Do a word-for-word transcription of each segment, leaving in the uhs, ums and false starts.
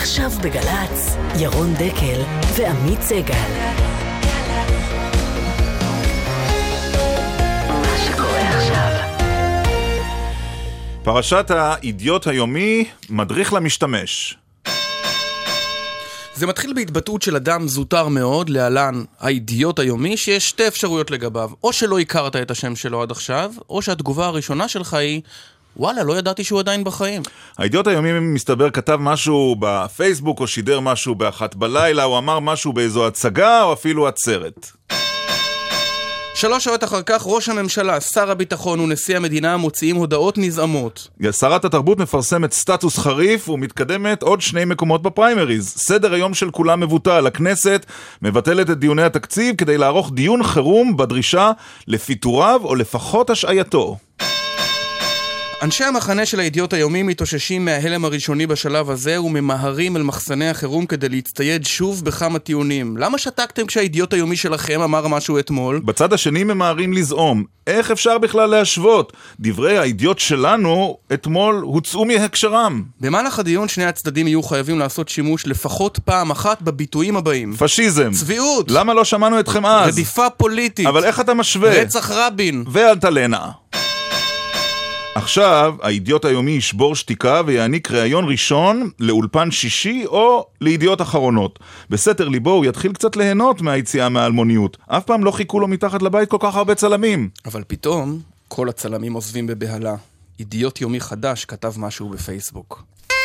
עכשיו בגלץ, ירון דקל ועמית סגל. מה שקורה עכשיו. פרשת האידיוט היומי, מדריך למשתמש. זה מתחיל בהתבטאות של אדם זוטר מאוד, להלן האידיוט היומי, שיש שתי אפשרויות לגביו. או שלא הכרת את השם שלו עד עכשיו, או שהתגובה הראשונה שלך היא, וואלה, לא ידעתי שהוא עדיין בחיים. האידיוט היומי מסתבר כתב משהו בפייסבוק, או שידר משהו באחת בלילה, או אמר משהו באיזו הצגה, או אפילו עצרת. שלוש שעות אחר כך, ראש הממשלה, שר הביטחון ונשיא המדינה מוציאים הודעות נזעמות. שרת התרבות מפרסמת סטטוס חריף ומתקדמת עוד שני מקומות בפריימריז. סדר היום של כולם מבוטל. הכנסת מבטלת את דיוני התקציב כדי לערוך דיון חירום בדרישה לפיטוריו או לפחות השעייתו. אנשי המחנה של האידיוט היומי מתאוששים מההלם הראשוני בשלב הזה וממהרים אל מחסני החירום כדי להצטייד שוב בכמה טיעונים. למה שתקתם כשהאידיוט היומי שלכם אמר משהו אתמול? בצד השני ממהרים לזעום. איך אפשר בכלל להשוות? דברי האידיוט שלנו אתמול הוצאו מהקשרם. במהלך הדיון שני הצדדים יהיו חייבים לעשות שימוש לפחות פעם אחת בביטויים הבאים. פשיזם. צביעות. למה לא שמענו אתכם אז? רדיפה פוליטית. אבל איך אתה משווה? רצח רבין. ואלטלנה. עכשיו, האידיוט היומי ישבור שתיקה ויעניק ראיון ראשון לאולפן שישי או לידיעות אחרונות. בסתר ליבו הוא יתחיל קצת ליהנות מהיציאה מהאלמוניות. אף פעם לא חיכו לו מתחת לבית כל כך הרבה צלמים. אבל פתאום, כל הצלמים עוזבים בבהלה. אידיוט יומי חדש כתב משהו בפייסבוק.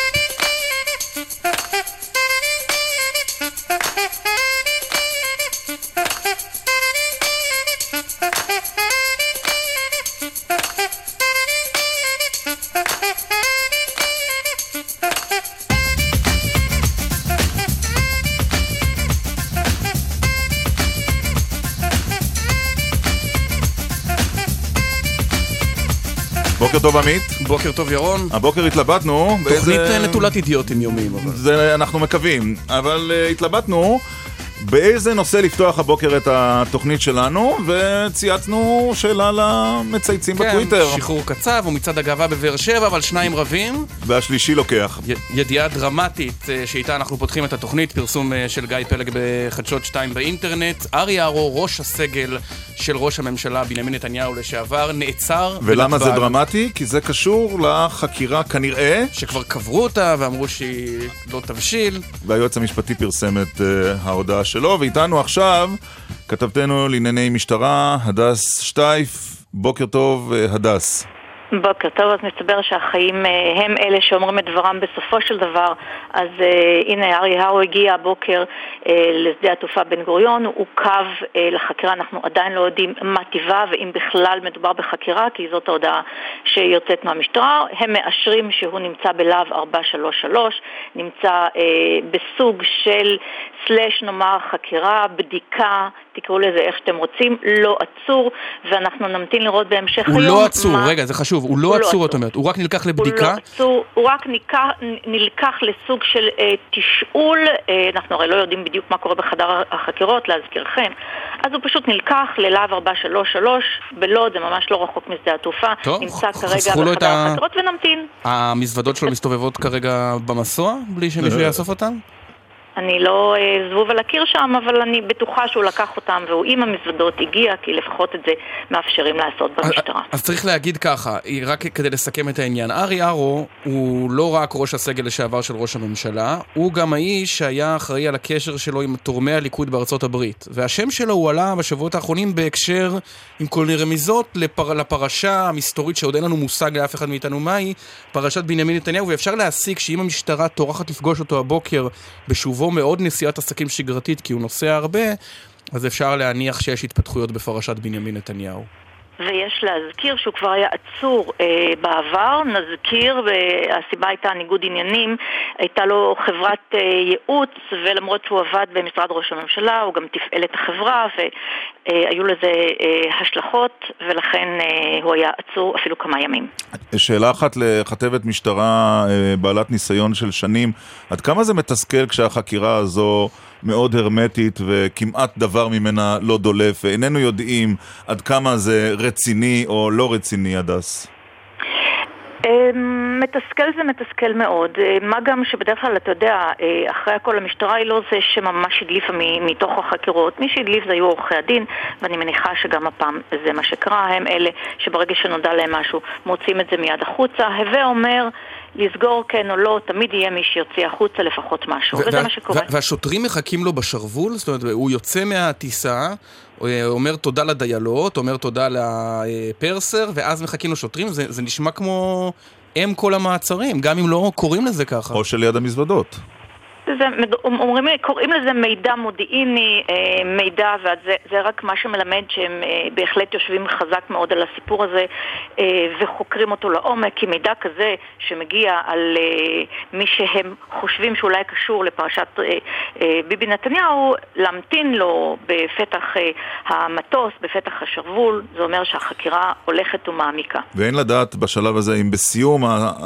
בוקר טוב עמית. בוקר טוב ירון. הבוקר התלבטנו תוכנית באיזה... נטולת אידיוטים יומיים אבל. זה אנחנו מקווים, אבל uh, התלבטנו באיזה נושא לפתוח הבוקר את התוכנית שלנו, וצייצנו שאלה למצייצים כן, בטוויטר. שחרור קצב ומצעד הגאווה בבאר שבע, אבל שניים רבים. והשלישי לוקח. י- ידיעה דרמטית שאיתה אנחנו פותחים את התוכנית, פרסום של גיא פלג בחדשות שתיים באינטרנט. ארי הרו, ראש הסגל של ראש הממשלה בנימין נתניהו לשעבר, נעצר. ולמה בנתב"ג. זה דרמטי? כי זה קשור לחקירה כנראה. שכבר קברו אותה ואמרו שהיא לא תבשיל. והיועץ המשפטי פרסם את uh, ההודעה שלו, ואיתנו עכשיו כתבתנו לענייני משטרה, הדס שטייף. בוקר טוב, הדס. בוקר טוב, אז מסתבר שהחיים הם אלה שאומרים את דברם בסופו של דבר. אז uh, הנה, ארי הרו הגיע הבוקר uh, לשדה התעופה בן גוריון, הוא קו uh, לחקירה, אנחנו עדיין לא יודעים מה טיבה ואם בכלל מדובר בחקירה, כי זאת ההודעה שיוצאת מהמשטרה. הם מאשרים שהוא נמצא בלהב ארבע שלוש שלוש, נמצא uh, בסוג של סלש נאמר חקירה, בדיקה, תקראו לזה איך שאתם רוצים, לא עצור, ואנחנו נמתין לראות בהמשך הוא היום. הוא לא עצור, מה... רגע, זה חשוב, הוא לא עצור, זאת אומרת, הוא רק נלקח לבדיקה? הוא לא עצור, הוא רק נלקח, נלקח לסוג של אה, תשאול, אה, אנחנו הרי לא יודעים בדיוק מה קורה בחדר החקירות, להזכירכם, אז הוא פשוט נלקח ללהב ארבע שלוש שלוש, בלוד, זה ממש לא רחוק משדה התעופה, טוב, נמצא כרגע בחדר ה... החקירות ונמתין. המזוודות שלו מסתובבות כרגע במסוע, בלי שמישהו יאסוף אותן? אני לא זבוב על הקיר שם, אבל אני בטוחה שהוא לקח אותם, והוא עם המזוודות הגיע, כי לפחות את זה מאפשרים לעשות במשטרה. אז צריך להגיד ככה, רק כדי לסכם את העניין, ארי הרו הוא לא רק ראש הסגל לשעבר של ראש הממשלה, הוא גם האיש שהיה אחראי על הקשר שלו עם תורמי הליכוד בארצות הברית, והשם שלו הוא עלה בשבועות האחרונים בהקשר עם כל מיני רמיזות לפר... לפרשה המסתורית שעוד אין לנו מושג לאף אחד מאיתנו מהי, פרשת בנימין נתניהו, ואפשר להסיק שאם המשטרה טורחת לפגוש אותו הבוקר בשובו מאוד נסיעת עסקים שגרתית, כי הוא נוסע הרבה, אז אפשר להניח שיש התפתחויות בפרשת בנימין נתניהו. ויש להזכיר שהוא כבר היה עצור אה, בעבר, נזכיר, והסיבה הייתה ניגוד עניינים, הייתה לו חברת אה, ייעוץ, ולמרות שהוא עבד במשרד ראש הממשלה, הוא גם תפעל את החברה, והיו לזה אה, השלכות, ולכן אה, הוא היה עצור אפילו כמה ימים. שאלה אחת לכתבת משטרה אה, בעלת ניסיון של שנים, עד כמה זה מתסכל כשהחקירה הזו מאוד הרמטית וכמעט דבר ממנה לא דולף, ואיננו יודעים עד כמה זה רציני או לא רציני, הדס? מתסכל זה מתסכל מאוד, מה גם שבדרך כלל אתה יודע, אחרי הכל המשטרה היא לא זה שממש הדליפה מתוך החקירות, מי שהדליף זה היו עורכי הדין, ואני מניחה שגם הפעם זה מה שקרה, הם אלה שברגע שנודע להם משהו מוצאים את זה מיד החוצה, הווה אומר לסגור כן או לא, תמיד יהיה מי שיוצא החוצה לפחות משהו, וזה מה שקורה. והשוטרים מחכים לו בשרוול, זאת אומרת, הוא יוצא מהטיסה, אומר תודה לדיילות, אומר תודה לפרסר, ואז מחכים לו שוטרים, זה, זה נשמע כמו הם כל המעצרים, גם אם לא קוראים לזה ככה. או שליד המזוודות. זה, אומרים, קוראים לזה מידע מודיעיני, מידע, וזה זה רק מה שמלמד שהם בהחלט יושבים חזק מאוד על הסיפור הזה וחוקרים אותו לעומק, כי מידע כזה שמגיע על מי שהם חושבים שאולי קשור לפרשת ביבי נתניהו, להמתין לו בפתח המטוס, בפתח השרוול, זה אומר שהחקירה הולכת ומעמיקה. ואין לדעת בשלב הזה אם בסיום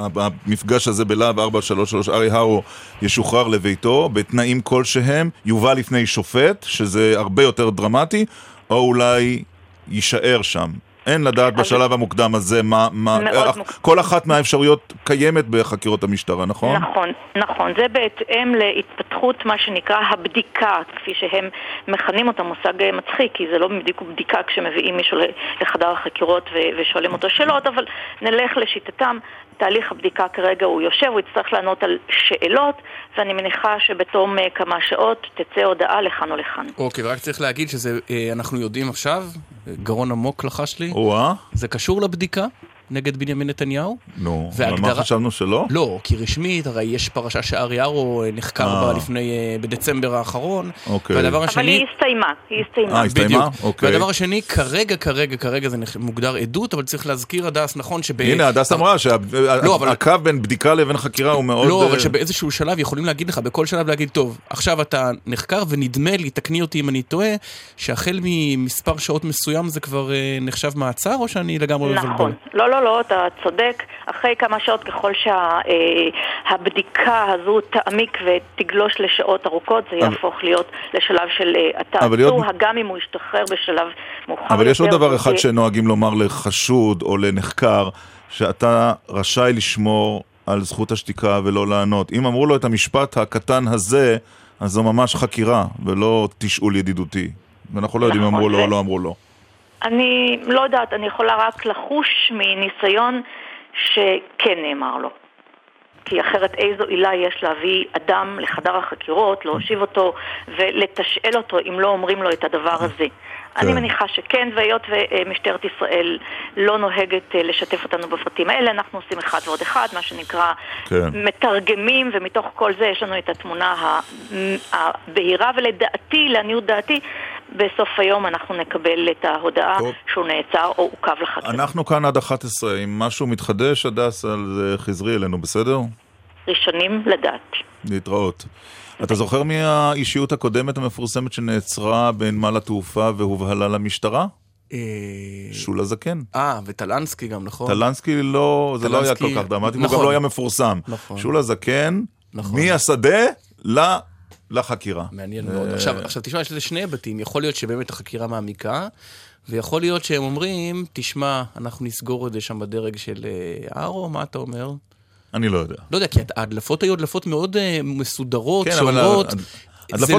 המפגש הזה בלהב ארבע שלוש שלוש ארי הרו ישוחרר לביתו איתו, בתנאים כלשהם, יובא לפני שופט, שזה הרבה יותר דרמטי, או אולי יישאר שם. אין לדעת בשלב המוקדם הזה מה, מה, כל אחת מהאפשרויות קיימת בחקירות המשטרה, נכון? נכון, נכון. זה בהתאם להתפתחות מה שנקרא הבדיקה, כפי שהם מכנים אותה, מושג מצחיק, כי זה לא בדיקה כשמביאים מישהו לחדר החקירות ושואלים אותו שאלות, אבל נלך לשיטתם, תהליך הבדיקה כרגע הוא יושב, הוא יצטרך לענות על שאלות, ואני מניחה שבתום כמה שעות תצא הודעה לכאן או לכאן. אוקיי, ורק צריך להגיד שזה, אנחנו יודעים עכשיו, גרון עמוק לחש לי, וואה. זה קשור לבדיקה נגד בנימין נתניהו. נו, והגדרה... מה חשבנו שלא? לא, כי רשמית, הרי יש פרשה שארי הרו נחקר בה לפני, בדצמבר האחרון. אוקיי. והדבר השני... אבל היא הסתיימה, היא הסתיימה. אה, הסתיימה? אוקיי. והדבר השני, כרגע, כרגע, כרגע זה מוגדר עדות, אבל צריך להזכיר הדס, נכון שב... הנה, הדס אמרה שהקו בין בדיקה לבין חקירה הוא מאוד... לא, אבל שבאיזשהו שלב יכולים להגיד לך, בכל שלב להגיד, טוב, עכשיו אתה נחקר ונדמה לי, תקני אותי אם אני טועה, שהחל ממספר שעות מסוים זה כבר נחשב מעצר, או שאני לגמרי נכון. לא, לא, לא, אתה צודק. אחרי כמה שעות, ככל שהבדיקה הזו תעמיק ותגלוש לשעות ארוכות, זה יהפוך להיות לשלב של התעצור, גם אם הוא ישתחרר בשלב מאוחר. אבל יש עוד דבר אחד שנוהגים לומר לחשוד או לנחקר, שאתה רשאי לשמור על זכות השתיקה ולא לענות. אם אמרו לו את המשפט הקטן הזה, אז זו ממש חקירה, ולא תשאול ידידותי. ואנחנו לא יודעים אם אמרו לו או לא אמרו לו. אני לא יודעת, אני יכולה רק לחוש מניסיון שכן נאמר לו. כי אחרת איזו עילה יש להביא אדם לחדר החקירות, להושיב אותו ולתשאל אותו אם לא אומרים לו את הדבר הזה. אני מניחה שכן, והיות ומשטרת ישראל לא נוהגת לשתף אותנו בפרטים האלה, אנחנו עושים אחד ועוד אחד, מה שנקרא מתרגמים, ומתוך כל זה יש לנו את התמונה הבהירה, ולדעתי, לעניות דעתי, בסוף היום אנחנו נקבל את ההודעה שהוא נעצר או עוכב לחקירה. אנחנו כאן עד אחת עשרה, אם משהו מתחדש, הדס, על זה חזרי אלינו, בסדר? ראשונים לדעת. להתראות. אתה זוכר מהאישיות הקודמת המפורסמת שנעצרה בנמל התעופה והובהלה למשטרה? שולה זקן. אה, וטלנסקי גם, נכון? טלנסקי לא, זה לא היה כל כך דרמטי, הוא גם לא היה מפורסם. שולה זקן, מהשדה לחקירה. מעניין מאוד. עכשיו תשמע, יש לזה שני היבטים. יכול להיות שבאמת החקירה מעמיקה, ויכול להיות שהם אומרים, תשמע, אנחנו נסגור את זה שם בדרג של ארו, מה אתה אומר? אני לא יודע. לא יודע, כי הדלפות היו הדלפות מאוד מסודרות, שונות. הדלפות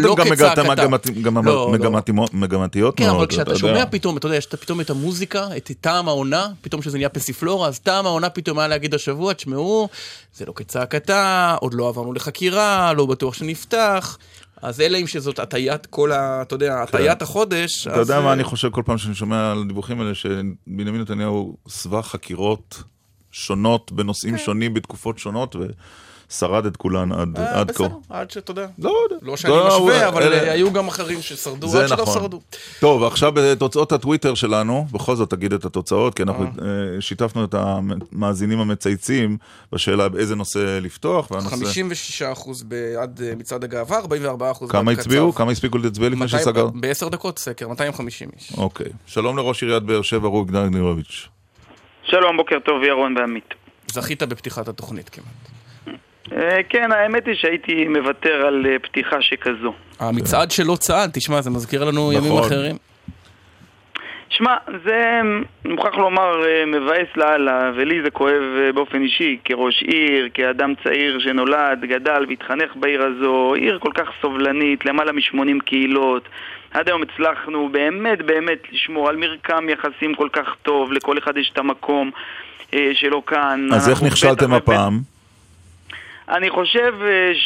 הן גם מגמתיות. כן, אבל כשאתה שומע פתאום, אתה יודע, יש פתאום את המוזיקה, את טעם העונה, פתאום שזה נהיה פסיפלורה, אז טעם העונה פתאום היה להגיד השבוע, תשמעו, זה לא כצעקתה, עוד לא עברנו לחקירה, לא בטוח שנפתח, אז אלה אם שזאת הטיית כל ה... אתה יודע, הטיית החודש. אתה יודע מה אני חושב כל פעם שאני שומע על הדיווחים האלה, שבנימין נתניהו סבא חקירות שונות בנושאים שונים בתקופות שונות, ושרד את כולן עד כה. בסדר, עד שאתה יודע. לא יודע. לא שאני משווה, אבל היו גם אחרים ששרדו עד שלא שרדו. טוב, עכשיו בתוצאות הטוויטר שלנו, בכל זאת תגיד את התוצאות, כי אנחנו שיתפנו את המאזינים המצייצים בשאלה באיזה נושא לפתוח. חמישים ושישה אחוז בעד מצעד הגאווה, ארבעים וארבעה אחוז בעד כמה הצביעו? כמה הספיקו להצביע לפני שסגר? בעשר דקות סקר, מאתיים וחמישים איש. אוקיי. שלום לראש עיריית באר שבע, רובי גדלנירוביץ'. שלום, בוקר טוב, ירון ועמית. זכית בפתיחת התוכנית כמעט. כן, האמת היא שהייתי מוותר על פתיחה שכזו. המצעד שלא צעד, תשמע, זה מזכיר לנו ימים אחרים. שמע, זה מוכרח לומר מבאס לעלה, ולי זה כואב באופן אישי, כראש עיר, כאדם צעיר שנולד, גדל והתחנך בעיר הזו, עיר כל כך סובלנית, למעלה מ-שמונים קהילות. עד היום הצלחנו באמת באמת לשמור על מרקם יחסים כל כך טוב, לכל אחד יש את המקום שלו כאן. אז איך נכשלתם הפעם? אני חושב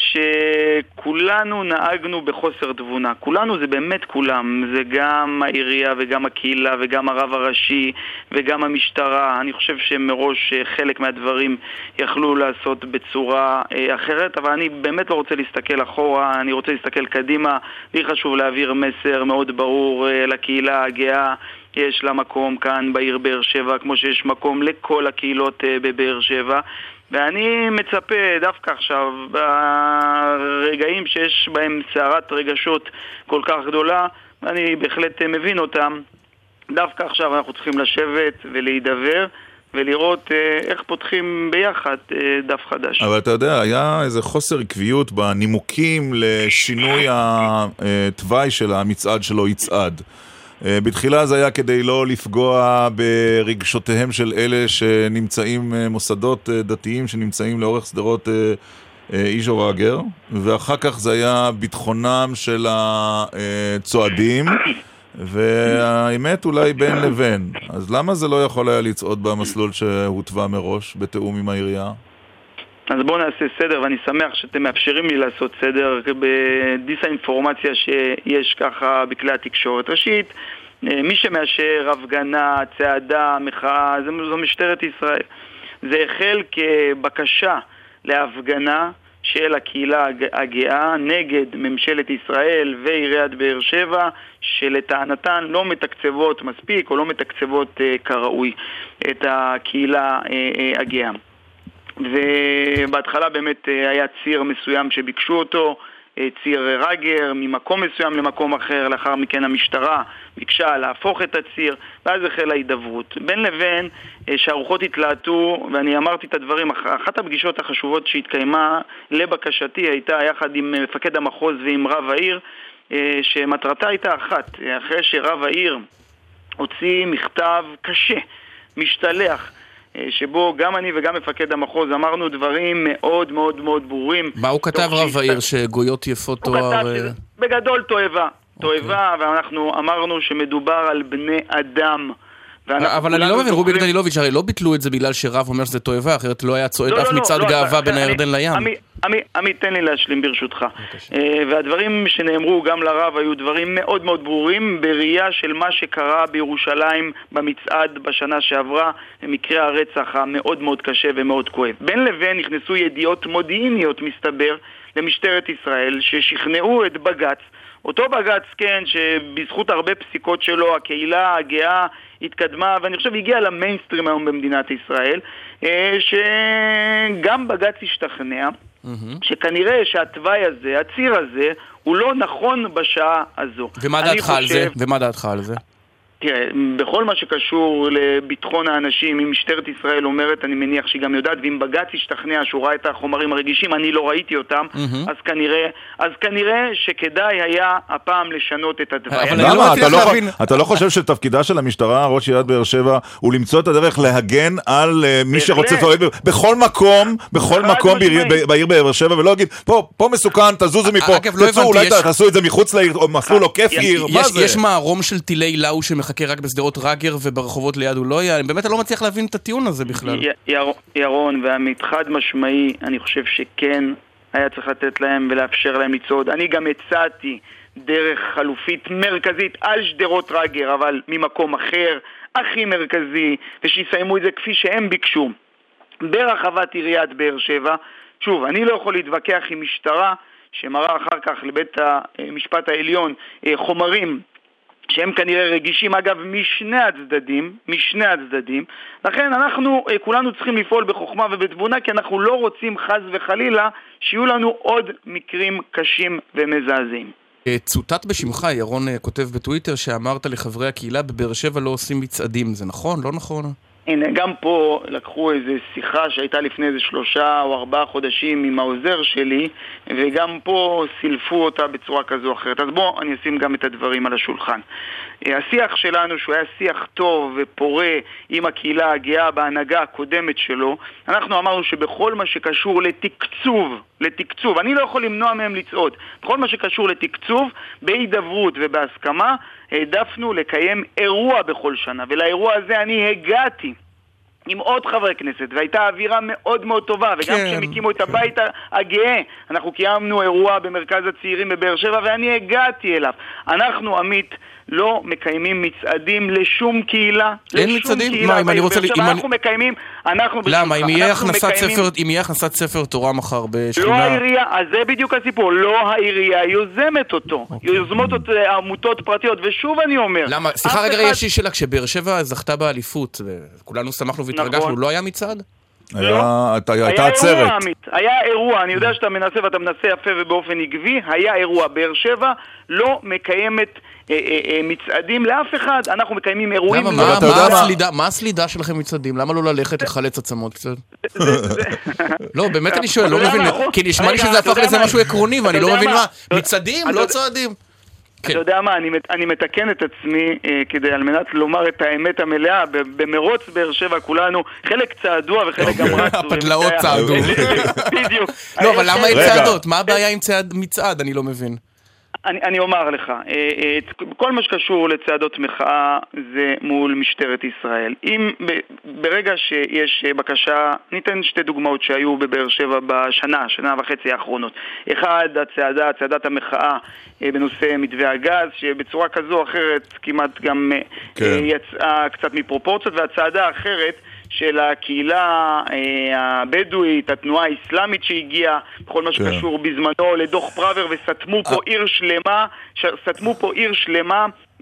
שכולנו נהגנו בחוסר תבונה. כולנו זה באמת כולם. זה גם העירייה וגם הקהילה וגם הרב הראשי וגם המשטרה. אני חושב שמראש חלק מהדברים יכלו לעשות בצורה אחרת, אבל אני באמת לא רוצה להסתכל אחורה, אני רוצה להסתכל קדימה. לי חשוב להעביר מסר מאוד ברור לקהילה הגאה. יש לה מקום כאן בעיר באר שבע, כמו שיש מקום לכל הקהילות בבאר שבע. ואני מצפה דווקא עכשיו, ברגעים שיש בהם סערת רגשות כל כך גדולה, אני בהחלט מבין אותם, דווקא עכשיו אנחנו צריכים לשבת ולהידבר ולראות איך פותחים ביחד דף חדש. אבל אתה יודע, היה איזה חוסר עקביות בנימוקים לשינוי התוואי של המצעד שלו יצעד. בתחילה זה היה כדי לא לפגוע ברגשותיהם של אלה שנמצאים, מוסדות דתיים שנמצאים לאורך סדרות איש ורגר, ואחר כך זה היה ביטחונם של הצועדים, והאמת אולי בין לבין. אז למה זה לא יכול היה לצעוד במסלול שהוטבע מראש, בתאום עם העירייה? אז בואו נעשה סדר, ואני שמח שאתם מאפשרים לי לעשות סדר בדיס האינפורמציה שיש ככה בכלי התקשורת. ראשית, מי שמאשר הפגנה, צעדה, מחאה, זו משטרת ישראל. זה החל כבקשה להפגנה של הקהילה הגאה נגד ממשלת ישראל ועיריית באר שבע, שלטענתן לא מתקצבות מספיק או לא מתקצבות כראוי את הקהילה הגאה. ובהתחלה באמת היה ציר מסוים שביקשו אותו, ציר רגר, ממקום מסוים למקום אחר. לאחר מכן המשטרה ביקשה להפוך את הציר, ואז החלה הידברות. בין לבין שהרוחות התלהטו, ואני אמרתי את הדברים, אחת הפגישות החשובות שהתקיימה לבקשתי הייתה יחד עם מפקד המחוז ועם רב העיר, שמטרתה הייתה אחת. אחרי שרב העיר הוציא מכתב קשה, משתלח, שבו גם אני וגם מפקד המחוז אמרנו דברים מאוד מאוד מאוד ברורים. מה הוא כתב רב העיר? שגויות יפות תואר? הוא כתב בגדול תועבה. תועבה, ואנחנו אמרנו שמדובר על בני אדם. אבל אני לא מבין, רובי דנילוביץ', הרי לא ביטלו את זה בגלל שרב אומר שזה תועבה, אחרת לא היה צועד אף מצעד גאווה בין הירדן לים. עמית, תן לי להשלים ברשותך. והדברים שנאמרו גם לרב היו דברים מאוד מאוד ברורים בראייה של מה שקרה בירושלים במצעד בשנה שעברה, מקרה הרצח המאוד מאוד קשה ומאוד כואב. בין לבין נכנסו ידיעות מודיעיניות מסתבר למשטרת ישראל ששכנעו את בג"ץ, אותו בג"ץ, כן, שבזכות הרבה פסיקות שלו הקהילה הגאה התקדמה, ואני חושב הגיעה למיינסטרים היום במדינת ישראל, שגם בג"ץ השתכנע שכנראה שהתוואי הזה, הציר הזה, הוא לא נכון בשעה הזו. ומה דעתך על זה? ומה דעתך על זה? תראה, בכל מה שקשור לביטחון האנשים, אם משטרת ישראל אומרת, אני מניח שהיא גם יודעת, ואם בג"ץ השתכנע שהוא ראה את החומרים הרגישים, אני לא ראיתי אותם, אז כנראה, אז כנראה שכדאי היה הפעם לשנות את התוואי. למה? אתה לא חושב שתפקידה של המשטרה, ראש עיריית באר שבע, הוא למצוא את הדרך להגן על מי שרוצה בכל מקום, בכל מקום בעיר באר שבע, ולא להגיד, פה מסוכן, תזוזו מפה, תצאו, אולי תעשו את זה מחוץ לעיר, או מסלול עוקף עיר, מה זה? יש מערום של טילי לאו שמחכה רק בשדרות רגר וברחובות ליד הוא לא היה. באמת אני לא מצליח להבין את הטיעון הזה בכלל. ירון, והעמית חד משמעי, אני חושב שכן היה צריך לתת להם ולאפשר להם לצעוד. אני גם הצעתי דרך חלופית מרכזית על שדרות רגר, אבל ממקום אחר, הכי מרכזי, ושיסיימו את זה כפי שהם ביקשו ברחבת עיריית באר שבע. שוב, אני לא יכול להתווכח עם משטרה שמראה אחר כך לבית המשפט העליון חומרים שהם כנראה רגישים, אגב, משני הצדדים, משני הצדדים. לכן אנחנו כולנו צריכים לפעול בחוכמה ובתבונה, כי אנחנו לא רוצים חס וחלילה שיהיו לנו עוד מקרים קשים ומזעזעים. צוטט בשמך, ירון כותב בטוויטר, שאמרת לחברי הקהילה בבאר שבע לא עושים מצעדים. זה נכון? לא נכון? הנה, גם פה לקחו איזו שיחה שהייתה לפני איזה שלושה או ארבעה חודשים עם העוזר שלי, וגם פה סילפו אותה בצורה כזו או אחרת. אז בוא, אני אשים גם את הדברים על השולחן. השיח שלנו, שהוא היה שיח טוב ופורה עם הקהילה הגאה בהנהגה הקודמת שלו, אנחנו אמרנו שבכל מה שקשור לתקצוב, לתקצוב, אני לא יכול למנוע מהם לצעוד, בכל מה שקשור לתקצוב, בהידברות ובהסכמה, העדפנו לקיים אירוע בכל שנה, ולאירוע הזה אני הגעתי עם עוד חברי כנסת, והייתה אווירה מאוד מאוד טובה, וגם כן. כשהם הקימו את הבית הגאה, אנחנו קיימנו אירוע במרכז הצעירים בבאר שבע, ואני הגעתי אליו. אנחנו, עמית, לא מקיימים מצעדים לשום קהילה. אין מצעדים? מה, אם אני רוצה... אנחנו מקיימים, אנחנו... למה? אם יהיה הכנסת ספר, אם יהיה הכנסת ספר תורה מחר בשכונה... לא העירייה, אז זה בדיוק הסיפור, לא העירייה יוזמת אותו. יוזמות אותו עמותות פרטיות, ושוב אני אומר... למה? סליחה רגע, יש לי שאלה, כשבאר שבע זכתה באליפות, וכולנו שמחנו והתרגשנו, לא היה מצעד? הייתה עצרת. היה אירוע, אני יודע שאתה מנסה ואתה מנסה יפה ובאופן עקבי, היה אירוע. באר שבע לא מקיימת מצעדים לאף אחד, אנחנו מקיימים אירועים. מה הסלידה שלכם מצעדים? למה לא ללכת לחלץ עצמות קצת? לא, באמת אני שואל, לא מבין, כי נשמע לי שזה הפך לזה משהו עקרוני ואני לא מבין מה, מצעדים, לא צועדים. אתה יודע מה, אני מתקן את עצמי כדי על מנת לומר את האמת המלאה. במרוץ באר שבע כולנו, חלק צעדו וחלק גם רצו. הפדלאות צעדו. בדיוק. לא, אבל למה עם צעדות? מה הבעיה עם מצעד? אני לא מבין. אני, אני אומר לך, כל מה שקשור לצעדות מחאה זה מול משטרת ישראל. אם ברגע שיש בקשה, ניתן שתי דוגמאות שהיו בבאר שבע בשנה, שנה וחצי האחרונות. אחד, הצעדה, צעדת המחאה בנושא מתווה הגז, שבצורה כזו או אחרת כמעט גם כן. יצאה קצת מפרופורציות, והצעדה האחרת של הקהילה הבדואית, התנועה האסלאמית שהגיעה, בכל מה שקשור בזמנו לדוח פראבר, וסתמו פה עיר שלמה, סתמו פה עיר שלמה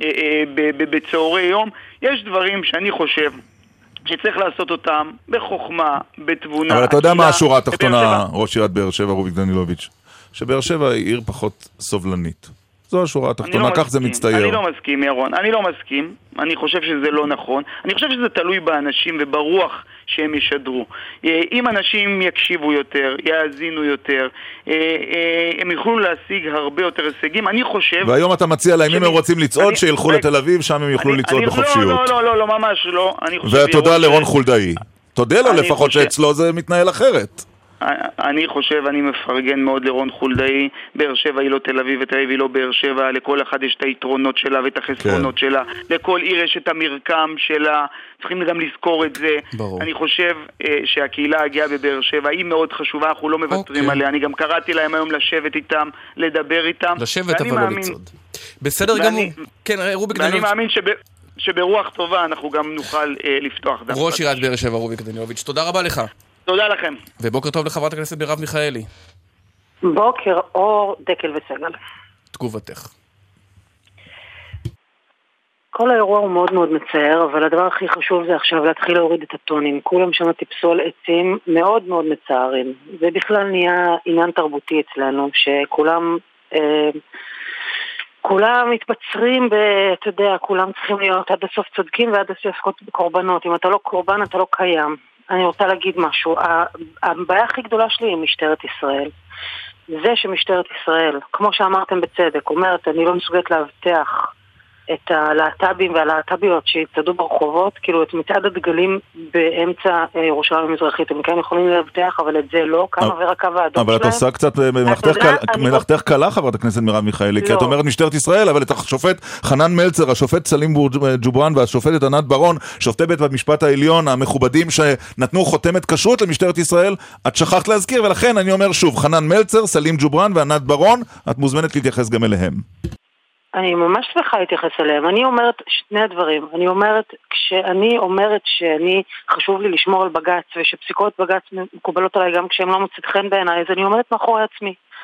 בצהרי יום. יש דברים שאני חושב שצריך לעשות אותם בחוכמה, בתבונה. אבל אתה יודע מה השורה התחתונה, ראש עיריית באר שבע רוביק דנילוביץ', שבאר שבע היא עיר פחות סובלנית. זו השורה התחתונה, כך זה מצטייר. אני לא מסכים, ירון, אני לא מסכים. אני חושב שזה לא נכון. אני חושב שזה תלוי באנשים וברוח שהם ישדרו. אם אנשים יקשיבו יותר, יאזינו יותר, הם יוכלו להשיג הרבה יותר הישגים. אני חושב... והיום אתה מציע להם, אם הם רוצים לצעוד, שילכו לתל אביב, שם הם יוכלו לצעוד בחופשיות. לא, לא, לא, לא, ממש לא. ותודה לרון חולדאי. תודה לו לפחות שאצלו זה מתנהל אחרת. אני חושב, אני מפרגן מאוד לרון חולדאי. באר שבע היא לא תל אביב ותל אביב היא לא באר שבע. לכל אחד יש את היתרונות שלה ואת החסרונות שלה. לכל עיר יש את המרקם שלה. צריכים גם לזכור את זה. ברור. אני חושב שהקהילה הגאה בבאר שבע היא מאוד חשובה, אנחנו לא מוותרים עליה. אני גם קראתי להם היום לשבת איתם, לדבר איתם. לשבת אבל לא לצעוד. בסדר גמור. כן, רוביק דנילוביץ'. ואני מאמין שברוח טובה אנחנו גם נוכל לפתוח. ראש עיריית באר שבע רוביק דנילוביץ', תודה רבה לך. תודה לכם. ובוקר טוב לחברת הכנסת מרב מיכאלי. בוקר אור, דקל וסגל. תגובתך. כל האירוע הוא מאוד מאוד מצער, אבל הדבר הכי חשוב זה עכשיו להתחיל להוריד את הטונים. כולם שם טיפסו על עצים מאוד מאוד מצערים. זה בכלל נהיה עניין תרבותי אצלנו, שכולם... אה, כולם מתבצרים, אתה יודע, כולם צריכים להיות עד הסוף צודקים ועד הסוף קורבנות. אם אתה לא קורבן, אתה לא קיים. אני רוצה להגיד משהו. הבעיה הכי גדולה שלי היא משטרת ישראל. זה שמשטרת ישראל, כמו שאמרתם בצדק, אומרת, אני לא מסוגלת להבטח את הלהט"בים והלהט"ביות שיצעדו ברחובות, כאילו את מצעד הדגלים באמצע ירושלים המזרחית, הם כן יכולים להבטח, אבל את זה לא, כמה ורקה והאדום שלהם. אבל את עושה קצת מלאכתך קלה, חברת הכנסת מרב מיכאלי, כי את אומרת משטרת ישראל, אבל את השופט חנן מלצר, השופט סלים ג'ובראן והשופטת ענת ברון, שופטי בית המשפט העליון, המכובדים שנתנו חותמת כשרות למשטרת ישראל, את שכחת להזכיר, ולכן אני אומר שוב, חנן מלצר, סלים ג'ובראן וענת ברון, את מוזמנת להתייחס גם אליהם. אני ממש שמחה להתייחס אליהם. אני אומרת שני הדברים. אני אומרת, כשאני אומרת שאני חשוב לי לשמור על בג"ץ, ושפסיקות בג"ץ מקובלות עליי גם כשהם לא מוצאת חן בעיניי, אז אני אומרת מאחורי עצמי.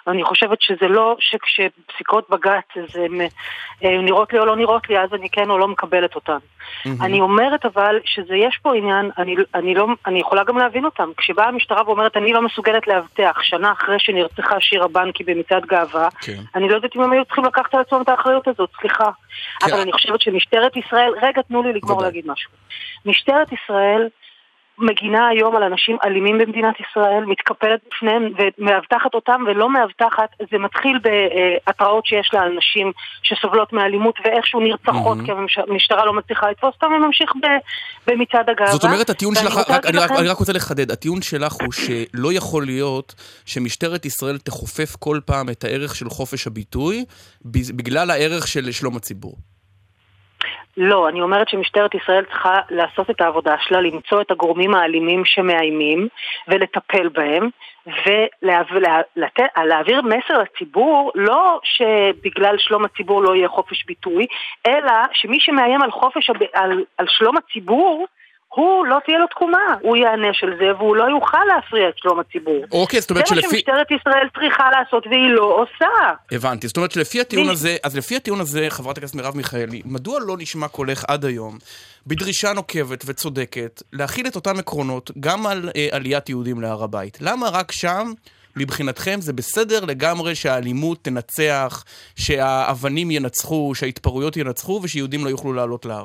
אני חושבת שזה לא שכשפסיקות בג"ץ זה נראות לי או לא נראות לי, אז אני כן או לא מקבלת אותן. אני אומרת אבל שזה יש פה עניין, אני, אני, לא, אני יכולה גם להבין אותם. כשבאה המשטרה ואומרת, אני לא מסוגלת להבטח, שנה אחרי שנרצחה שירה בנקי במצעד גאווה, כן. אני לא יודעת אם הם היו צריכים לקחת על עצמם את האחריות הזאת, סליחה. כן. אבל אני חושבת שמשטרת ישראל, רגע תנו לי לגמור להגיד משהו. משטרת ישראל מגינה היום על אנשים אלימים במדינת ישראל, מתקפלת בפניהם ומאבטחת אותם ולא מאבטחת, זה מתחיל בהתראות שיש לה על נשים שסובלות מאלימות ואיכשהו נרצחות כי המשטרה לא מצליחה לתפוס אותם וממשיך במצעד הגאווה. זאת אומרת, הטיעון שלך, אני רק רוצה לחדד, הטיעון שלך הוא שלא יכול להיות שמשטרת ישראל תחופף כל פעם את הערך של חופש הביטוי בגלל הערך של שלום הציבור. לא, אני אומרת שמשטרת ישראל צריכה לעשות את העבודה שלה, למצוא את הגורמים האלימים שמאיימים ולטפל בהם ולהעביר מסר לציבור, לא שבגלל שלום הציבור לא יהיה חופש ביטוי, אלא שמי שמאיים על חופש, על, על שלום הציבור, הוא לא תהיה לו תקומה, הוא יענה של זה, והוא לא יוכל להפריע את שלום הציבור. אוקיי, זאת אומרת שלפי... זה מה שמשטרת ישראל צריכה לעשות, והיא לא עושה. הבנתי, זאת אומרת שלפי הטיעון הזה, אז לפי הטיעון הזה, חברת הכנסת מרב מיכאלי, מדוע לא נשמע קולך עד היום, בדרישה נוקבת וצודקת, להכיל את אותם עקרונות, גם על אה, עליית יהודים להר הבית? למה רק שם, מבחינתכם, זה בסדר לגמרי שהאלימות תנצח, שהאבנים ינצחו, שההתפרעויות ינצחו, ושיהודים לא יוכלו לעלות להר?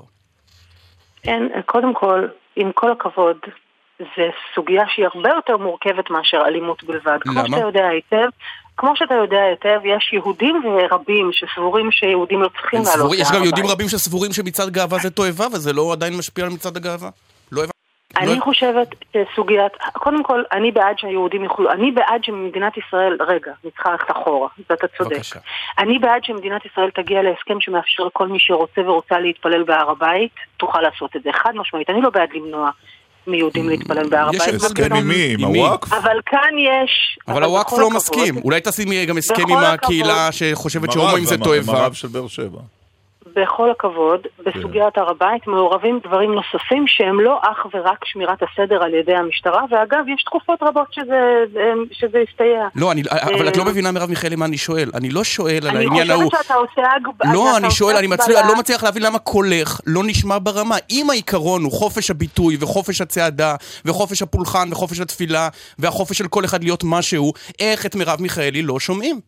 אין, קודם כל, עם כל הכבוד, זה סוגיה שהיא הרבה יותר מורכבת מאשר אלימות בלבד. למה? כמו שאתה יודע היטב, כמו שאתה יודע היטב, יש יהודים רבים שסבורים שיהודים לא צריכים לעלות להר הבית. יש גם יהודים רבים שסבורים שמצעד גאווה זה תועבה, וזה לא עדיין משפיע על מצעד הגאווה. לא הבנתי. אני חושבת שסוגיית, קודם כל, אני בעד שהיהודים יוכלו, אני בעד שמדינת ישראל, רגע, נצטרך ללכת אחורה, ואתה צודק. אני בעד שמדינת ישראל תגיע להסכם שמאפשר לכל מי שרוצה ורוצה להתפלל בהר הבית, תוכל לעשות את זה. חד משמעית, אני לא בעד למנוע מיהודים להתפלל בהר הבית. יש הסכם עם מי? עם הוואקף? אבל כאן יש... אבל הוואקף לא מסכים. אולי תשימי גם הסכם עם הקהילה שחושבת שהומואים זה תועבה. מרב של באר שבע. בכל הכבוד, בסוגיית הר הבית מעורבים דברים נוספים שהם לא אך ורק שמירת הסדר על ידי המשטרה, ואגב, יש תקופות רבות שזה, שזה יסתייע. לא, אני, אבל את לא מבינה, מרב מיכאלי, מה אני שואל. אני לא שואל על העניין ההוא. אני חושבת שאתה עושה הגבלה. לא, אני שואל, אני מצליח, לא מצליח להבין למה קולך לא נשמע ברמה. אם העיקרון הוא חופש הביטוי וחופש הצעדה וחופש הפולחן וחופש התפילה והחופש של כל אחד להיות משהו, איך את מרב מיכאלי לא שומעים?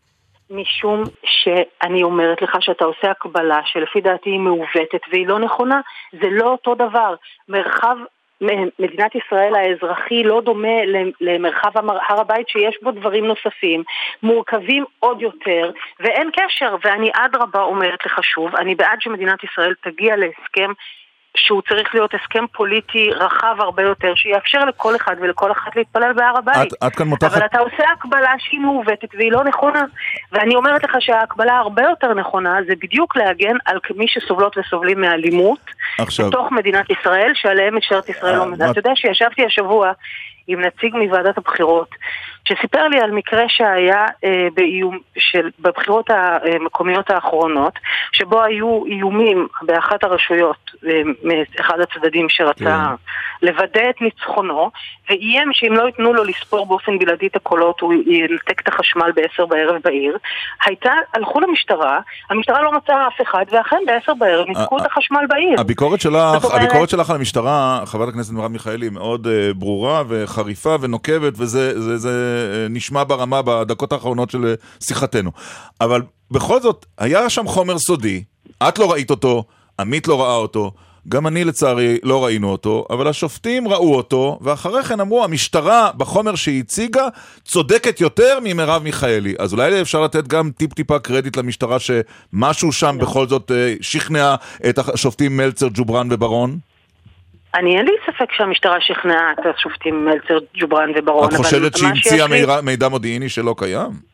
משום שאני אומרת לך שאתה עושה הקבלה שלפי דעתי היא מעוותת והיא לא נכונה, זה לא אותו דבר. מרחב מדינת ישראל האזרחי לא דומה למרחב הר הבית שיש בו דברים נוספים, מורכבים עוד יותר, ואין קשר, ואני עד רבה אומרת לך שוב, אני בעד שמדינת ישראל תגיע להסכם שהוא צריך להיות הסכם פוליטי רחב הרבה יותר, שיאפשר לכל אחד ולכל אחת להתפלל בהר הבית. את, את כאן מותחת... אבל אתה עושה הקבלה שהיא מעוותת והיא לא נכונה. ואני אומרת לך שההקבלה הרבה יותר נכונה, זה בדיוק להגן על מי שסובלות וסובלים מאלימות, עכשיו... בתוך מדינת ישראל, שעליהם משטרת ישראל לא מדעת. אתה יודע שישבתי השבוע עם נציג מוועדת הבחירות, שסיפר לי על מקרה שהיה אה, באיום של, בבחירות המקומיות האחרונות, שבו היו איומים באחת הרשויות, אה, מאחד הצדדים שרצה yeah. לוודא את ניצחונו, ואיים שאם לא ייתנו לו לספור באופן בלעדי את הקולות, הוא ינתק את החשמל בעשר בערב בעיר. הייתה, הלכו למשטרה, המשטרה לא מצאה אף אחד, ואכן בעשר בערב ניתקו את החשמל בעיר. הביקורת שלך, הביקורת שלך על המשטרה, חברת הכנסת מרב מיכאלי, מאוד uh, ברורה וחריפה ונוקבת, וזה זה, זה נשמע ברמה בדקות האחרונות של שיחתנו. אבל בכל זאת, היה שם חומר סודי, את לא ראית אותו, עמית לא ראה אותו, גם אני לצערי לא ראינו אותו, אבל השופטים ראו אותו, ואחרי כן אמרו, המשטרה בחומר שהיא הציגה, צודקת יותר ממרב מיכאלי. אז אולי אפשר לתת גם טיפ-טיפה קרדיט למשטרה, שמשהו שם בכל זאת שכנע את השופטים מלצר, ג'וברן וברון? אני אין לי ספק שהמשטרה שכנעה את השופטים מלצר, ג'וברן וברון. את חושבת שהמציאה לי... מידע מודיעיני שלא קיים?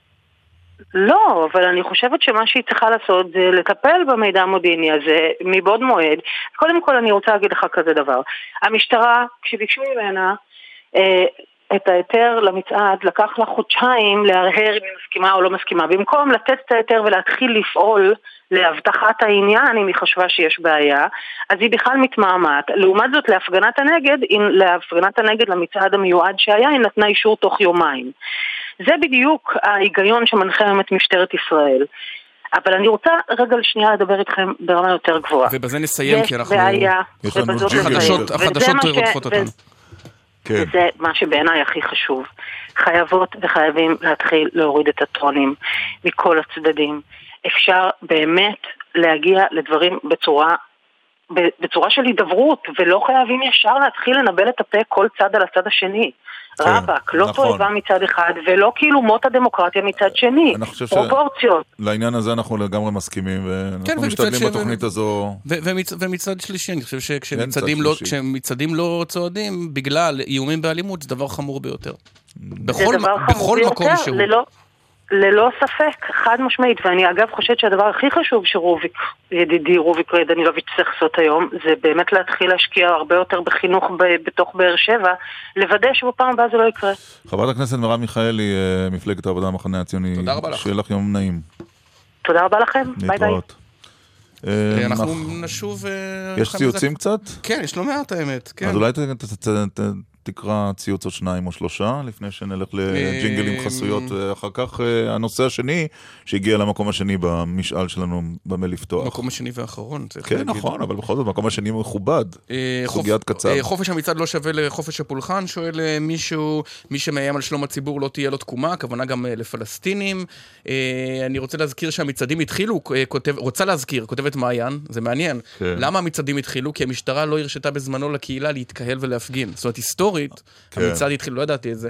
לא, אבל אני חושבת שמה שהיא צריכה לעשות זה לטפל במידע המודיעיני הזה מבעוד מועד. קודם כל אני רוצה להגיד לך כזה דבר. המשטרה, כשביקשו ממנה אה, את ההיתר למצעד, לקח לה חודשיים להרהר אם היא מסכימה או לא מסכימה. במקום לתת את ההיתר ולהתחיל לפעול להבטחת העניין, אם היא חשבה שיש בעיה, אז היא בכלל מתמהמת. לעומת זאת, להפגנת הנגד, להפגנת הנגד למצעד המיועד שהיה, היא נתנה אישור תוך יומיים. זה בדיוק ההיגיון שמנחה היום את משטרת ישראל. אבל אני רוצה רגע לשנייה לדבר איתכם ברמה יותר גבוהה. ובזה נסיים, כי אנחנו... בעיה, יש לנו החדשות, החדשות רודפות אותנו. כן. וזה מה שבעיניי הכי חשוב. חייבות וחייבים להתחיל להוריד את הטונים מכל הצדדים. אפשר באמת להגיע לדברים בצורה, בצורה של הידברות, ולא חייבים ישר להתחיל לנבל את הפה כל צד על הצד השני. כן, רבק, לא נכון. תועבה מצד אחד, ולא כאילו מות הדמוקרטיה מצד שני. פרופורציות. לעניין הזה אנחנו לגמרי מסכימים, ואנחנו כן, משתדלים ש... בתוכנית ו... הזו. ו... ומצ... ומצד שלישי, אני חושב שכשמצדים לא, לא צועדים, בגלל איומים באלימות, זה דבר חמור ביותר. בכל, זה דבר בכל חמור מקום ביותר, שהוא. ללא... ללא ספק, חד משמעית, ואני אגב חושבת שהדבר הכי חשוב שרוביק, ידידי רוביק דנילוביץ' צריך לעשות היום, זה באמת להתחיל להשקיע הרבה יותר בחינוך ב- בתוך באר שבע, לוודא שבפעם הבאה זה לא יקרה. חברת הכנסת מרב מיכאלי, מפלגת העבודה המחנה הציוני, תודה רבה לך. שיהיה לך יום נעים. תודה רבה לכם, ביי ביי. אנחנו נשוב... יש ציוצים קצת? כן, יש לא מעט האמת. אז אולי תקרא ציוץ או שניים או שלושה, לפני שנלך לג'ינגלים חסויות, ואחר כך הנושא השני, שהגיע למקום השני במשאל שלנו במה לפתוח. מקום השני והאחרון. כן, נכון, אבל בכל זאת, מקום השני מכובד. סוגיית קצר. חופש המצעד לא שווה לחופש הפולחן, שואל מישהו, מי שמאיים על שלום הציבור לא תהיה לו תקומה, הכוונה גם לפלסטינים. אני רוצה להזכיר שהמצעדים התחילו, רוצה להזכיר, כותבת מעיין, זה מעניין. למה המצעדים התחילו? כי המשטרה לא הרשתה בזמנו לקהילה להתקהל ולהפגין. זאת אומרת, היסטורית, המצעד התחיל, לא ידעתי את זה.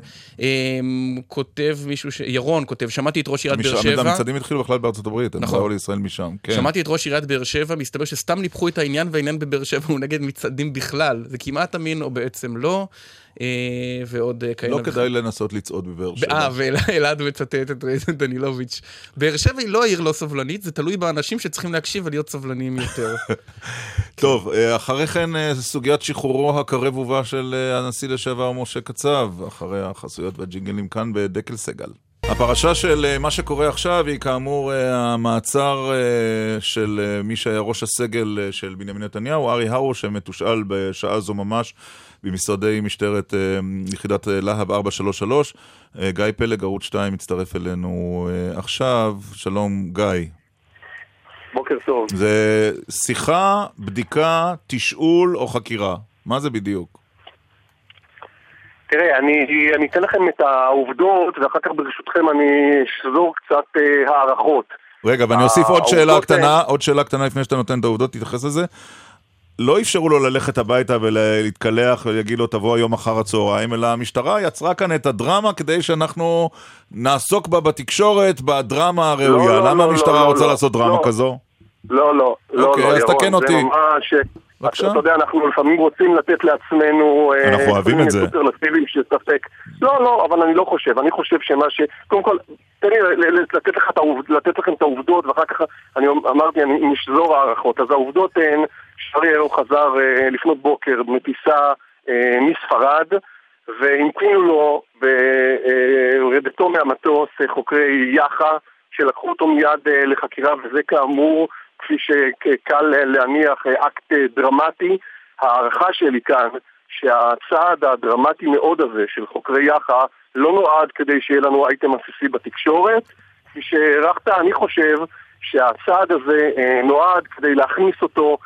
כותב מישהו, ירון כותב, שמעתי את ראש עיריית באר שבע. המצעדים התחילו בכלל בארצות הברית, הם באו לישראל משם. שמעתי את ראש עיריית באר שבע, מסתבר שסתם ניפחו את העניין, והעניין בבאר שבע הוא נגד מצעדים בכלל. זה כמעט אמין או בעצם לא. ועוד כאלה. לא כדאי לנסות לצעוד בבאר שבע. אה, ואלעד מצטט את דנילוביץ'. באר שבע היא לא עיר לא סובלנית, זה תלוי באנשים שצריכים להקשיב ולהיות סובלניים יותר. טוב, אחרי כן סוגיית שחרורו הקרב ובא של הנשיא לשעבר משה קצב, אחרי החסויות והג'ינגלים כאן בדקל סגל. הפרשה של מה שקורה עכשיו היא כאמור המעצר של מי שהיה ראש הסגל של בנימין נתניהו, ארי הרו, שמתושאל בשעה זו ממש במשרדי משטרת יחידת להב ארבע שלוש שלוש. גיא פלג, ערוץ שתיים, מצטרף אלינו עכשיו. שלום גיא. בוקר טוב. זה שיחה, בדיקה, תשאול או חקירה? מה זה בדיוק? תראה, אני, אני אתן לכם את העובדות, ואחר כך ברשותכם אני אשזור קצת אה, הערכות. רגע, ואני אוסיף עוד שאלה קטנה, עוד שאלה קטנה לפני שאתה נותן את העובדות, תתייחס לזה. לא אפשרו לו ללכת הביתה ולהתקלח ולהגיד לו תבוא היום אחר הצהריים, אלא המשטרה יצרה כאן את הדרמה כדי שאנחנו נעסוק בה בתקשורת, בדרמה הראויה. לא, לא, למה לא, המשטרה לא, רוצה לא, לעשות דרמה לא. כזו? לא, לא, לא, אוקיי, לא, אז ירון, תקן אותי. זה ממש... בבקשה. אתה יודע, אנחנו לפעמים רוצים לתת לעצמנו... אנחנו אוהבים את זה. סופרלטיבים שספק. לא, לא, אבל אני לא חושב. אני חושב שמה ש... קודם כל, תן לי לתת לך את העובד, לתת לכם את העובדות, ואחר כך אני אמרתי, אני נשזור הערכות. אז העובדות הן, שארי הרו חזר לפנות בוקר מטיסה מספרד, והמתינו לו ברדתו מהמטוס חוקרי יח"א, שלקחו אותו מיד לחקירה, וזה כאמור, כפי שקל להניח, אקט דרמטי. הערכה שלי כאן, שהצעד הדרמטי מאוד הזה של חוקרי יח"א לא נועד כדי שיהיה לנו אייטם עסיסי בתקשורת, כפי שערכת, אני חושב שהצעד הזה נועד כדי להכניס אותו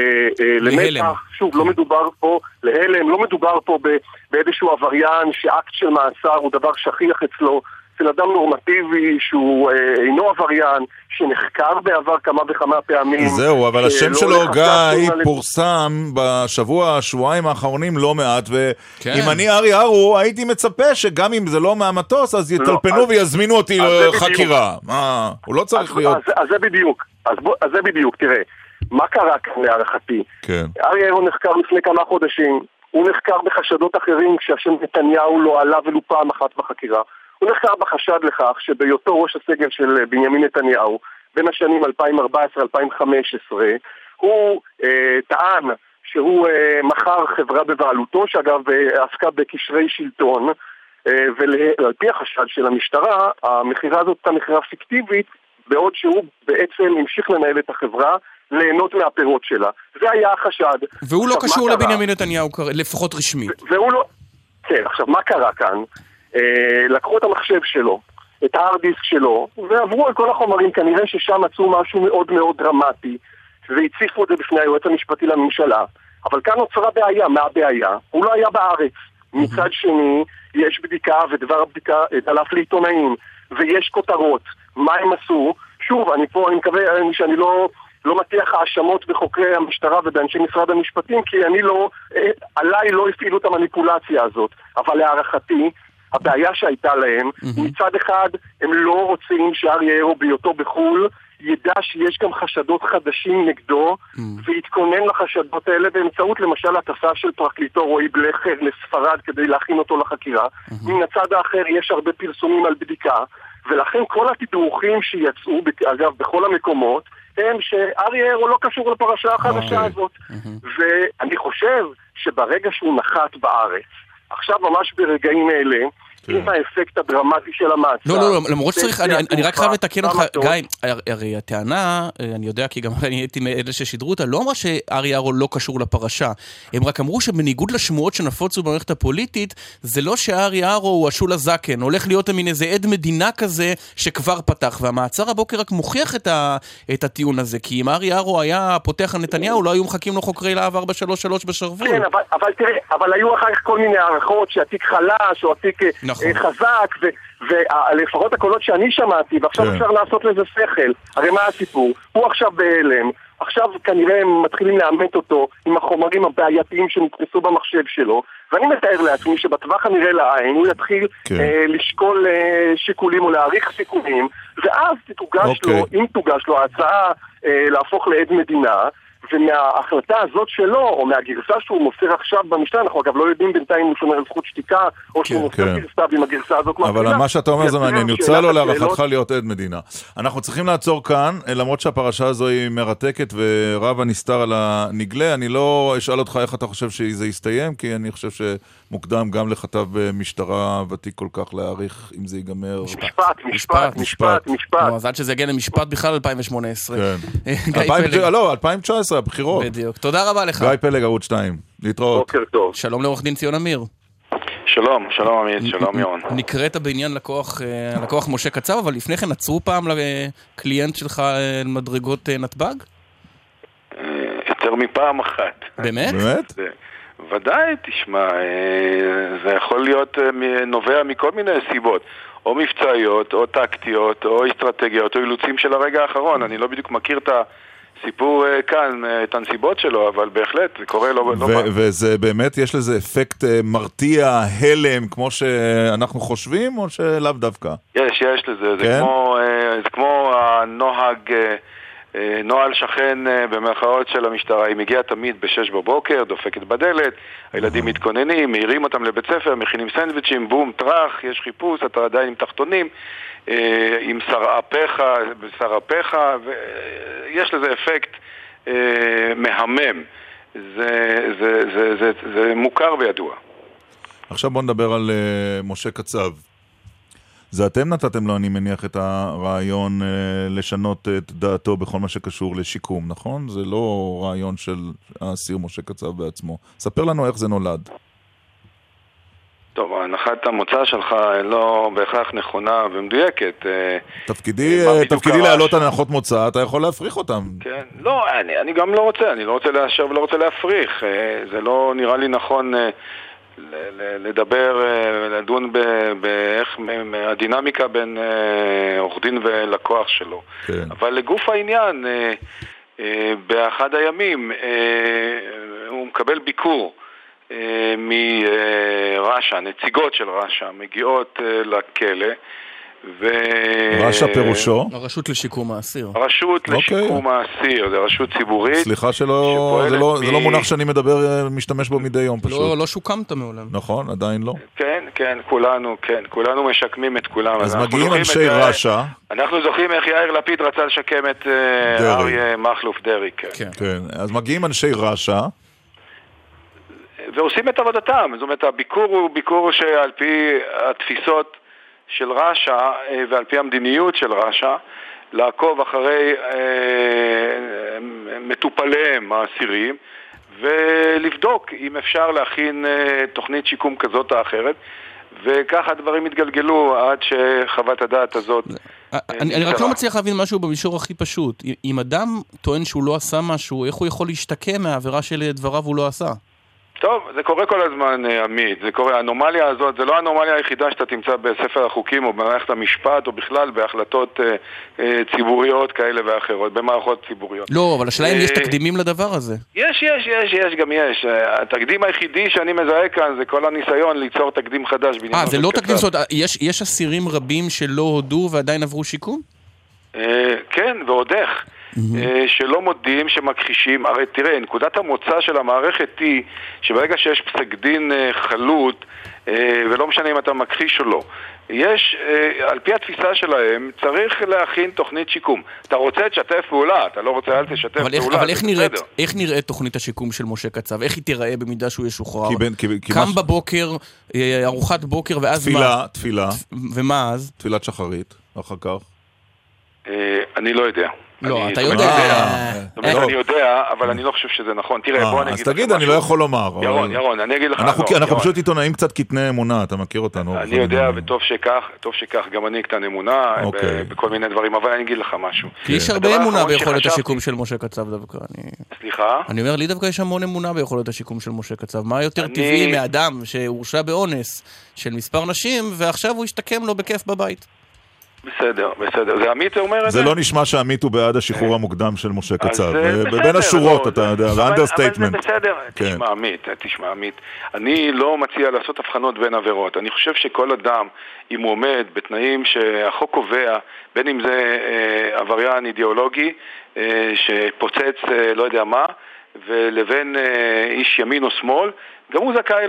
למתח. שוב, לא מדובר פה להלם, לא מדובר פה באיזשהו עבריין שאקט של מאסר הוא דבר שכיח אצלו, של אדם נורמטיבי שהוא אינו עבריין, שנחקר בעבר כמה וכמה פעמים. זהו, אבל השם שלו גיא פורסם בשבוע, השבועיים האחרונים לא מעט, ואם אני ארי הרו, הייתי מצפה שגם אם זה לא מהמטוס, אז יטלפנו ויזמינו אותי לחקירה. מה, הוא לא צריך להיות... אז זה בדיוק, אז זה בדיוק, תראה, מה קרה כאן להערכתי? ארי הרו נחקר לפני כמה חודשים, הוא נחקר בחשדות אחרים כשהשם נתניהו לא עלה ולו פעם אחת בחקירה. הוא נחקר בחשד לכך שבהיותו ראש הסגל של בנימין נתניהו בין השנים אלפיים וארבע עשרה עד אלפיים וחמש עשרה הוא אה, טען שהוא אה, מכר חברה בבעלותו, שאגב אה, עסקה בקשרי שלטון, אה, ועל פי החשד של המשטרה המחירה הזאת הייתה מחירה פיקטיבית, בעוד שהוא בעצם המשיך לנהל את החברה, ליהנות מהפירות שלה. זה היה החשד. והוא לא קשור לבנימין נתניהו לפחות רשמית. והוא לא... כן, עכשיו מה קרה כאן? אה, לקחו את המחשב שלו, את ההארד דיסק שלו, ועברו על כל החומרים, כנראה ששם מצאו משהו מאוד מאוד דרמטי, והציפו את זה בפני היועץ המשפטי לממשלה. אבל כאן נוצרה בעיה, מה הבעיה? הוא לא היה בארץ. מצד שני, יש בדיקה, ודבר הבדיקה דלף לעיתונאים, ויש כותרות. מה הם עשו? שוב, אני פה, אני מקווה שאני לא, לא מטיח האשמות בחוקרי המשטרה ובאנשי משרד המשפטים, כי אני לא, עליי לא הפעילו את המניפולציה הזאת. אבל להערכתי, הבעיה שהייתה להם, מצד אחד, הם לא רוצים שאריה הרו בהיותו בחול, ידע שיש גם חשדות חדשים נגדו, mm. ויתכונן לחשדות האלה באמצעות למשל הטסה של פרקליטו רועי בלכר לספרד כדי להכין אותו לחקירה. Mm-hmm. מן הצד האחר יש הרבה פרסומים על בדיקה, ולכן כל התדרוכים שיצאו, אגב, בכל המקומות, הם שאריה הרו לא קשור לפרשה החדשה okay. הזאת. Mm-hmm. ואני חושב שברגע שהוא נחת בארץ, עכשיו ממש ברגעים אלה, עם האפקט הדרמטי של המעצר. לא, לא, לא, למרות שצריך, אני רק חייב לתקן אותך, גיא, הרי הטענה, אני יודע כי גם אני הייתי מאלה ששידרו אותה, לא אמרה שאריה הרו לא קשור לפרשה, הם רק אמרו שבניגוד לשמועות שנפוצו במערכת הפוליטית, זה לא שאריה הרו הוא השול הזקן, הולך להיות מין איזה עד מדינה כזה שכבר פתח, והמעצר הבוקר רק מוכיח את הטיעון הזה, כי אם אריה הרו היה פותח על נתניהו, לא היו מחכים לו חוקרי להב ארבע שלוש שלוש בשרוול. כן, אבל תראה, אבל היו אחר כך כל מיני הערכות שהתיק חלש, או התיק חזק, ולפחות הקולות שאני שמעתי, ועכשיו אפשר לעשות לזה שכל. הרי מה הסיפור? הוא עכשיו בהלם, עכשיו כנראה הם מתחילים לאמת אותו עם החומרים הבעייתיים שנתפסו במחשב שלו, ואני מתאר לעצמי שבטווח הנראה לעין הוא יתחיל אה, לשקול אה, שיקולים או להעריך סיכונים, ואז תוגש לו, אם תוגש לו ההצעה אה, להפוך לעד מדינה, ומההחלטה הזאת שלו, או מהגרסה שהוא מוסר עכשיו במשטרה, אנחנו אגב לא יודעים בינתיים אם הוא שומר על זכות שתיקה, או שהוא מוסר גרסה, ועם הגרסה הזאת מפעילה. אבל מה שאתה אומר זה מעניין, יוצא לו להערכתך להיות עד מדינה. אנחנו צריכים לעצור כאן, למרות שהפרשה הזו היא מרתקת, ורב הנסתר על הנגלה, אני לא אשאל אותך איך אתה חושב שזה יסתיים, כי אני חושב שמוקדם גם לכתב משטרה ותיק כל כך להעריך אם זה ייגמר. משפט, משפט, משפט, משפט. אז עד שזה יגיע למשפט בכלל אלפיים שמונה עשרה. לא, אלפיים תשע עשרה, הבחירות. בדיוק. תודה רבה לך. גיא פלג, ערוץ שתיים. להתראות. בוקר טוב. שלום לעורך דין ציון אמיר. שלום, שלום עמית, שלום ירון. נקראת בעניין לקוח, לקוח משה קצב, אבל לפני כן עצרו פעם לקליינט שלך מדרגות נתב"ג? יותר מפעם אחת. באמת? באמת? ודאי, תשמע, זה יכול להיות נובע מכל מיני סיבות. או מבצעיות, או טקטיות, או אסטרטגיות, או אילוצים של הרגע האחרון. אני לא בדיוק מכיר את הסיפור כאן, את הנסיבות שלו, אבל בהחלט, זה קורה לא... וזה באמת, יש לזה אפקט מרתיע, הלם, כמו שאנחנו חושבים, או שלאו דווקא? יש, יש לזה. זה כמו הנוהג... נועל שכן במרכאות של המשטרה, היא מגיעה תמיד בשש בבוקר, דופקת בדלת, הילדים מתכוננים, מהירים אותם לבית ספר, מכינים סנדוויצ'ים, בום, טרח, יש חיפוש, אתה עדיין עם תחתונים, עם שרעפיך, בשרעפיך, ויש לזה אפקט מהמם. זה, זה, זה, זה, זה מוכר וידוע. עכשיו בוא נדבר על משה קצב. זה אתם נתתם לו, אני מניח, את הרעיון אה, לשנות את דעתו בכל מה שקשור לשיקום, נכון? זה לא רעיון של האסיר משה קצב בעצמו. ספר לנו איך זה נולד. טוב, הנחת המוצא שלך לא בהכרח נכונה ומדויקת. תפקידי, תפקידי להעלות הנחות מוצא, אתה יכול להפריך אותם. כן, לא, אני, אני גם לא רוצה, אני לא רוצה לאשר ולא רוצה להפריך. זה לא נראה לי נכון... לדבר, לדון באיך הדינמיקה בין עורך דין ולקוח שלו. כן. אבל לגוף העניין, באחד הימים הוא מקבל ביקור מרש"א, נציגות של רש"א מגיעות לכלא, ו... רש"א פירושו? הרשות לשיקום האסיר. הרשות לשיקום האסיר, זה רשות ציבורית. סליחה שלא, זה לא, זה לא מונח שאני מדבר, משתמש בו מדי יום פשוט. לא, לא שוקמת מעולם. נכון, עדיין לא. כן, כן, כולנו, כן, כולנו משקמים את כולם. אז מגיעים אנשי רש"א. אנחנו זוכרים איך יאיר לפיד רצה לשקם את אריה מכלוף דרעי. כן. כן, אז מגיעים אנשי רש"א. ועושים את עבודתם. זאת אומרת, הביקור הוא ביקור שעל פי התפיסות של רש"א ועל פי המדיניות של רש"א לעקוב אחרי מטופליהם האסירים ולבדוק אם אפשר להכין תוכנית שיקום כזאת או אחרת, וככה הדברים התגלגלו עד שחוות הדעת הזאת... אני רק לא מצליח להבין משהו במישור הכי פשוט. אם אדם טוען שהוא לא עשה משהו, איך הוא יכול להשתקם מהעבירה של דבריו הוא לא עשה? טוב, זה קורה כל הזמן, עמית. זה קורה, האנומליה הזאת, זה לא האנומליה היחידה שאתה תמצא בספר החוקים או במערכת המשפט או בכלל בהחלטות אה, אה, ציבוריות כאלה ואחרות, במערכות ציבוריות. לא, אבל השאלה אם יש תקדימים לדבר הזה. יש, יש, יש, יש, גם יש. התקדים היחידי שאני מזהה כאן זה כל הניסיון ליצור תקדים חדש. אה, זה לא תקדים, זאת אומרת, יש, יש אסירים רבים שלא הודו ועדיין עברו שיקום? אה, כן, ועוד איך. שלא מודים, שמכחישים. הרי תראה, נקודת המוצא של המערכת היא שברגע שיש פסק דין חלוט, ולא משנה אם אתה מכחיש או לא, יש, על פי התפיסה שלהם, צריך להכין תוכנית שיקום. אתה רוצה תשתף פעולה, אתה לא רוצה, אל תשתף אבל פעולה. אבל איך נראית, איך נראית תוכנית השיקום של משה קצב? איך היא תיראה במידה שהוא ישוחרר? קם מש... בבוקר, ארוחת בוקר, ואז תפילה, מה? תפילה. ומה אז? תפילת שחרית, אחר כך. אני לא יודע. לא, אתה יודע. אני יודע, אבל אני לא חושב שזה נכון. תראה, בוא אני אגיד... אז תגיד, אני לא יכול לומר. ירון, ירון, אני אגיד לך... אנחנו פשוט עיתונאים קצת קטני אמונה, אתה מכיר אותנו. אני יודע, וטוב שכך, טוב שכך, גם אני קטן אמונה, בכל מיני דברים, אבל אני אגיד לך משהו. כי יש הרבה אמונה ביכולת השיקום של משה קצב דווקא. סליחה? אני אומר, לי דווקא יש המון אמונה ביכולת השיקום של משה קצב. מה יותר טבעי מאדם שהורשע באונס של מספר נשים, ועכשיו הוא ישתקם לו בכיף בבית? בסדר, בסדר. זה עמית אומר את זה? זה לא נשמע שעמית הוא בעד השחרור המוקדם של משה קצב. בין השורות, אתה יודע, זה אנדרסטייטמנט. אבל זה בסדר. תשמע עמית, תשמע עמית. אני לא מציע לעשות הבחנות בין עבירות. אני חושב שכל אדם, אם הוא עומד בתנאים שהחוק קובע, בין אם זה עבריין אידיאולוגי, שפוצץ לא יודע מה, ולבין איש ימין או שמאל, גם הוא זכאי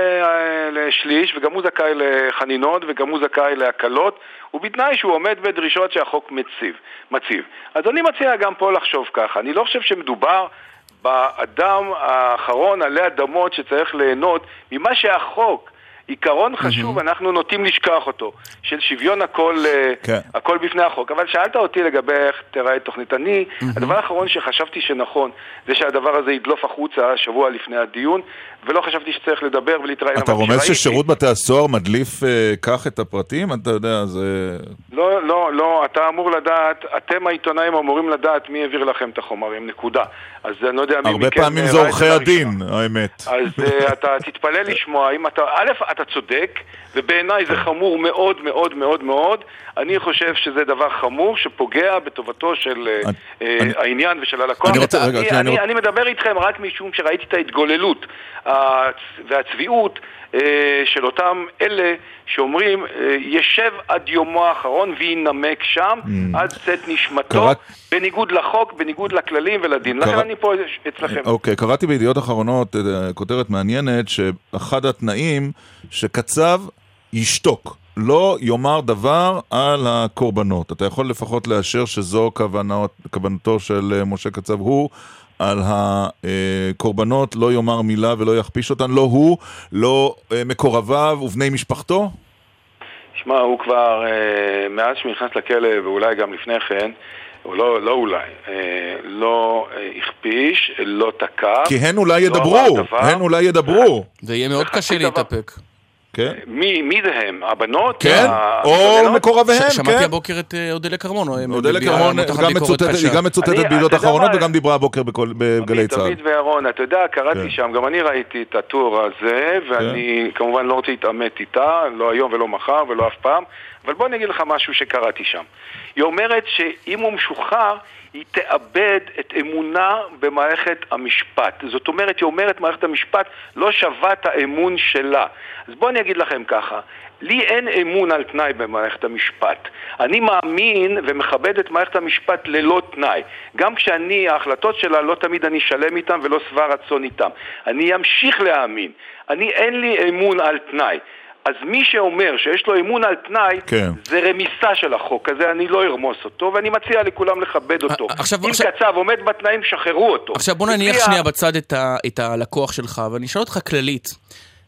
לשליש, וגם הוא זכאי לחנינות, וגם הוא זכאי להקלות, ובתנאי שהוא עומד בדרישות שהחוק מציב, מציב. אז אני מציע גם פה לחשוב ככה. אני לא חושב שמדובר באדם האחרון עלי אדמות שצריך ליהנות ממה שהחוק, עיקרון חשוב, אנחנו נוטים לשכוח אותו, של שוויון הכל, כן. הכל בפני החוק. אבל שאלת אותי לגבי איך תראה את תוכנית. אני, הדבר האחרון שחשבתי שנכון, זה שהדבר הזה ידלוף החוצה שבוע לפני הדיון, ולא חשבתי שצריך לדבר ולהתראיין. אתה רומז ששירות בתי הסוהר מדליף uh, כך את הפרטים? אתה יודע, זה... לא, לא, לא, אתה אמור לדעת, אתם העיתונאים אמורים לדעת מי העביר לכם את החומרים, נקודה. אז אני לא יודע מי... הרבה פעמים זה עורכי הדין, האמת. אז uh, אתה תתפלא לשמוע, אם אתה... א', אתה צודק, ובעיניי זה חמור מאוד מאוד מאוד מאוד. אני חושב שזה דבר חמור שפוגע בטובתו של העניין ושל הלקוח. אני מדבר איתכם רק משום שראיתי את ההתגוללות והצביעות של אותם אלה שאומרים ישב עד יומו האחרון וינמק שם עד צאת נשמתו, בניגוד לחוק, בניגוד לכללים ולדין. לכן אני פה אצלכם. אוקיי, קראתי בידיעות אחרונות כותרת מעניינת שאחד התנאים שקצב ישתוק, לא יאמר דבר על הקורבנות. אתה יכול לפחות לאשר שזו כוונות, כוונתו של משה קצב, הוא על הקורבנות לא יאמר מילה ולא יכפיש אותן, לא הוא, לא מקורביו ובני משפחתו? שמע, הוא כבר מאז שהוא נכנס לכלא, ואולי גם לפני כן, הוא לא, לא אולי, לא הכפיש, לא תקף. כי הן אולי ידברו, הן אולי ידברו. זה יהיה מאוד קשה להתאפק. מי, מי זה הם? הבנות? כן, או מקורביהם, כן. שמעתי הבוקר את אודליה קרמון. אודליה קרמון היא גם מצוטטת בידיעות אחרונות וגם דיברה הבוקר בגלי צה"ל. תמיד וירון, אתה יודע, קראתי שם, גם אני ראיתי את הטור הזה, ואני כמובן לא רוצה להתעמת איתה, לא היום ולא מחר ולא אף פעם, אבל בוא אני אגיד לך משהו שקראתי שם. היא אומרת שאם הוא משוחרר, היא תאבד את אמונה במערכת המשפט. זאת אומרת, היא אומרת, מערכת המשפט לא שווה את האמון שלה. אז בואו אני אגיד לכם ככה, לי אין אמון על תנאי במערכת המשפט. אני מאמין ומכבד את מערכת המשפט ללא תנאי. גם כשאני, ההחלטות שלה לא תמיד אני שלם איתם ולא שבע רצון איתם. אני אמשיך להאמין. אני אין לי אמון על תנאי. אז מי שאומר שיש לו אמון על תנאי, כן. זה רמיסה של החוק הזה, אני לא ארמוס אותו, ואני מציע לכולם לכבד אותו. עכשיו, אם עכשיו... קצב עומד בתנאים, שחררו אותו. עכשיו בוא נניח שנייה בצד את, ה, את הלקוח שלך, ואני אשאל אותך כללית.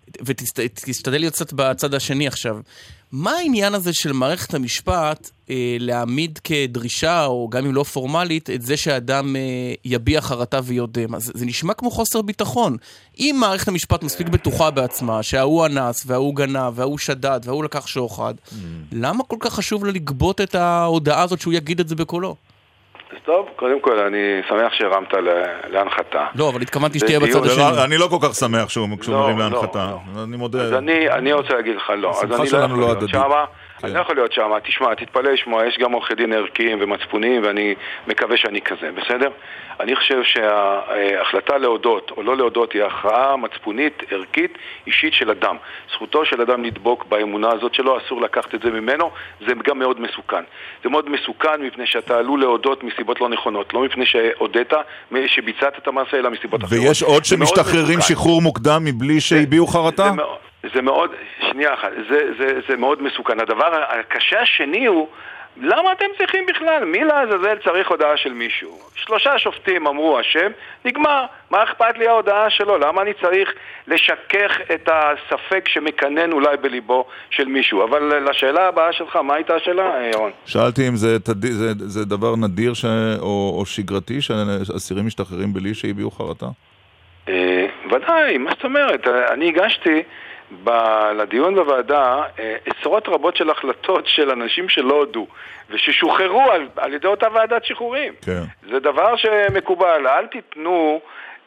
ותשתדל להיות קצת בצד השני עכשיו. מה העניין הזה של מערכת המשפט אה, להעמיד כדרישה, או גם אם לא פורמלית, את זה שהאדם אה, יביע חרטה ויודם? אז זה נשמע כמו חוסר ביטחון. אם מערכת המשפט מספיק בטוחה בעצמה, שההוא אנס, וההוא גנב, וההוא שדד, וההוא לקח שוחד, mm. למה כל כך חשוב לה לגבות את ההודעה הזאת שהוא יגיד את זה בקולו? טוב, קודם כל אני שמח שהרמת להנחתה. לא, אבל התכוונתי שתהיה בצד השני. אני לא כל כך שמח כשהוא מרים להנחתה. אני מודה. אז אני רוצה להגיד לך לא. אז אני לא יכול להיות שמה. אני לא יכול להיות שמה. תשמע, תתפלא לשמוע, יש גם עורכי דין ערכיים ומצפוניים, ואני מקווה שאני כזה, בסדר? אני חושב שההחלטה להודות או לא להודות היא הכרעה מצפונית, ערכית, אישית של אדם. זכותו של אדם לדבוק באמונה הזאת שלו, אסור לקחת את זה ממנו, זה גם מאוד מסוכן. זה מאוד מסוכן מפני שאתה עלול להודות מסיבות לא נכונות, לא מפני שהודית, שביצעת את המעשה, אלא מסיבות אחרות. ויש עוד שמשתחררים שחרור מוקדם מבלי שהביעו חרטה? זה מאוד, שנייה אחת, זה, זה, זה מאוד מסוכן. הדבר הקשה השני הוא, למה אתם צריכים בכלל? מי לעזאזל צריך הודעה של מישהו? שלושה שופטים אמרו השם, נגמר. מה אכפת לי ההודעה שלו? למה אני צריך לשכך את הספק שמקנן אולי בליבו של מישהו? אבל לשאלה הבאה שלך, מה הייתה השאלה, ירון? שאלתי אם זה, זה, זה דבר נדיר ש... או, או שגרתי שאסירים משתחררים בלי שהביעו חרטה? אה, ודאי, מה זאת אומרת? אני הגשתי לדיון בוועדה עשרות רבות של החלטות של אנשים שלא הודו וששוחררו על, על ידי אותה ועדת שחרורים. כן. זה דבר שמקובל. אל תיתנו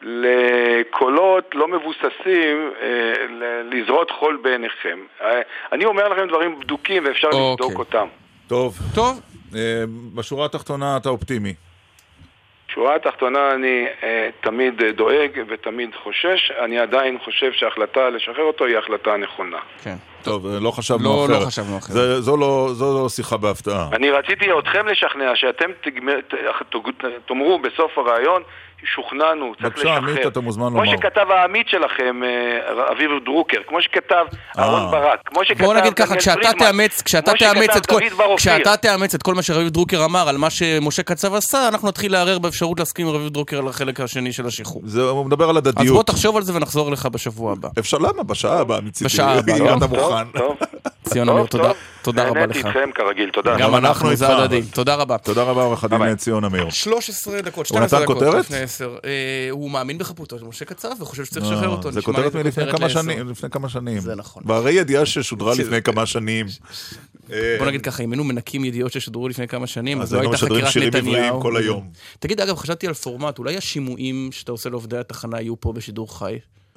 לקולות לא מבוססים לזרות חול בעיניכם. אני אומר לכם דברים בדוקים ואפשר okay. לבדוק אותם. טוב. טוב. בשורה התחתונה אתה אופטימי. בשורה התחתונה אני אה, תמיד דואג ותמיד חושש. אני עדיין חושב שההחלטה לשחרר אותו היא החלטה נכונה. כן. טוב, לא חשבנו לא, אחרת. לא חשבנו אחרת. זה, זו, לא, זו לא שיחה בהפתעה. אני רציתי אתכם לשכנע שאתם תאמרו בסוף הרעיון שוכנענו, צריך לשחרר. עמית, אתה מוזמן כמו לומר. שכתב העמית שלכם, אביב דרוקר, כמו שכתב אהרון ברק, כמו שכתב בוא נגיד ככה, כשאתה תאמץ, כשאתה תאמץ את כל, כשאתה תאמץ את כל מה שאביב דרוקר אמר על מה שמשה קצב עשה, אנחנו נתחיל לערער באפשרות להסכים עם אביב דרוקר על החלק השני של השחרור. זה, הוא מדבר על הדדיות. אז בוא תחשוב על זה ונחזור לך בשבוע הבא. אפשר למה? בשעה הבאה, מצידי. בשעה הבאה. אתה מוכן. ציון אמיר, תודה. תודה רבה לך. נהניתי איתכם כרגיל, תודה. גם אנחנו זה הדדי. תודה רבה. תודה רבה עורך הדין ציון אמיר. שלוש עשרה דקות, שתים עשרה דקות לפני עשר. הוא מאמין בחפותו של משה קצב וחושב שצריך לשחרר אותו. זה כותרת מלפני כמה שנים, לפני כמה שנים. זה נכון. והרי ידיעה ששודרה לפני כמה שנים. בוא נגיד ככה, אם היינו מנקים ידיעות ששודרו לפני כמה שנים, אז לא הייתה חקירת נתניהו. כל היום. תגיד, אגב, חשבתי על פורמט, אולי השימועים שאתה עושה לעובדי התחנה יהיו פה בשידור חי?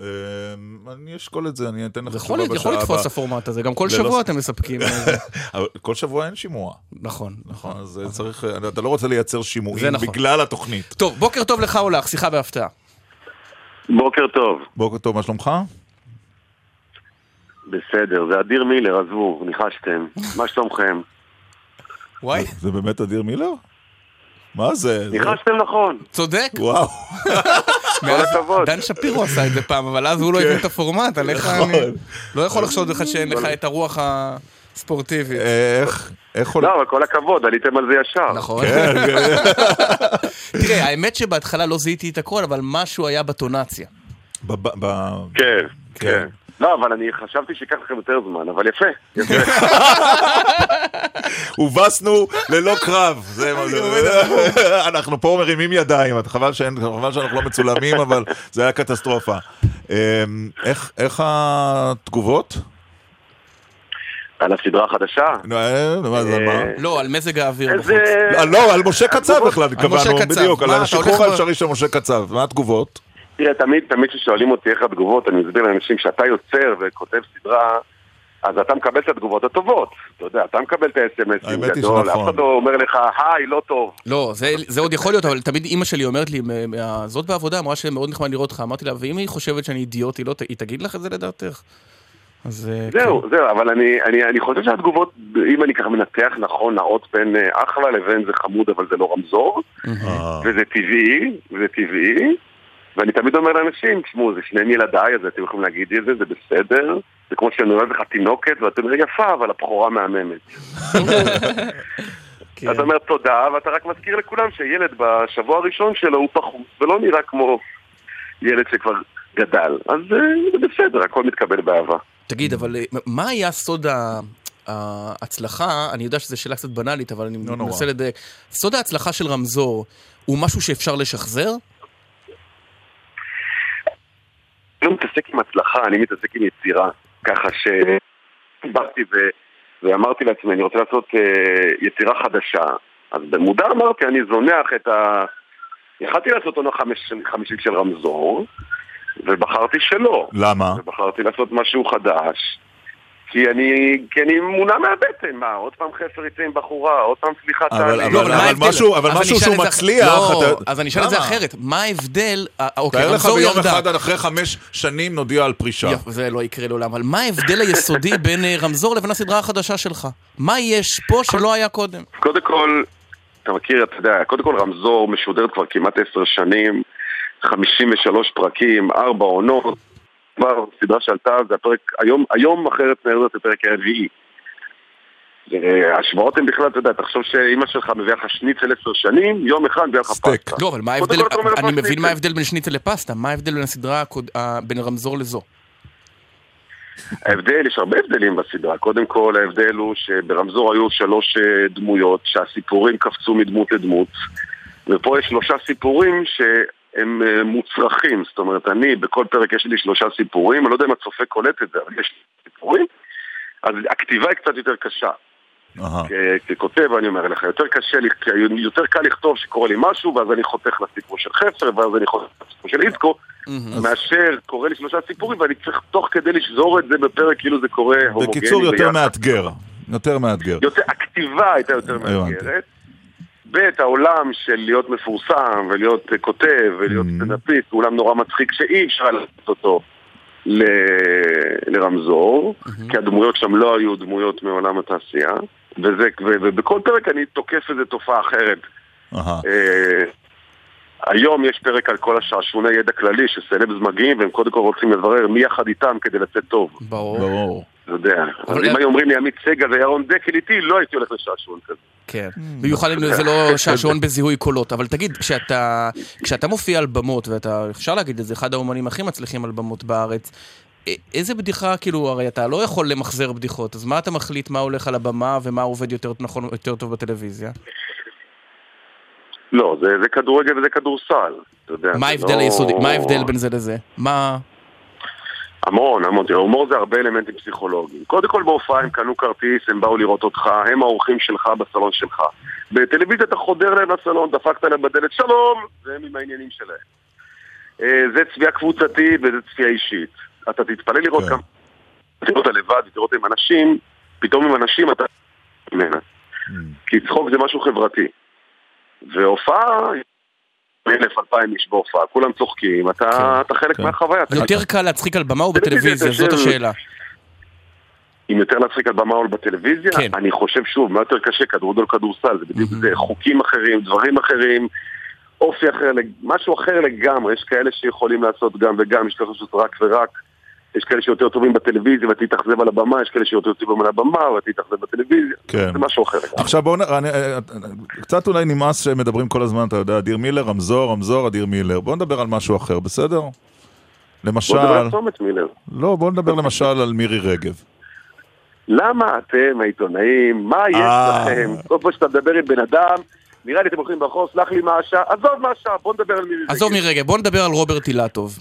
אני אשקול את זה, אני אתן לך תשובה בשעה הבאה. יכול לתפוס הפורמט הזה, גם כל שבוע אתם מספקים. כל שבוע אין שימוע. נכון, נכון. אז צריך, אתה לא רוצה לייצר שימועים בגלל התוכנית. טוב, בוקר טוב לך או לך, שיחה בהפתעה. בוקר טוב. בוקר טוב, מה שלומך? בסדר, זה אדיר מילר, עזבו, ניחשתם. מה שלומכם? וואי. זה באמת אדיר מילר? מה זה? ניחשתם נכון. צודק. וואו. כל הכבוד. דן שפירו עשה את זה פעם, אבל אז הוא לא הבין את הפורמט, עליך אני לא יכול לחשוד לך שאין לך את הרוח הספורטיבית. איך? איך לא, אבל כל הכבוד, עליתם על זה ישר. נכון. תראה, האמת שבהתחלה לא זיהיתי את הכל, אבל משהו היה בטונציה. כן, כן. לא, אבל אני חשבתי שיקח לכם יותר זמן, אבל יפה, יפה. הובסנו ללא קרב. אנחנו פה מרימים ידיים, חבל שאנחנו לא מצולמים, אבל זה היה קטסטרופה. איך התגובות? על הסדרה החדשה? לא, על מזג האוויר בחוץ. לא, על משה קצב בכלל, קבענו בדיוק, על השחרור האפשרי של משה קצב. מה התגובות? תראה, תמיד, תמיד ששואלים אותי איך התגובות, אני מסביר לאנשים שאתה יוצר וכותב סדרה, אז אתה מקבל את התגובות הטובות. אתה יודע, אתה מקבל את ה-אס אם אס גדול, אף אחד לא אומר לך, היי, לא טוב. לא, זה, זה עוד יכול להיות, אבל תמיד אמא שלי אומרת לי, זאת בעבודה, אמרה שמאוד נחמד לראות אותך, אמרתי לה, ואם היא חושבת שאני אידיוטי, לא, היא תגיד לך את זה לדעתך? אז, זהו, כן. זהו, אבל אני, אני, אני חושב שהתגובות, אם אני ככה מנתח נכון, נעות בין אחלה לבין זה חמוד, אבל זה לא רמזור, וזה טבעי, וזה טבעי, ואני תמיד אומר לאנשים, תשמעו, זה שני ילדיי, אז אתם יכולים להגיד את זה, זה בסדר, זה כמו שאני אומר לך תינוקת, ואתם אומרים יפה, אבל הבחורה מהממת. אתה אומר תודה, ואתה רק מזכיר לכולם שילד בשבוע הראשון שלו הוא פחות, ולא נראה כמו ילד שכבר גדל. אז זה בסדר, הכל מתקבל באהבה. תגיד, אבל מה היה סוד ההצלחה, אני יודע שזו שאלה קצת בנאלית, אבל אני מנסה לדייק, סוד ההצלחה של רמזור הוא משהו שאפשר לשחזר? אני לא מתעסק עם הצלחה, אני מתעסק עם יצירה, ככה שבאתי ואמרתי לעצמי, אני רוצה לעשות יצירה חדשה, אז במודע אמרתי, אני זונח את ה... יכלתי לעשות עונה חמישית של רמזור, ובחרתי שלא. למה? ובחרתי לעשות משהו חדש, כי אני, כי אני מונע מהבטן, מה, עוד פעם חפר יצא עם בחורה, עוד פעם סליחה תעלי. אבל משהו, אבל משהו שהוא מצליח. לא, אז אני אשאל את זה אחרת, מה ההבדל, תאר לך ביום אחד, אחרי חמש שנים נודיע על פרישה. זה לא יקרה לעולם, אבל מה ההבדל היסודי בין רמזור לבין הסדרה החדשה שלך? מה יש פה שלא היה קודם? קודם כל, אתה מכיר, אתה יודע, קודם כל רמזור משודרת כבר כמעט עשר שנים, חמישים ושלוש פרקים, ארבע עונות, כבר סדרה שעלתה, זה הפרק, היום, היום אחרת נהרדת זה פרק הרביעי. השוואות הן בכלל, אתה יודע, תחשוב שאמא שלך מביאה לך שניצל עשר שנים, יום אחד מביאה לך פסטה. לא, אבל מה ההבדל, אני מבין מה ההבדל בין שניצל לפסטה, מה ההבדל בין הסדרה, בין רמזור לזו? ההבדל, יש הרבה הבדלים בסדרה. קודם כל, ההבדל הוא שברמזור היו שלוש דמויות, שהסיפורים קפצו מדמות לדמות, ופה יש שלושה סיפורים שהם מוצרכים. זאת אומרת, אני, בכל פרק יש לי שלושה סיפורים, אני לא יודע אם הצופה קולט את זה, אבל יש סיפורים, אז הכתיבה היא קצת יותר קשה. ככותב, אני אומר לך, יותר קשה, יותר קל לכתוב שקורא לי משהו, ואז אני חותך לסיפור של חפר, ואז אני חותך לסיפור של איצקו, מאשר קורא לי שלושה סיפורים, ואני צריך תוך כדי לשזור את זה בפרק, כאילו זה קורה הומוגני. בקיצור, יותר מאתגר. יותר מאתגר. הכתיבה הייתה יותר מאתגרת. בית העולם של להיות מפורסם, ולהיות כותב, ולהיות סטנדאפיסט, הוא עולם נורא מצחיק שאי אפשר לעשות אותו לרמזור, כי הדמויות שם לא היו דמויות מעולם התעשייה, ובכל פרק אני תוקף איזו תופעה אחרת. היום יש פרק על כל השעשוני ידע כללי שסלבס מגיעים והם קודם כל רוצים לברר מי יחד איתם כדי לצאת טוב. ברור. אתה יודע. אבל אם היו אומרים לי עמית סגל וירון דקל איתי, לא הייתי הולך לשעשון כזה. כן. במיוחד אם זה לא שעשון בזיהוי קולות. אבל תגיד, כשאתה מופיע על במות, ואתה אפשר להגיד את זה, אחד האומנים הכי מצליחים על במות בארץ, איזה בדיחה, כאילו, הרי אתה לא יכול למחזר בדיחות, אז מה אתה מחליט מה הולך על הבמה ומה עובד יותר נכון, יותר טוב בטלוויזיה? לא, זה, זה כדורגל וזה כדורסל. אתה יודע, מה ההבדל היסודי? מה ההבדל בין זה לזה? מה... המון, המון. תראה, הומור זה הרבה אלמנטים פסיכולוגיים. קודם כל בהופעה הם קנו כרטיס, הם באו לראות אותך, הם האורחים שלך בסלון שלך. בטלוויזיה אתה חודר להם לסלון, דפקת להם בדלת, שלום! והם עם העניינים שלהם. זה צביעה קבוצתית וזה צביעה אישית. אתה תתפלא לראות כמה... תראו אותה לבד, תראו אותה עם אנשים, פתאום עם אנשים אתה... כי צחוק זה משהו חברתי. והופעה, אלף אלפיים איש בהופעה, כולם צוחקים, אתה חלק מהחוויה. יותר קל להצחיק על במה או בטלוויזיה, זאת השאלה. אם יותר להצחיק על במה או בטלוויזיה, אני חושב שוב, מה יותר קשה, כדורגל כדורסל, זה בדיוק זה, חוקים אחרים, דברים אחרים, אופי אחר, משהו אחר לגמרי, יש כאלה שיכולים לעשות גם וגם, יש כאלה שעושות רק ורק, יש כאלה שיותר טובים בטלוויזיה ואתה תתאכזב על הבמה, יש כאלה שיותר טובים על הבמה ואתה תתאכזב בטלוויזיה, זה משהו אחר. עכשיו בואו, קצת אולי נמאס שמדברים כל הזמן, אתה יודע, אדיר מילר, רמזור, רמזור, אדיר מילר. בואו נדבר על משהו אחר, בסדר? למשל... בואו נדבר על צומת מילר. לא, בואו נדבר למשל על מירי רגב. למה אתם, העיתונאים, מה יש לכם? כל פעם שאתה מדבר עם בן אדם, נראה לי אתם הולכים ברחוב, סלח לי מה השעה, עזוב מה השעה, בואו נדבר על מירי רגב. עזוב מירי רגב, בואו נדבר על רוברט אילטוב.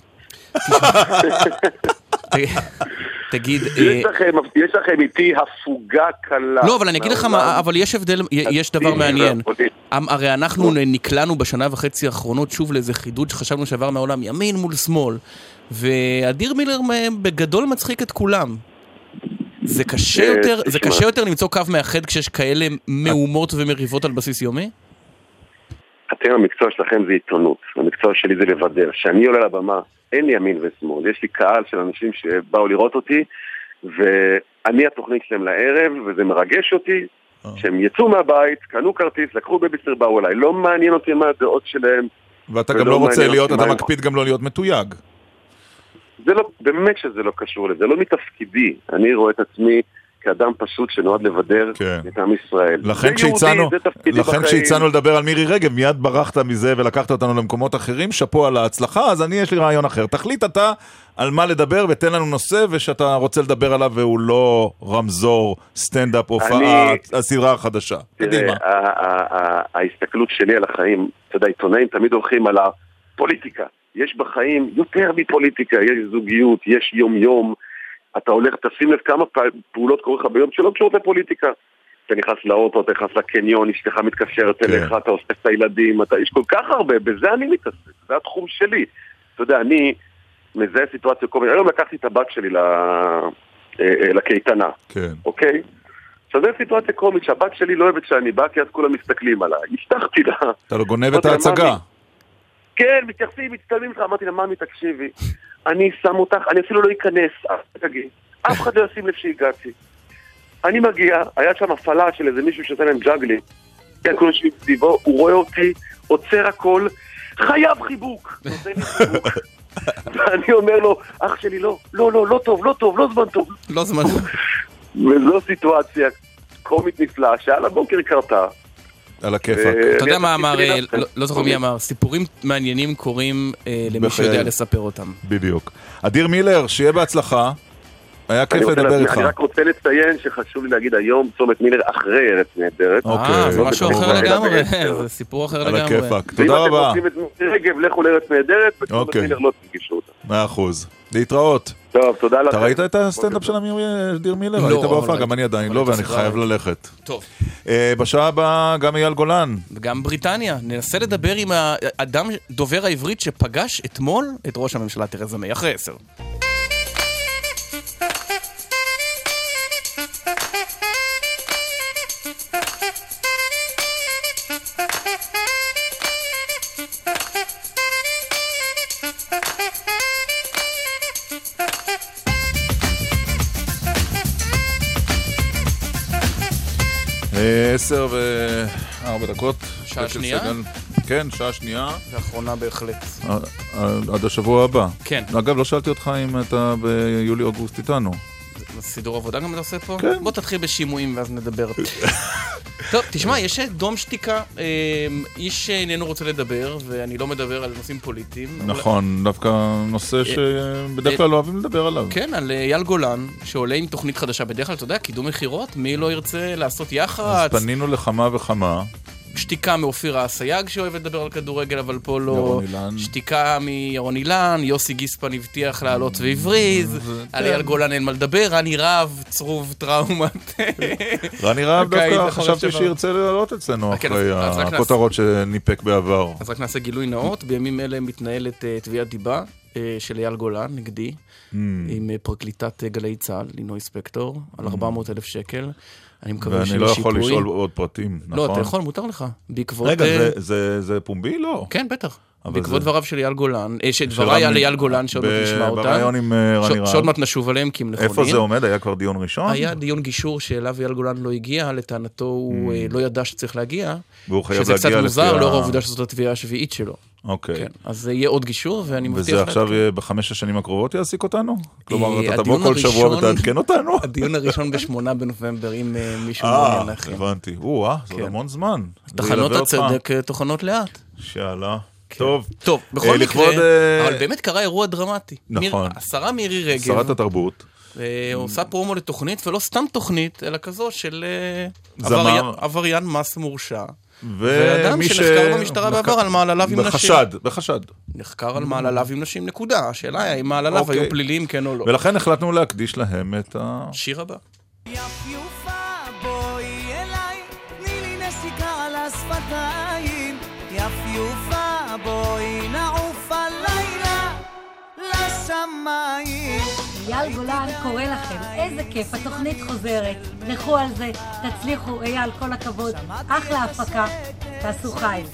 תגיד... יש לכם איתי הפוגה קלה. לא, אבל אני אגיד לך מה, אבל יש הבדל, יש דבר מעניין. הרי אנחנו נקלענו בשנה וחצי האחרונות שוב לאיזה חידוד שחשבנו שעבר מהעולם ימין מול שמאל, ואדיר מילר בגדול מצחיק את כולם. זה קשה יותר, זה קשה יותר למצוא קו מאחד כשיש כאלה מהומות ומריבות על בסיס יומי? אתם, המקצוע שלכם זה עיתונות, המקצוע שלי זה לבדר. כשאני עולה לבמה, אין לי ימין ושמאל, יש לי קהל של אנשים שבאו לראות אותי, ואני התוכנית שלהם לערב, וזה מרגש אותי, שהם יצאו מהבית, קנו כרטיס, לקחו בביסטר, באו אליי, לא מעניין אותי מה הדעות שלהם. ואתה גם לא רוצה להיות, אתה מקפיד גם לא להיות מתויג. זה לא, באמת שזה לא קשור לזה, לא מתפקידי. אני רואה את עצמי כאדם פשוט שנועד לבדר כן. את עם ישראל. לכן כשהצענו לדבר על מירי רגב, מיד ברחת מזה ולקחת אותנו למקומות אחרים, שפו על ההצלחה, אז אני יש לי רעיון אחר. תחליט אתה על מה לדבר ותן לנו נושא ושאתה רוצה לדבר עליו והוא לא רמזור, סטנדאפ, הופעה, הסדרה החדשה. קדימה. ההסתכלות שלי על החיים, אתה יודע, עיתונאים תמיד הולכים על הפוליטיקה. יש בחיים יותר מפוליטיקה, יש זוגיות, יש יום יום, אתה הולך, תשים לב כמה פעולות קורה לך ביום שלא קשורות לפוליטיקה. אתה נכנס לאוטו, אתה נכנס לקניון, אשתך מתקשרת אליך, אתה אוסף את הילדים, אתה, יש כל כך הרבה, בזה אני מתעסק, זה התחום שלי. אתה יודע, אני מזהה סיטואציה קומית, היום לקחתי את הבת שלי לקייטנה, אוקיי? עכשיו זה סיטואציה קומית שהבת שלי לא אוהבת שאני בא, כי אז כולם מסתכלים עליי. הבטחתי לה. אתה לא גונב את ההצגה. כן, מתייחסים, מצטלמים לך, אמרתי לה, ממי, תקשיבי, אני שם אותך, אני אפילו לא אכנס, אף אחד לא ישים לב שהגעתי. אני מגיע, היה שם הפעלה של איזה מישהו שעושה להם ג'אגלי, הוא רואה אותי, עוצר הכל, חייב חיבוק, נותן לי חיבוק. ואני אומר לו, אח שלי, לא, לא, לא, לא טוב, לא טוב, לא זמן טוב. לא זמן טוב. וזו סיטואציה קומית נפלאה, שעל הבוקר קרתה. על הכיפק. אתה יודע מה אמר, לא זוכר מי אמר, סיפורים מעניינים קורים למי שיודע לספר אותם. בדיוק. אדיר מילר, שיהיה בהצלחה. היה כיף לדבר איתך. אני רק רוצה לציין שחשוב לי להגיד היום צומת מילר אחרי ארץ נהדרת. אה, זה משהו אחר לגמרי, זה סיפור אחר לגמרי. על הכיפק, תודה רבה. ואם אתם רוצים את מירי רגב, לכו לארץ נהדרת, וצומת מילר לא תגישו אותה. מאה אחוז. להתראות. טוב, תודה לכם. אתה ראית את הסטנדאפ של אדיר מילר? לא. היית בהופעה, גם אני עדיין לא, ואני חייב ללכת. טוב. בשעה הבאה גם אייל גולן. וגם בריטניה. ננסה לדבר עם האדם דובר העברית שפגש אתמול את ראש הממשלה תרזה מיי, אחרי עשר. עשר וארבע דקות. שעה שנייה? כן, שעה שנייה. ואחרונה בהחלט. עד השבוע הבא. כן. אגב, לא שאלתי אותך אם אתה ביולי-אוגוסט איתנו. סידור עבודה גם אתה עושה פה? כן. בוא תתחיל בשימועים ואז נדבר. טוב, תשמע, יש דום שתיקה. איש איננו רוצה לדבר, ואני לא מדבר על נושאים פוליטיים. נכון, דווקא נושא שבדרך כלל לא אוהבים לדבר עליו. כן, על אייל גולן, שעולה עם תוכנית חדשה. בדרך כלל, אתה יודע, קידום מחירות, מי לא ירצה לעשות יח"צ? אז פנינו לכמה וכמה. שתיקה מאופירה הסייג שאוהב לדבר על כדורגל, אבל פה לא. שתיקה מירון אילן, יוסי גיספן הבטיח לעלות והבריז, על אייל גולן אין מה לדבר, רני רהב, צרוב טראומת. רני רהב דווקא חשבתי שירצה לעלות אצלנו אחרי הכותרות שניפק בעבר. אז רק נעשה גילוי נאות, בימים אלה מתנהלת תביעת דיבה של אייל גולן, נגדי, עם פרקליטת גלי צה"ל, לינוי ספקטור, על ארבע מאות אלף שקל. אני מקווה ואני לא יכול לשאול עוד פרטים, נכון? לא, אתה יכול, מותר לך. בעקבות... רגע, זה פומבי? לא. כן, בטח. בעקבות דבריו של אייל גולן, שדבריי על אייל גולן, שעוד מעט נשמע אותם. ברעיון עם רני רהב. שעוד מעט נשוב עליהם, כי הם נכונים. איפה זה עומד? היה כבר דיון ראשון? היה דיון גישור שאליו אייל גולן לא הגיע, לטענתו הוא לא ידע שצריך להגיע. והוא חייב שזה להגיע קצת מוזר, לאור העובדה שזאת התביעה השביעית שלו. אוקיי. כן, אז זה יהיה עוד גישור, ואני מבטיח... וזה עכשיו בחמש השנים הקרובות יעסיק אותנו? כלומר, אתה תבוא כל שבוע ותעדכן אותנו? הדיון הראשון בשמונה בנובמבר, אם מישהו מעוניין לכם. אה, הבנתי. וואה, זה המון זמן. תחנות הצדק, תחנות לאט. שאלה. טוב. טוב, בכל מקרה, אבל באמת קרה אירוע דרמטי. נכון. השרה מירי רגב. שרת התרבות. עושה פרומו לתוכנית, ולא סתם תוכנית, אלא כזו של עבריין מס מורשע. ואדם שנחקר במשטרה בעבר על מעלליו עם נשים. בחשד, בחשד. נחקר על מעלליו עם נשים, נקודה. השאלה היא, האם מעלליו היו פליליים, כן או לא. ולכן החלטנו להקדיש להם את השיר הבא. יפיופה בואי אליי, תני לי נשיקה על השפתיים. יפיופה בואי נעוף הלילה לשמיים. אייל גולן קורא לכם, איזה כיף, התוכנית חוזרת, לכו על זה, תצליחו, אייל, כל הכבוד, אחלה הפקה, תעשו חיים.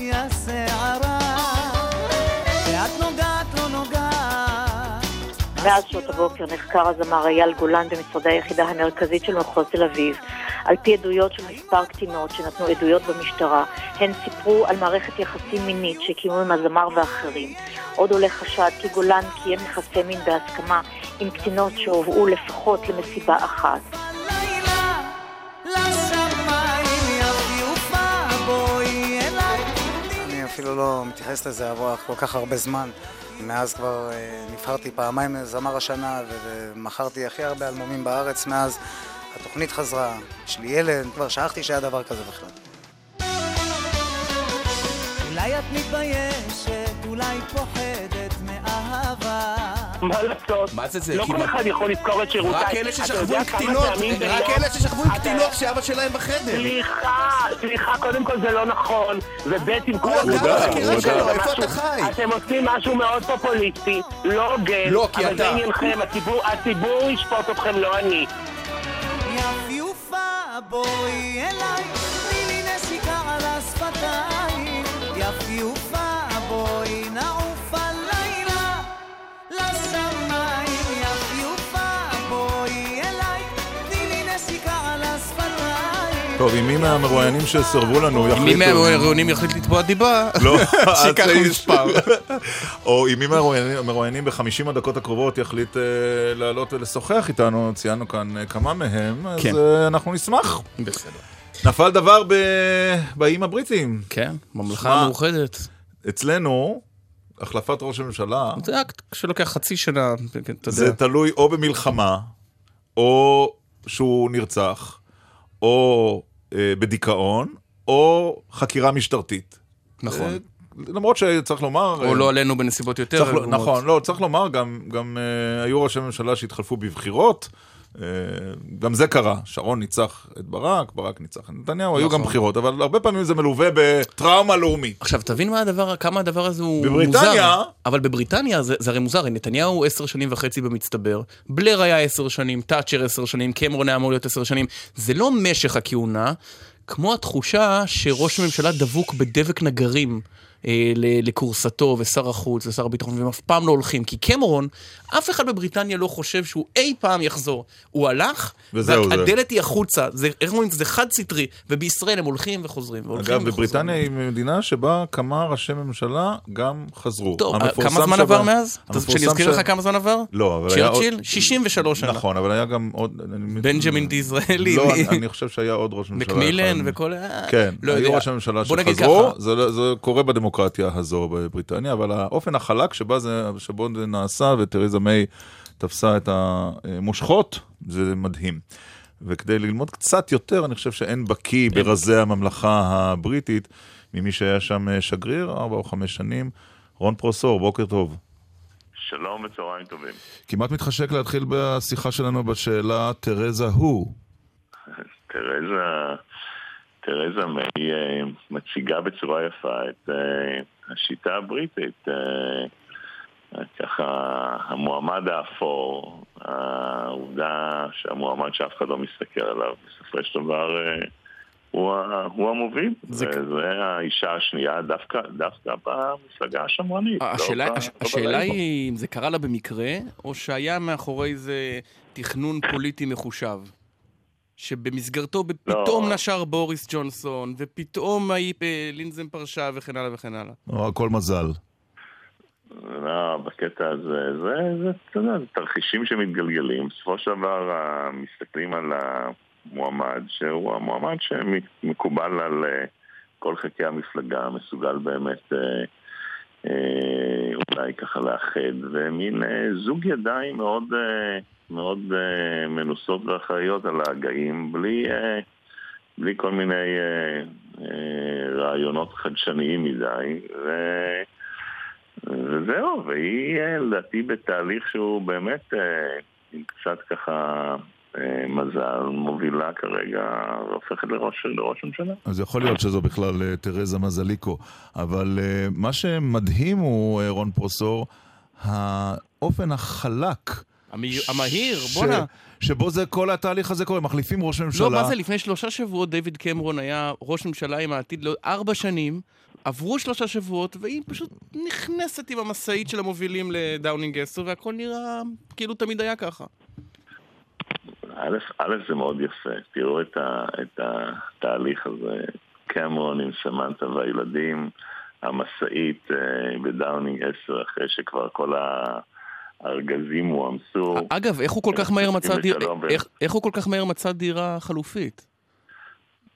ואת נוגעת, לא נוגעת. מאז שעות הבוקר נחקר הזמר אייל גולן במשרדי היחידה המרכזית של מחוז תל אביב. על פי עדויות של מספר קטינות שנתנו עדויות במשטרה, הן סיפרו על מערכת יחסים מינית שקיימו עם הזמר ואחרים. עוד עולה חשד כי גולן קיים יחסי מין בהסכמה עם קטינות שהובאו לפחות למסיבה אחת. אפילו לא מתייחס לזה, עבור כל כך הרבה זמן. מאז כבר נבחרתי פעמיים זמר השנה ומכרתי הכי הרבה אלבומים בארץ מאז. התוכנית חזרה, יש לי ילד, כבר שכחתי שהיה דבר כזה בכלל. אולי את מתביישת, אולי פוחדת מאהבה. מה לעשות? מה זה זה? לא כל אחד יכול לזכור את שירותיי. רק אלה ששכבו עם קטינות, רק אלה ששכבו עם קטינות שאבא שלהם בחדר. סליחה, סליחה, קודם כל זה לא נכון. ובית עם כל הכבוד, איפה אתה חי? אתם עושים משהו מאוד פופוליסטי, לא הוגן, אבל זה עניינכם, הציבור ישפוט אתכם, לא אני. יפיופה בואי אליי, תני לי נסיקה על השפתיים. יפיופה בואי נעוף הלילה לשמיים. יפיופה בואי אליי, תני לי נסיקה על השפתיים. טוב, אם מי מהמרואיינים שסרבו לנו יחליטו... אם מי מהמרואיינים יחליט לתבוע דיבה, לא, שיקח מספר. או אם מי מהמרואיינים ב-חמישים הדקות הקרובות יחליט לעלות ולשוחח איתנו, ציינו כאן כמה מהם, אז אנחנו נשמח. בסדר. נפל דבר באיים הבריטים. כן, ממלכה המאוחדת. אצלנו, החלפת ראש הממשלה... זה אקט שלוקח חצי שנה, אתה יודע. זה תלוי או במלחמה, או שהוא נרצח, או אה, בדיכאון, או חקירה משטרתית. נכון. אה, למרות שצריך לומר... או אה, לא עלינו בנסיבות יותר. צריך, נכון, לא, צריך לומר, גם, גם אה, היו ראשי ממשלה שהתחלפו בבחירות, גם זה קרה, שרון ניצח את ברק, ברק ניצח את נתניהו, היו גם בחירות, אבל הרבה פעמים זה מלווה בטראומה לאומית. עכשיו, תבין מה הדבר, כמה הדבר הזה הוא מוזר. בבריטניה... אבל בבריטניה זה, זה הרי מוזר, נתניהו עשר שנים וחצי במצטבר, בלר היה עשר שנים, טאצ'ר עשר שנים, קמרון היה אמור להיות עשר שנים, זה לא משך הכהונה, כמו התחושה שראש הממשלה דבוק בדבק נגרים, לקורסתו ושר החוץ ושר הביטחון, והם אף פעם לא הולכים, כי קמרון, אף אחד בבריטניה לא חושב שהוא אי פעם יחזור. הוא הלך, והדלת היא החוצה, איך אומרים, זה חד סטרי, ובישראל הם הולכים וחוזרים. אגב, בבריטניה היא מדינה שבה כמה ראשי ממשלה גם חזרו. טוב, כמה זמן עבר מאז? שאני אזכיר לך כמה זמן עבר? לא, אבל היה עוד... צ'רצ'יל? שישים ושלוש שנה. נכון, אבל היה גם עוד... בנג'מין דיזראלי. לא, אני חושב שהיה עוד ראש ממשלה. מקמילן וכל... כן, היו ראש הממשלה שחזרו, זה קורה בדמוקרטיה הזו בבריטניה, אבל האופן החלק שבה זה, שבו זה נעשה, ותריזה מיי תפסה את המושכות, זה מדהים. וכדי ללמוד קצת יותר, אני חושב שאין בקי ברזי הממלכה הבריטית, ממי שהיה שם שגריר, ארבע או חמש שנים, רון פרוסור, בוקר טוב. שלום וצהריים טובים. כמעט מתחשק להתחיל בשיחה שלנו בשאלה, תרזה הוא. תרזה... תרזה מיי מציגה בצורה יפה את השיטה הבריטית, ככה המועמד האפור, העובדה שהמועמד שאף אחד לא מסתכל עליו, בסופו של דבר הוא המוביל, וזה האישה השנייה דווקא במפלגה השמרנית. השאלה היא אם זה קרה לה במקרה, או שהיה מאחורי זה תכנון פוליטי מחושב? שבמסגרתו פתאום נשר בוריס ג'ונסון, ופתאום לינזן פרשה וכן הלאה וכן הלאה. או, הכל מזל. לא, בקטע הזה, זה, זה, זה תרחישים שמתגלגלים. בסופו של דבר, מסתכלים על המועמד, שהוא המועמד שמקובל על כל חלקי המפלגה, מסוגל באמת אולי ככה לאחד, ומין זוג ידיים מאוד... מאוד uh, מנוסות ואחראיות על ההגאים, בלי, uh, בלי כל מיני uh, uh, רעיונות חדשניים מדי, ו... וזהו, והיא לדעתי בתהליך שהוא באמת uh, עם קצת ככה uh, מזל, מובילה כרגע, והופכת לראש, לראש הממשלה. אז יכול להיות שזו בכלל uh, תרזה מזליקו, אבל uh, מה שמדהים הוא, uh, רון פרוסור, האופן החלק, המהיר, בוא'נה. שבו זה כל התהליך הזה קורה, מחליפים ראש ממשלה. לא, מה זה? לפני שלושה שבועות דיוויד קמרון היה ראש ממשלה עם העתיד ארבע שנים, עברו שלושה שבועות, והיא פשוט נכנסת עם המסעית של המובילים לדאונינג עשר, והכל נראה כאילו תמיד היה ככה. א', א' זה מאוד יפה. תראו את, ה, את התהליך הזה. קמרון עם סמנטה והילדים, המסעית בדאונינג עשר, אחרי שכבר כל ה... ארגזים מואמסו. אגב, איך הוא כל כך מהר מצא דירה, איך, איך הוא כל כך מהר מצא דירה חלופית?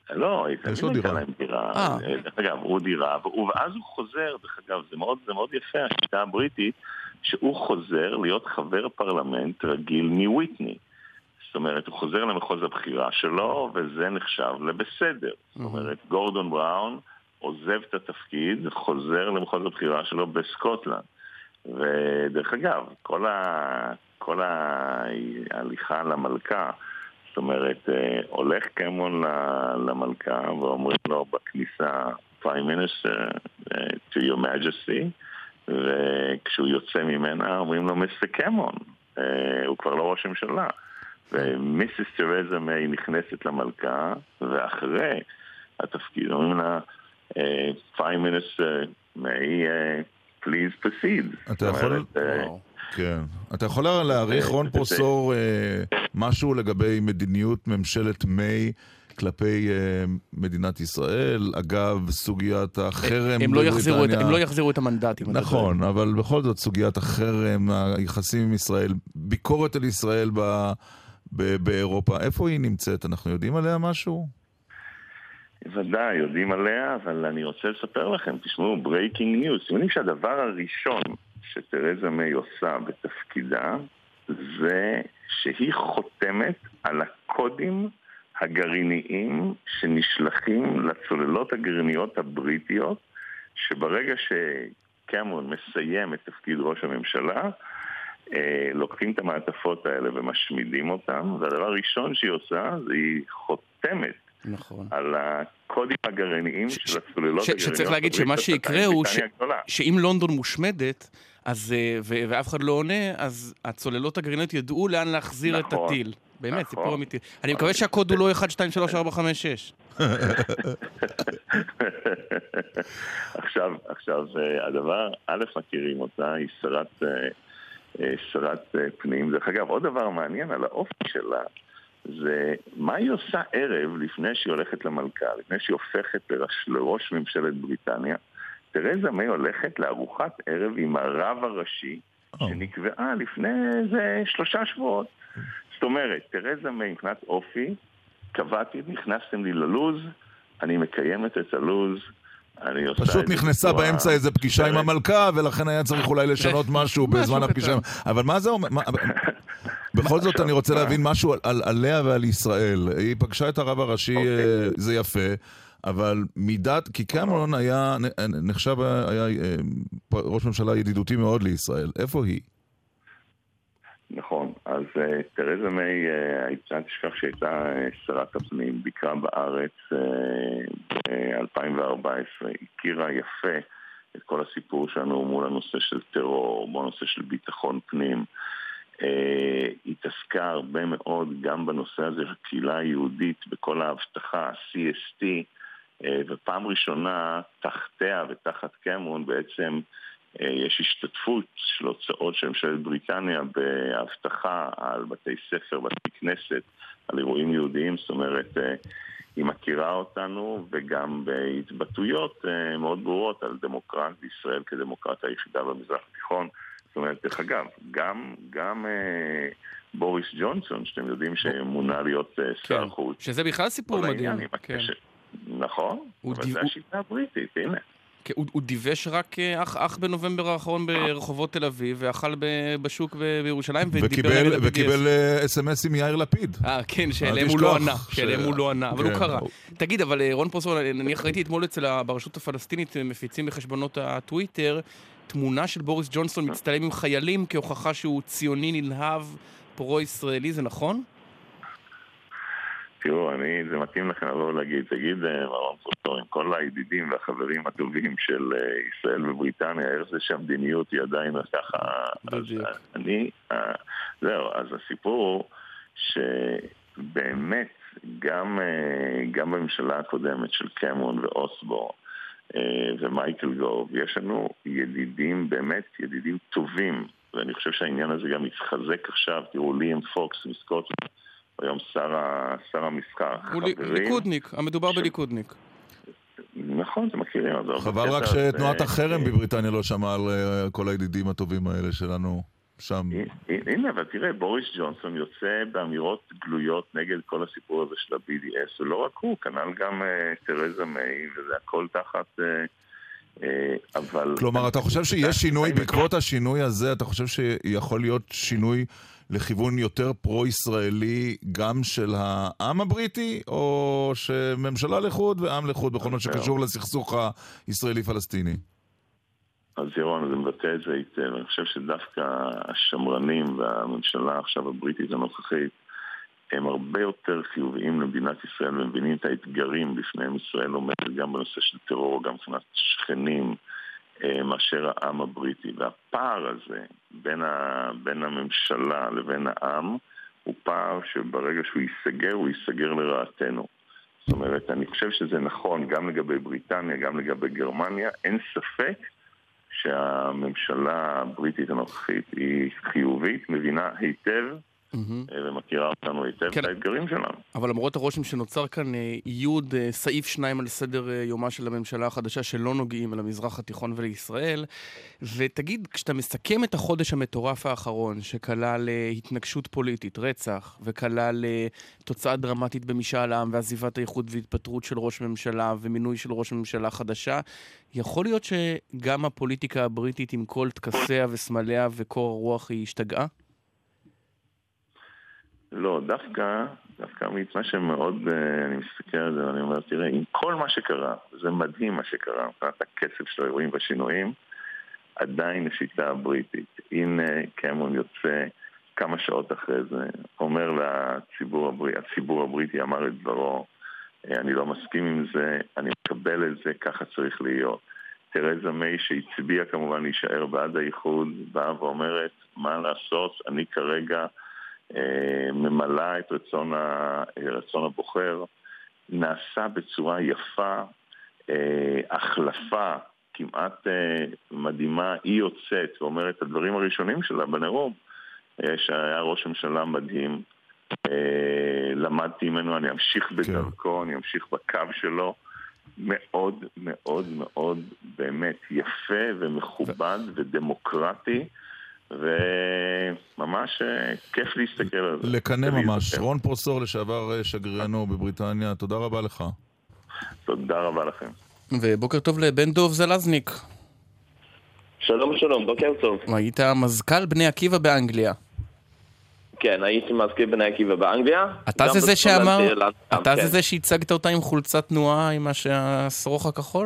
לא, יש לו דירה. דירה. דרך אגב, הוא דירה, ואז הוא חוזר, דרך אגב, זה מאוד, זה מאוד יפה, השיטה הבריטית, שהוא חוזר להיות חבר פרלמנט רגיל מוויטני. זאת אומרת, הוא חוזר למחוז הבחירה שלו, וזה נחשב לבסדר. זאת אומרת, גורדון בראון עוזב את התפקיד, חוזר למחוז הבחירה שלו בסקוטלנד. ודרך אגב, כל ה... כל ההליכה למלכה, זאת אומרת, הולך קמרון למלכה ואומרים לו בכניסה, Prime Minister, to your majesty, וכשהוא יוצא ממנה אומרים לו, מיסטר קמרון, הוא כבר לא ראש הממשלה. ומיסיס תרזה מיי נכנסת למלכה, ואחרי התפקיד אומרים לה, Prime Minister, may please proceed. אתה יכול... כן. אתה יכול להעריך, רון פרוסור, משהו לגבי מדיניות ממשלת מיי כלפי מדינת ישראל, אגב, סוגיית החרם בבריטניה. הם לא יחזירו את המנדטים. נכון, אבל בכל זאת סוגיית החרם, היחסים עם ישראל, ביקורת על ישראל באירופה, איפה היא נמצאת? אנחנו יודעים עליה משהו? ודאי, יודעים עליה, אבל אני רוצה לספר לכם, תשמעו, breaking news. אתם יודעים שהדבר הראשון שתרזה מיי עושה בתפקידה זה שהיא חותמת על הקודים הגרעיניים שנשלחים לצוללות הגרעיניות הבריטיות, שברגע שקמרון מסיים את תפקיד ראש הממשלה, אה, לוקחים את המעטפות האלה ומשמידים אותם, והדבר הראשון שהיא עושה זה היא חותמת נכון. על הקודים הגרעיניים ש- של הצוללות ש- הגרעיניות. שצריך להגיד שמה שיקרה הוא ש- שאם לונדון מושמדת, אז, ו- ואף אחד לא עונה, אז הצוללות הגרעיניות ידעו לאן להחזיר נכון, את הטיל. באמת, נכון. סיפור אמיתי. אני מקווה שהקוד הוא לא אחת, שתיים, שלוש, ארבע, חמש, שש. עכשיו, עכשיו, הדבר, א' מכירים אותה, היא שרת, שרת פנים. דרך אגב, עוד דבר מעניין על האופי שלה, זה מה היא עושה ערב לפני שהיא הולכת למלכה, לפני שהיא הופכת לראש, לראש ממשלת בריטניה. תרזה מיי הולכת לארוחת ערב עם הרב הראשי, oh. שנקבעה לפני איזה שלושה שבועות. זאת אומרת, תרזה מיי מבחינת אופי, קבעתי, נכנסתם לי ללוז, אני מקיימת את הלוז, אני עושה... פשוט נכנסה באמצע איזה פגישה עם המלכה, ולכן היה צריך אולי לשנות משהו בזמן הפגישה. אבל מה זה אומר? בכל זאת אני רוצה להבין משהו עליה ועל ישראל. היא פגשה את הרב הראשי, זה יפה, אבל מידת, כי קמרון היה, נחשב, היה ראש ממשלה ידידותי מאוד לישראל. איפה היא? נכון, אז תרזה מיי, הייתה תשכח שהייתה שרת הפנים, ביקרה בארץ ב-אלפיים וארבע עשרה, הכירה יפה את כל הסיפור שלנו מול הנושא של טרור, מול הנושא של ביטחון פנים. התעסקה הרבה מאוד גם בנושא הזה של הקהילה היהודית, בכל ההבטחה, סי אס טי, ופעם ראשונה תחתיה ותחת קמרון בעצם יש השתתפות של הוצאות של ממשלת בריטניה בהבטחה על בתי ספר, בתי כנסת, על אירועים יהודיים. זאת אומרת, היא מכירה אותנו וגם בהתבטאויות מאוד ברורות על דמוקרט בישראל כדמוקרטיה היחידה במזרח התיכון. זאת אומרת, דרך אגב, גם, גם אה, בוריס ג'ונסון, שאתם יודעים שמונה להיות אה, שר כן. חוץ. שזה בכלל סיפור מדהים. כן. ש... נכון, אבל דיו... זה השיטה הבריטית, הנה. כן, הוא, הוא דיווש רק אך, אך בנובמבר האחרון ברחובות תל אביב, ואכל ב, בשוק ב, בירושלים, וקיבל, וקיבל אס אם אסים מיאיר לפיד. אה, כן, שאליהם הוא לא ענה, שאליהם הוא לא ענה, אבל הוא קרא. תגיד, אבל רון פרוסור, אני ראיתי אתמול אצל ברשות הפלסטינית, מפיצים בחשבונות הטוויטר, תמונה של בוריס ג'ונסון מצטלם עם חיילים כהוכחה שהוא ציוני נלהב פרו-ישראלי, זה נכון? תראו, אני, זה מתאים לכם לבוא להגיד, תגיד מרון פרוסור, עם כל הידידים והחברים הטובים של ישראל ובריטניה, איך זה שהמדיניות היא עדיין ככה, אז אני, זהו, אז הסיפור הוא שבאמת גם, גם בממשלה הקודמת של קמרון ואוסבורן, ומייקל גוב, יש לנו ידידים, באמת ידידים טובים, ואני חושב שהעניין הזה גם יתחזק עכשיו. תראו, ליאם פוקס מסקוטלנד, היום שר, שר המסחר, הוא ליכודניק, המדובר בליכודניק. נכון, אתם מכירים אותו. חבל רק שתנועת החרם בבריטניה לא שמעה על כל הידידים הטובים האלה שלנו. שם. הנה, אבל תראה, בוריס ג'ונסון יוצא באמירות גלויות נגד כל הסיפור הזה של ה-בי די אס, ולא רק הוא, כנ"ל גם תרזה מיי, וזה הכל תחת... אבל... כלומר, אתה חושב שיש שינוי, בעקבות השינוי הזה, אתה חושב שיכול להיות שינוי לכיוון יותר פרו-ישראלי גם של העם הבריטי, או שממשלה לחוד ועם לחוד, בכל מה שקשור לסכסוך הישראלי-פלסטיני? אז ירון, זה מבטא את זה היטב. אני חושב שדווקא השמרנים והממשלה עכשיו הבריטית הנוכחית, הם הרבה יותר חיוביים למדינת ישראל, ומבינים את האתגרים בפניהם ישראל עומדת גם בנושא של טרור, גם מבחינת שכנים, מאשר העם הבריטי. והפער הזה בין, ה, בין הממשלה לבין העם, הוא פער שברגע שהוא ייסגר, הוא ייסגר לרעתנו. זאת אומרת, אני חושב שזה נכון גם לגבי בריטניה, גם לגבי גרמניה. אין ספק שהממשלה הבריטית הנוכחית היא חיובית, מבינה היטב, ומכירה אותנו היטב את האתגרים שלנו. אבל למרות הרושם שנוצר כאן ייעוד סעיף שניים על סדר יומה של הממשלה החדשה שלא נוגעים על המזרח התיכון ולישראל, ותגיד, כשאתה מסכם את החודש המטורף האחרון שכלל התנגשות פוליטית, רצח, וכלל תוצאה דרמטית במשאל העם ועזיבת האיחוד והתפטרות של ראש ממשלה ומינוי של ראש ממשלה חדשה, יכול להיות שגם הפוליטיקה הבריטית עם כל תקסיה וסמליה וקור הרוח היא השתגעה? לא, דווקא, דווקא מה שמאוד, אני מסתכל על זה ואני אומר, תראה, עם כל מה שקרה, זה מדהים מה שקרה, מבחינת הקצב של האירועים והשינויים, עדיין השיטה הבריטית. הנה קמרון יוצא כמה שעות אחרי זה, אומר לציבור הבריטי, הציבור הבריטי אמר את דברו, אני לא מסכים עם זה, אני מקבל את זה, ככה צריך להיות. תרזה מיי שהצביעה כמובן להישאר בעד האיחוד, באה ואומרת, מה לעשות, אני כרגע ממלא את רצון, ה... רצון הבוחר, נעשה בצורה יפה, החלפה כמעט מדהימה, היא יוצאת ואומרת את הדברים הראשונים שלה בנאום, שהיה ראש ממשלה מדהים, למדתי ממנו, אני אמשיך בדרכו, אני אמשיך בקו שלו, מאוד מאוד מאוד באמת יפה ומכובד ודמוקרטי, וממש כיף להסתכל על זה. לקנה ממש. רון פרוסור, לשעבר שגרירנו בבריטניה, תודה רבה לך. תודה רבה לכם. ובוקר טוב לבן דוב זלזניק. שלום שלום, בוקר טוב. היית מזכ"ל בני עקיבא באנגליה. כן, הייתי מזכ"ל בני עקיבא באנגליה. אתה זה זה שאמר, אתה זה זה שהצגת אותה עם חולצת תנועה, עם השרוך הכחול?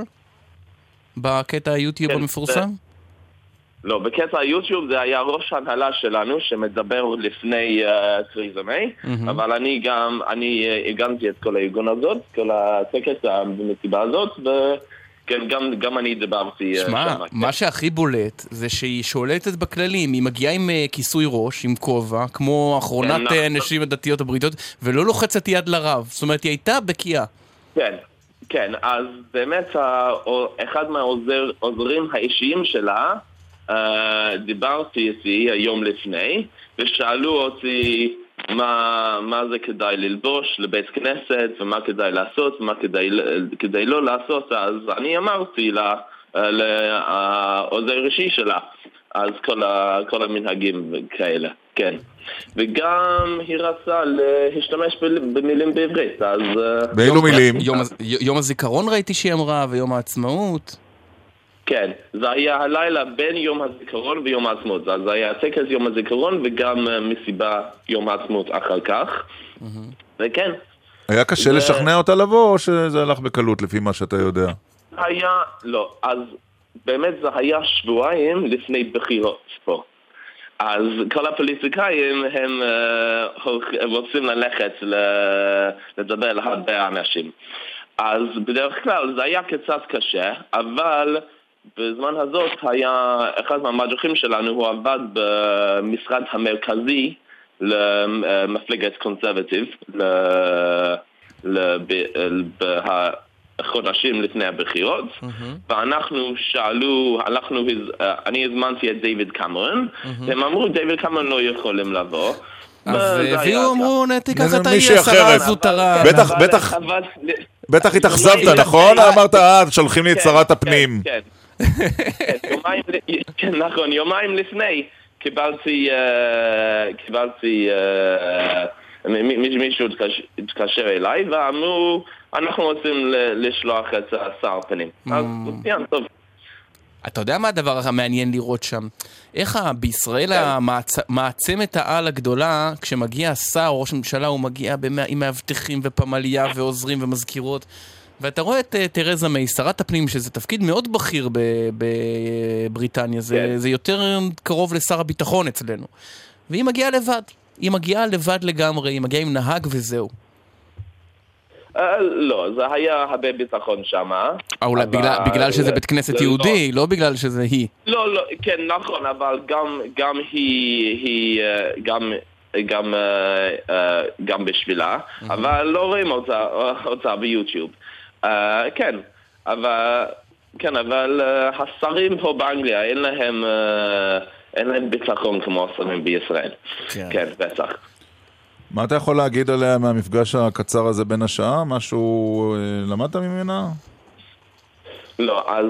בקטע היוטיוב המפורסם? לא, בקטע היוטיוב זה היה ראש ההנהלה שלנו שמדבר לפני תרזה מיי, אבל אני גם, אני הגנתי את כל הארגון הזאת, כל הטקס במסיבה הזאת, וכן, גם, גם אני דיברתי. שמע, מה שהכי בולט זה שהיא שולטת בכללים, היא מגיעה עם כיסוי ראש, עם כובע, כמו אחרונת נשים הדתיות הבריטיות, ולא לוחצת יד לרב, זאת אומרת, היא הייתה בקיאה. כן. כן, אז באמת אחד מהעוזרים האישיים שלה, Uh, דיברתי איתי היום לפני ושאלו אותי מה, מה זה כדאי ללבוש לבית כנסת ומה כדאי לעשות ומה כדאי, כדאי לא לעשות. אז אני אמרתי לה, לעוזר ראשי שלה, אז כל, ה, כל המנהגים כאלה, כן. וגם היא רצה להשתמש במילים בעברית, אז... באילו מילים? יום, יום הזיכרון ראיתי שהיא אמרה, ויום העצמאות. כן, זה היה הלילה בין יום הזיכרון ויום העצמאות. זה היה טקס יום הזיכרון וגם מסיבה יום העצמאות אחר כך. וכן. היה קשה לשכנע אותה לבוא, או שזה הלך בקלות לפי מה שאתה יודע? היה, לא. אז באמת זה היה שבועיים לפני בחירות פה. אז כל הפוליטיקאים הם רוצים ללכת לדבר להרבה אנשים. אז בדרך כלל זה היה קצת קשה, אבל בזמן הזאת היה אחד מהמדריכים שלנו, הוא עבד במשרד המרכזי למפלגת קונסרבטיב בחודשים לפני הבחירות, ואנחנו שאלו, אני הזמנתי את דיוויד קמרון, והם אמרו דיוויד קמרון לא יכולים לבוא. אז הביאו אמרו, תיקח את השרה הזוטרה. בטח התאכזבת, נכון? אמרת, אה, שולחים לי את שרת הפנים. כן, נכון, יומיים לפני קיבלתי, קיבלתי, מישהו התקשר אליי ואמרו, אנחנו רוצים לשלוח את שר הפנים. אז כן, טוב. אתה יודע מה הדבר המעניין לראות שם? איך בישראל המעצמת העל הגדולה, כשמגיע השר או ראש הממשלה, הוא מגיע עם מאבטחים ופמליה ועוזרים ומזכירות, ואתה רואה את תרזה מיי, שרת הפנים, שזה תפקיד מאוד בכיר בבריטניה, זה יותר קרוב לשר הביטחון אצלנו. והיא מגיעה לבד, היא מגיעה לבד לגמרי, היא מגיעה עם נהג וזהו. לא, זה היה הרבה ביטחון שם. אולי בגלל שזה בית כנסת יהודי, לא בגלל שזה היא. לא, לא, כן, נכון, אבל גם היא, גם בשבילה, אבל לא רואים אותה ביוטיוב. כן, אבל כן, אבל השרים פה באנגליה אין להם אין להם ביטחון כמו השרים בישראל. כן, בטח. מה אתה יכול להגיד עליה מהמפגש הקצר הזה בין השעה? משהו למדת ממנה? לא, אז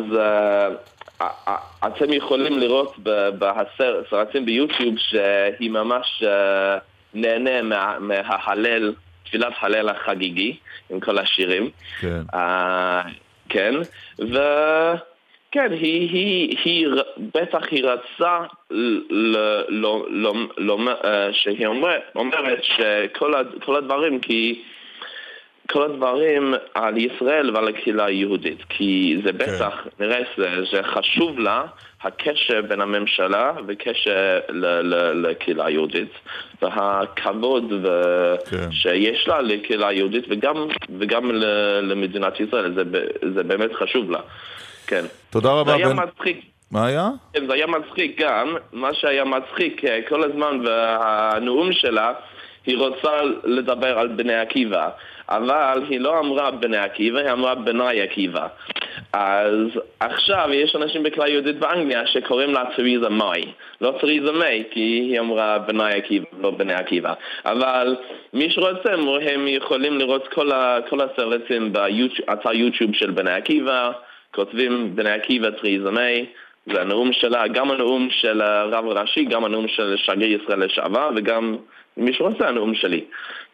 אתם יכולים לראות בסרטים ביוטיוב שהיא ממש נהנה מההלל, תפילת הלל החגיגי עם כל השירים. כן. כן, וכן, היא, היא, היא, בטח היא רצה ל, לא, לא, לא, שהיא אומרת, אומרת שכל הדברים, כי כל הדברים על ישראל ועל הקהילה היהודית, כי זה בטח נראה שחשוב לה הקשר בין הממשלה וקשר לקהילה היהודית, והכבוד שיש לה לקהילה היהודית וגם, וגם למדינת ישראל, זה, זה באמת חשוב לה. כן. תודה רבה. זה היה מצחיק. מה היה? כן, זה היה מצחיק גם, מה שהיה מצחיק כל הזמן והנאום שלה, היא רוצה לדבר על בני עקיבא, אבל היא לא אמרה בני עקיבא, היא אמרה בני עקיבא. אז עכשיו יש אנשים בכלל יהודית באנגליה שקוראים לה תריזה מאי. לא תריזה מאי, כי היא אמרה בני עקיבא, לא בני עקיבא. אבל מי שרוצה, הם יכולים לראות כל, ה, כל הסרטים באתר יוטיוב של בני עקיבא, כותבים בני עקיבא תריזה מאי. זה הנאום שלה, גם הנאום של הרב הראשי, גם הנאום של שגריר ישראל לשעבר, וגם מי שרוצה הנאום שלי.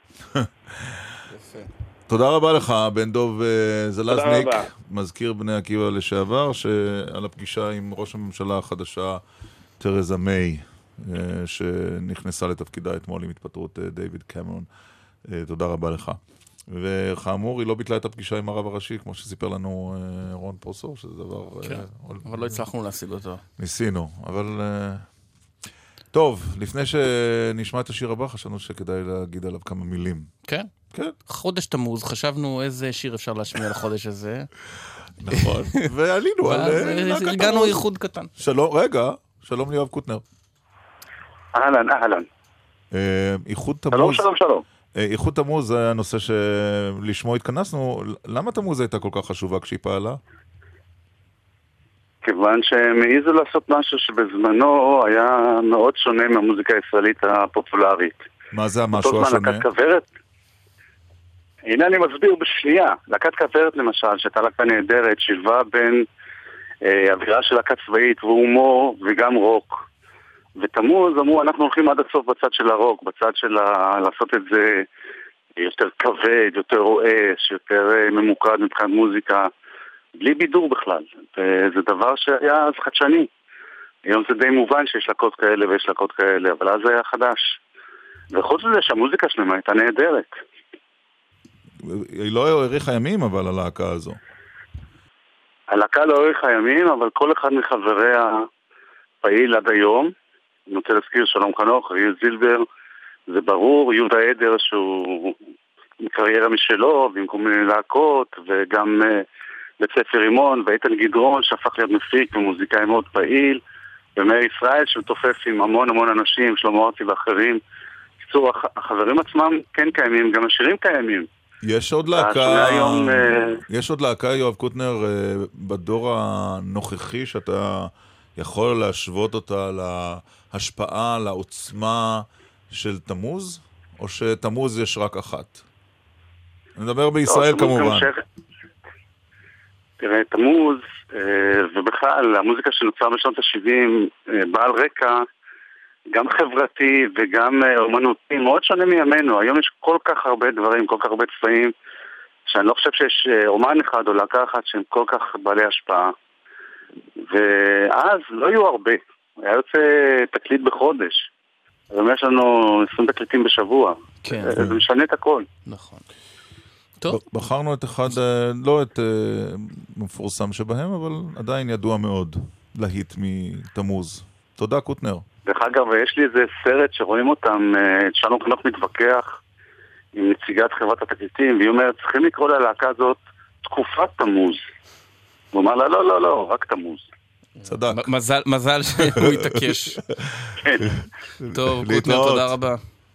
תודה רבה לך, בן דוב זלזניק, מזכיר בני עקיבא לשעבר, שעל הפגישה עם ראש הממשלה החדשה תרזה מיי, שנכנסה לתפקידה אתמול עם התפטרות דיוויד קמרון. תודה רבה לך. וכאמור, היא לא ביטלה את הפגישה עם הרב הראשי, כמו שסיפר לנו רון פרוסור, שזה דבר... כן, אבל לא הצלחנו להשיג אותו. ניסינו, אבל... טוב, לפני שנשמע את השיר הבא, חשבנו שכדאי להגיד עליו כמה מילים. כן? כן. חודש תמוז, חשבנו איזה שיר אפשר להשמיע לחודש הזה. נכון. ועלינו על... ואז הרגענו ייחוד קטן. שלום, רגע, שלום ליואב קוטנר. אהלן, אהלן. ייחוד תמוז... שלום, שלום, שלום. ייחוד תמוז זה הנושא שלשמו התכנסנו. למה תמוז הייתה כל כך חשובה כשהיא פעלה? כיוון שהם העיזו לעשות משהו שבזמנו היה מאוד שונה מהמוזיקה הישראלית הפופולרית. מה זה המשהו השונה? להקת כוורת. הנה אני מסביר בשנייה. להקת כוורת למשל, שהייתה להקה נהדרת, שילבה בין אה, אווירה של להקה צבאית והומור וגם רוק. ותמוז אמרו, אנחנו הולכים עד הסוף בצד של הרוק, בצד של ה... לעשות את זה יותר כבד, יותר רועש, יותר אה, ממוקד מבחינת מוזיקה. בלי בידור בכלל, וזה דבר שהיה אז חדשני. היום זה די מובן שיש להקות כאלה ויש להקות כאלה, אבל אז זה היה חדש. וחוץ לזה שהמוזיקה שלהם הייתה נהדרת. היא לא האריכה ימים אבל הלהקה הזו. הלהקה לא האריכה ימים, אבל כל אחד מחבריה פעיל עד היום. אני רוצה להזכיר שלום חנוך, אריאל זילבר, זה ברור, יהודה עדר שהוא מקריירה משלו, ועם כל מיני להקות, וגם... בית ספר רימון, ואיתן גדרון שהפך להיות מפיק ומוזיקאי מאוד פעיל, ומאיר ישראל שמתופף עם המון המון אנשים, שלמה ארצי ואחרים. בקיצור, החברים עצמם כן קיימים, גם השירים קיימים. יש עוד להקה, היום, יש עוד להקה, יואב קוטנר, בדור הנוכחי שאתה יכול להשוות אותה להשפעה, לעוצמה של תמוז, או שתמוז יש רק אחת? אני מדבר בישראל כמובן. תראה, תמוז, ובכלל, המוזיקה שנוצרה בשנות ה-שבעים, בעל רקע גם חברתי וגם אומנותי, מאוד שונה מימינו. היום יש כל כך הרבה דברים, כל כך הרבה צבעים, שאני לא חושב שיש אומן אחד או להקה אחת שהם כל כך בעלי השפעה. ואז לא יהיו הרבה. היה יוצא תקליט בחודש. היום יש לנו עשרים תקליטים בשבוע. כן. זה משנה את הכל. נכון. טוב. בחרנו את אחד, לא את מפורסם שבהם, אבל עדיין ידוע מאוד, להיט מתמוז. תודה, קוטנר. דרך אגב, יש לי איזה סרט שרואים אותם, שלום חנוך מתווכח עם נציגת חברת התקליטים, והיא אומרת, צריכים לקרוא ללהקה הזאת תקופת תמוז. הוא אומר לה, לא, לא, לא, רק תמוז. צדק. מזל, מזל שהוא יתעקש. טוב, קוטנר, תודה רבה.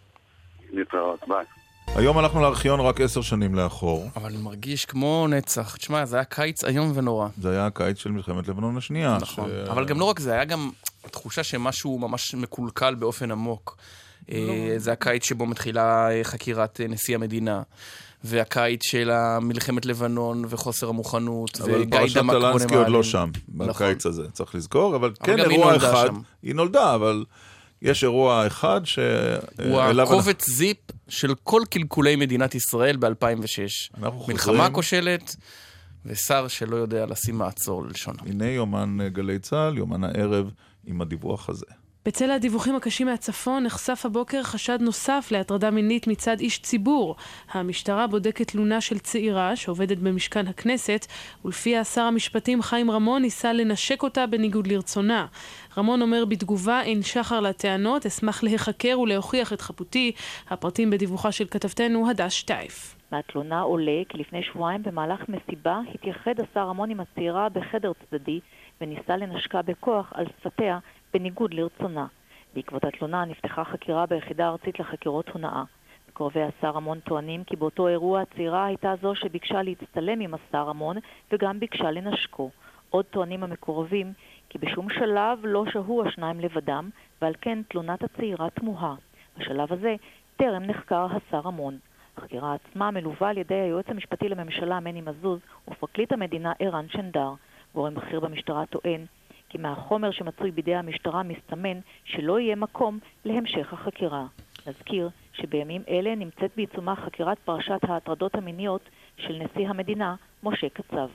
להתראות, ביי. היום הלכנו לארכיון רק עשר שנים לאחור. אבל מרגיש כמו נצח. תשמע, זה היה קיץ היום ונורא. זה היה הקיץ של מלחמת לבנון השנייה. נכון. ש... אבל גם לא רק זה, היה גם תחושה שמשהו ממש מקולקל באופן עמוק. לא. זה הקיץ שבו מתחילה חקירת נשיא המדינה. והקיץ של מלחמת לבנון וחוסר המוכנות. אבל פרשת טלנסקי עוד לא שם, בקיץ הזה, צריך לזכור. אבל כן, אירוע אחד, היא נולדה, אבל יש אירוע אחד ש... הוא הקובץ זיפ של כל קלקולי מדינת ישראל ב-אלפיים ושש. מלחמה כושלת, ושר שלא יודע לשים מעצור ללשונה. הנה יומן גלי צהל, יומן הערב, עם הדיווח הזה. בצל הדיווחים הקשים מהצפון נחשף הבוקר חשד נוסף להטרדה מינית מצד איש ציבור. המשטרה בודקת תלונה של צעירה שעובדת במשכן הכנסת, ולפי שר המשפטים חיים רמון ניסה לנשק אותה בניגוד לרצונה. רמון אומר בתגובה, אין שחר לטענות, אשמח להיחקר ולהוכיח את חפותי. הפרטים בדיווחה של כתבתנו הדס שטייף. מהתלונה עולה כי לפני שבועיים במהלך מסיבה התייחד השר רמון עם הצעירה בחדר צדדי וניסה לנשקה בכוח על שפתיה בניגוד לרצונה. בעקבות התלונה נפתחה חקירה ביחידה הארצית לחקירות הונאה. קרובי השר רמון טוענים כי באותו אירוע הצעירה הייתה זו שביקשה להצטלם עם השר רמון וגם ביקשה לנשקו. עוד טוענים המקורבים כי בשום שלב לא שהו השניים לבדם, ועל כן תלונת הצעירה תמוהה. בשלב הזה טרם נחקר השר רמון. החקירה עצמה מלווה על ידי היועץ המשפטי לממשלה מני מזוז ופרקליט המדינה ערן שנדר. גורם בכיר במשטרה טוען כי מהחומר שמצוי בידי המשטרה מסתמן שלא יהיה מקום להמשך החקירה. נזכיר שבימים אלה נמצאת בעיצומה חקירת פרשת ההטרדות המיניות של נשיא המדינה משה קצב.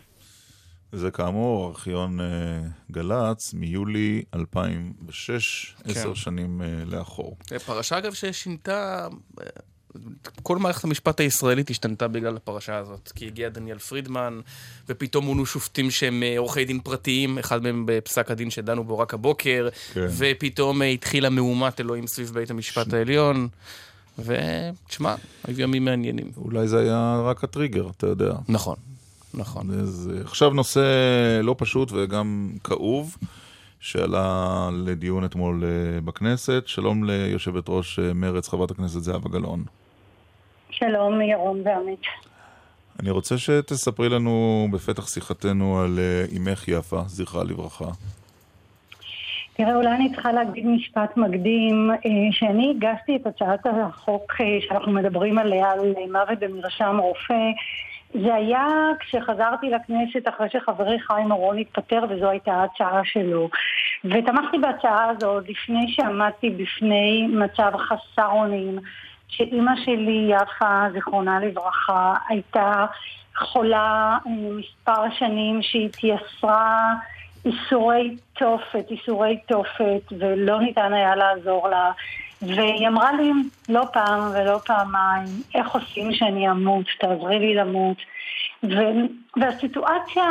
זה כאמור ארכיון גל"צ מיולי אלפיים ושש, עשר שנים לאחור. פרשה אגב ששינתה, כל מערכת המשפט הישראלית השתנתה בגלל הפרשה הזאת, כי הגיע דניאל פרידמן, ופתאום מונו שופטים שהם עורכי דין פרטיים, אחד מהם בפסק הדין שדנו בו רק הבוקר, כן. ופתאום התחילה מהומת אלוהים סביב בית המשפט ש... העליון, ותשמע, היו ימים מעניינים. אולי זה היה רק הטריגר, אתה יודע. נכון, נכון. אז, עכשיו נושא לא פשוט וגם כאוב, שעלה לדיון אתמול בכנסת. שלום ליושבת ראש מרץ, חברת הכנסת זהבה גלאון. שלום ירון ועמית. אני רוצה שתספרי לנו בפתח שיחתנו על אמך יפה, זכרה לברכה. תראה, אולי אני צריכה להגיד משפט מקדים, שאני הגשתי את הצעת החוק שאנחנו מדברים עליה על מוות במרשם רופא. זה היה כשחזרתי לכנסת אחרי שחברי חיים אורון התפטר, וזו הייתה ההצעה שלו. ותמכתי בהצעה הזאת לפני שעמדתי בפני מצב חסר אונים, שאימא שלי יפה, זיכרונה לברכה, הייתה חולה מספר שנים שהתייסרה איסורי תופת, איסורי תופת, ולא ניתן היה לעזור לה. והיא אמרה לי לא פעם ולא פעמיים, איך עושים שאני אמות, תעזרי לי למות. ו- והסיטואציה,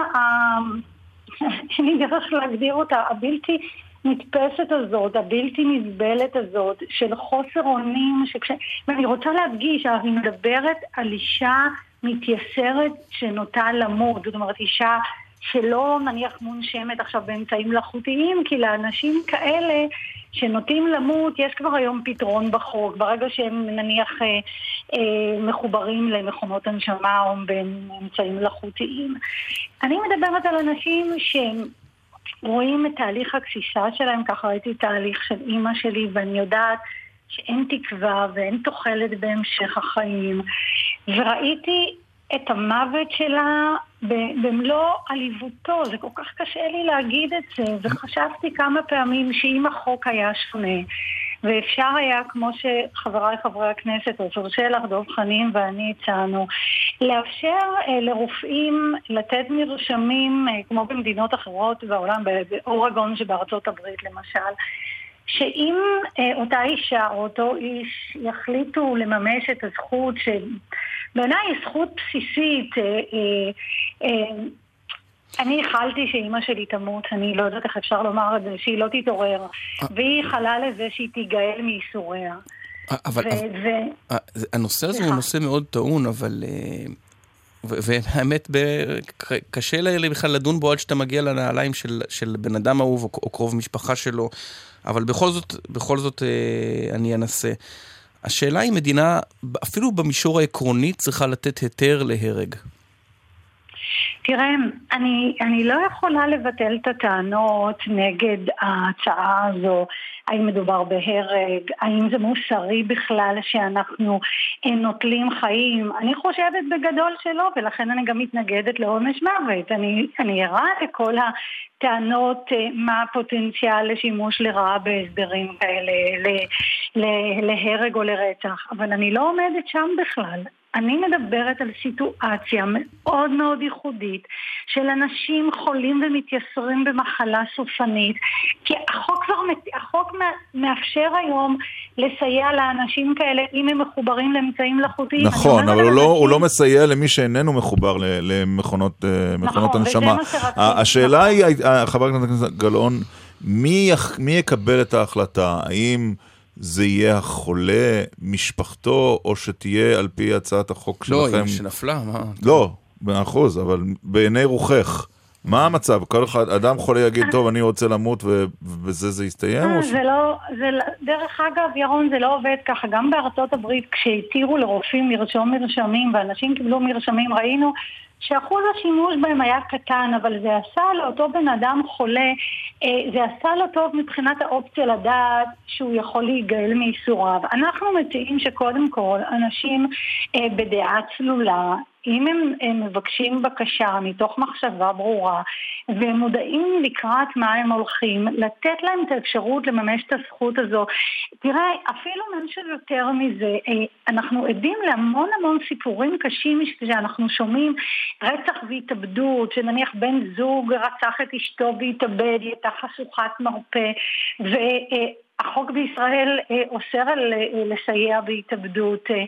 אני דרך להגדיר אותה, הבלתי נתפסת הזאת, הבלתי נסבלת הזאת, של חוסר אונים, שכש... ואני רוצה להדגיש, אני מדברת על אישה מתייסרת שנוטה למות, זאת אומרת אישה שלא נניח מונשמת עכשיו באמצעים מלאכותיים, כי לאנשים כאלה שנוטים למות, יש כבר היום פתרון בחוק, ברגע שהם נניח אה, אה, מחוברים למכונות הנשמה או באמצעים מלאכותיים. אני מדברת על אנשים שרואים את תהליך הקשישה שלהם, ככה ראיתי תהליך של אימא שלי, ואני יודעת שאין תקווה ואין תוחלת בהמשך החיים, וראיתי את המוות שלה במלוא עליבותו. זה כל כך קשה לי להגיד את זה, וחשבתי כמה פעמים שאם החוק היה שונה, ואפשר היה, כמו שחבריי חברי הכנסת, עופר שלח, דב חנין ואני הצענו, לאפשר אה, לרופאים לתת מרשמים, אה, כמו במדינות אחרות בעולם, באורגון שבארצות הברית למשל, שאם אה, אותה אישה או אותו איש יחליטו לממש את הזכות, שבעיניי היא זכות בסיסית, אה, אה, אה, אני החלתי שאימא שלי תמות, אני לא יודעת איך אפשר לומר את זה, שהיא לא תתעורר, והיא חלה לזה שהיא תיגאל מייסוריה. אבל הנושא הזה הוא נושא מאוד טעון, אבל והאמת קשה לי בכלל לדון בו עד שאתה מגיע לנעליים של בן אדם אהוב או קרוב משפחה שלו, אבל בכל זאת, בכל זאת אני אנסה. השאלה היא מדינה, אפילו במישור העקרוני, צריכה לתת היתר להרג. תראה, אני, אני לא יכולה לבטל את הטענות נגד ההצעה הזו, האם מדובר בהרג, האם זה מוסרי בכלל שאנחנו נוטלים חיים. אני חושבת בגדול שלא, ולכן אני גם מתנגדת לעונש מוות. אני, אני אראה לכל הטענות מה הפוטנציאל לשימוש לרעה בהסדרים כאלה, להרג או לרצח, אבל אני לא עומדת שם בכלל. אני מדברת על סיטואציה מאוד מאוד ייחודית של אנשים חולים ומתייסרים במחלה סופנית, כי החוק כבר החוק מאפשר היום לסייע לאנשים כאלה אם הם מחוברים לאמצעים מלאכותיים. נכון, אבל הוא לא, הוא לא מסייע למי שאיננו מחובר למכונות מכונות הנשמה. השאלה היא, חברת הכנסת גלאון, מי מי יקבל את ההחלטה? האם זה יהיה החולה, משפחתו, או שתהיה על פי הצעת החוק שלכם? לא, היא שנפלה, מה? לא, באחוז, אבל בעיני רוחך, מה המצב? כל אחד, אדם חולה יגיד, טוב, אני רוצה למות, ובזה זה יסתיים? זה לא, דרך אגב, ירון, זה לא עובד ככה. גם בארצות הברית, כשהתירו לרופאים לרשום מרשמים, ואנשים קיבלו מרשמים, ראינו שאחוז השימוש בהם היה קטן, אבל זה עשה לאותו בן אדם חולה, זה עשה לו טוב מבחינת האופציה לדעת שהוא יכול להיגאל מייסוריו. אנחנו מציעים שקודם כל אנשים בדעה צלולה, אם הם, הם מבקשים בקשה מתוך מחשבה ברורה והם מודעים לקראת מה הם הולכים, לתת להם את האפשרות לממש את הזכות הזו. תראה, אפילו משהו יותר מזה, אנחנו עדים להמון המון סיפורים קשים שאנחנו שומעים, רצח והתאבדות, שנניח בן זוג רצח את אשתו והתאבד, היא הייתה חשוכת מרפא, ו... החוק בישראל אה, אוסר על אה, לסייע בהתאבדות. אה,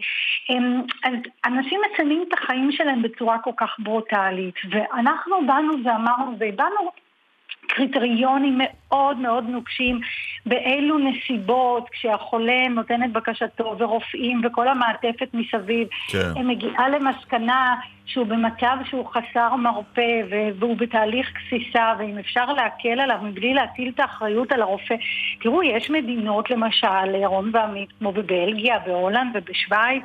אה, אנשים מסיימים את החיים שלהם בצורה כל כך ברוטלית, ואנחנו באנו ואמרנו, ובאנו קריטריונים מאוד מאוד נוקשים באילו נסיבות, כשהחולה נותן את בקשתו ורופאים וכל המעטפת מסביב, כן. הם מגיעה למסקנה שהוא במצב שהוא חסר מרפא והוא בתהליך כסיסה, ואם אפשר להקל עליו מבלי להטיל את האחריות על הרופא. תראו, יש מדינות למשל, ירון ועמית, כמו בבלגיה, בהולנד ובשוויץ,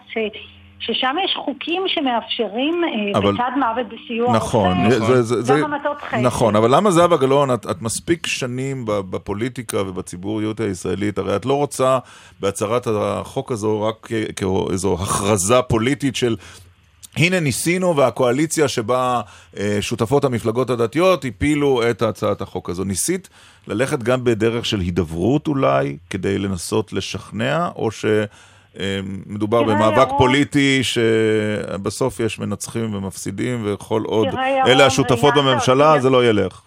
ששם יש חוקים שמאפשרים אבל... בצד מוות בסיוע נכון, רופא, זה, זה, זה, גם המתות חיים. נכון, אבל למה זהבה גלאון, את, את מספיק שנים בפוליטיקה ובציבוריות הישראלית, הרי את לא רוצה בהצהרת החוק הזו רק כאיזו הכרזה פוליטית של הנה ניסינו, והקואליציה שבה אה, שותפות המפלגות הדתיות הפילו את הצעת החוק הזו. ניסית ללכת גם בדרך של הידברות אולי, כדי לנסות לשכנע, או שמדובר במאבק פוליטי שבסוף יש מנצחים ומפסידים, וכל עוד אלה השותפות בממשלה, זה לא ילך.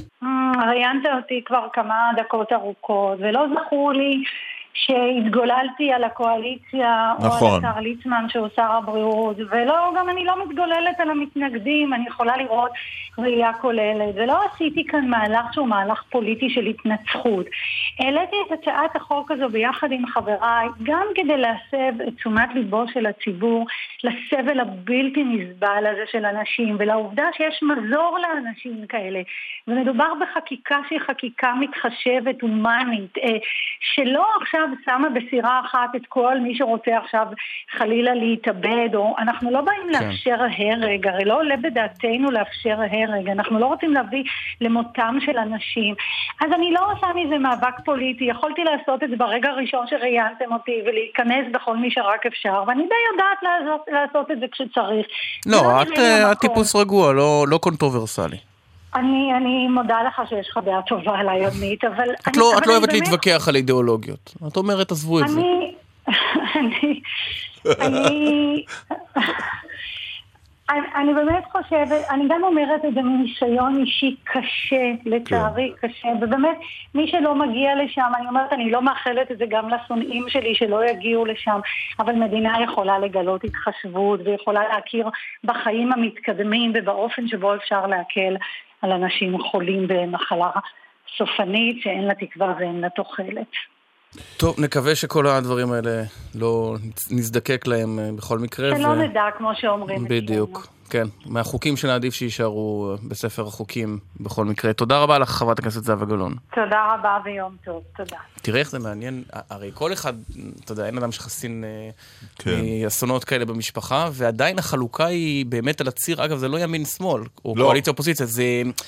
ראיינת אותי כבר כמה דקות ארוכות, ולא זכור לי שהתגוללתי על הקואליציה, נכון. או על השר ליצמן שהוא שר הבריאות, ולא, גם אני לא מתגוללת על המתנגדים, אני יכולה לראות ראייה כוללת, ולא עשיתי כאן מהלך שהוא מהלך פוליטי של התנצחות. העליתי את הצעת החוק הזו ביחד עם חבריי, גם כדי להסב את תשומת ליבו של הציבור, לסבל הבלתי נסבל הזה של אנשים, ולעובדה שיש מזור לאנשים כאלה, ומדובר בחקיקה שהיא חקיקה מתחשבת, הומנית, שלא עכשיו שמה בסירה אחת את כל מי שרוצה עכשיו חלילה להתאבד, או אנחנו לא באים כן. לאפשר הרג, הרי לא עולה בדעתנו לאפשר הרג, אנחנו לא רוצים להביא למותם של אנשים, אז אני לא עושה מזה מאבק פוליטי, יכולתי לעשות את זה ברגע הראשון שראיינתם אותי, ולהיכנס בכל מי שרק אפשר, ואני די יודעת לעשות, לעשות את זה כשצריך. לא, את, את טיפוס רגוע, לא, לא קונטרוברסלי. אני, אני מודה לך שיש לך דעה טובה עליי, עמית, אבל... את אני, לא, אבל את לא אוהבת באמת... להתווכח על אידיאולוגיות. את אומרת, עזבו את זה. אני... אני... אני... אני, אני באמת חושבת, אני גם אומרת את זה מניסיון אישי קשה, לצערי קשה, ובאמת מי שלא מגיע לשם, אני אומרת, אני לא מאחלת את זה גם לשונאים שלי שלא יגיעו לשם, אבל מדינה יכולה לגלות התחשבות ויכולה להכיר בחיים המתקדמים ובאופן שבו אפשר להקל על אנשים חולים במחלה סופנית שאין לה תקווה ואין לה תוחלת. טוב, נקווה שכל הדברים האלה לא נזדקק להם בכל מקרה. שלא ו... נדע, כמו שאומרים. בדיוק, כן. מהחוקים שנעדיף שישארו בספר החוקים בכל מקרה. תודה רבה לך, חברת הכנסת זהבה גלאון. תודה רבה ויום טוב, תודה. תראה איך זה מעניין, הרי כל אחד, אתה יודע, אין אדם שחסין כן. מאסונות כאלה במשפחה, ועדיין החלוקה היא באמת על הציר, אגב, זה לא ימין-שמאל, או לא. קואליציה אופוזיציה, זה,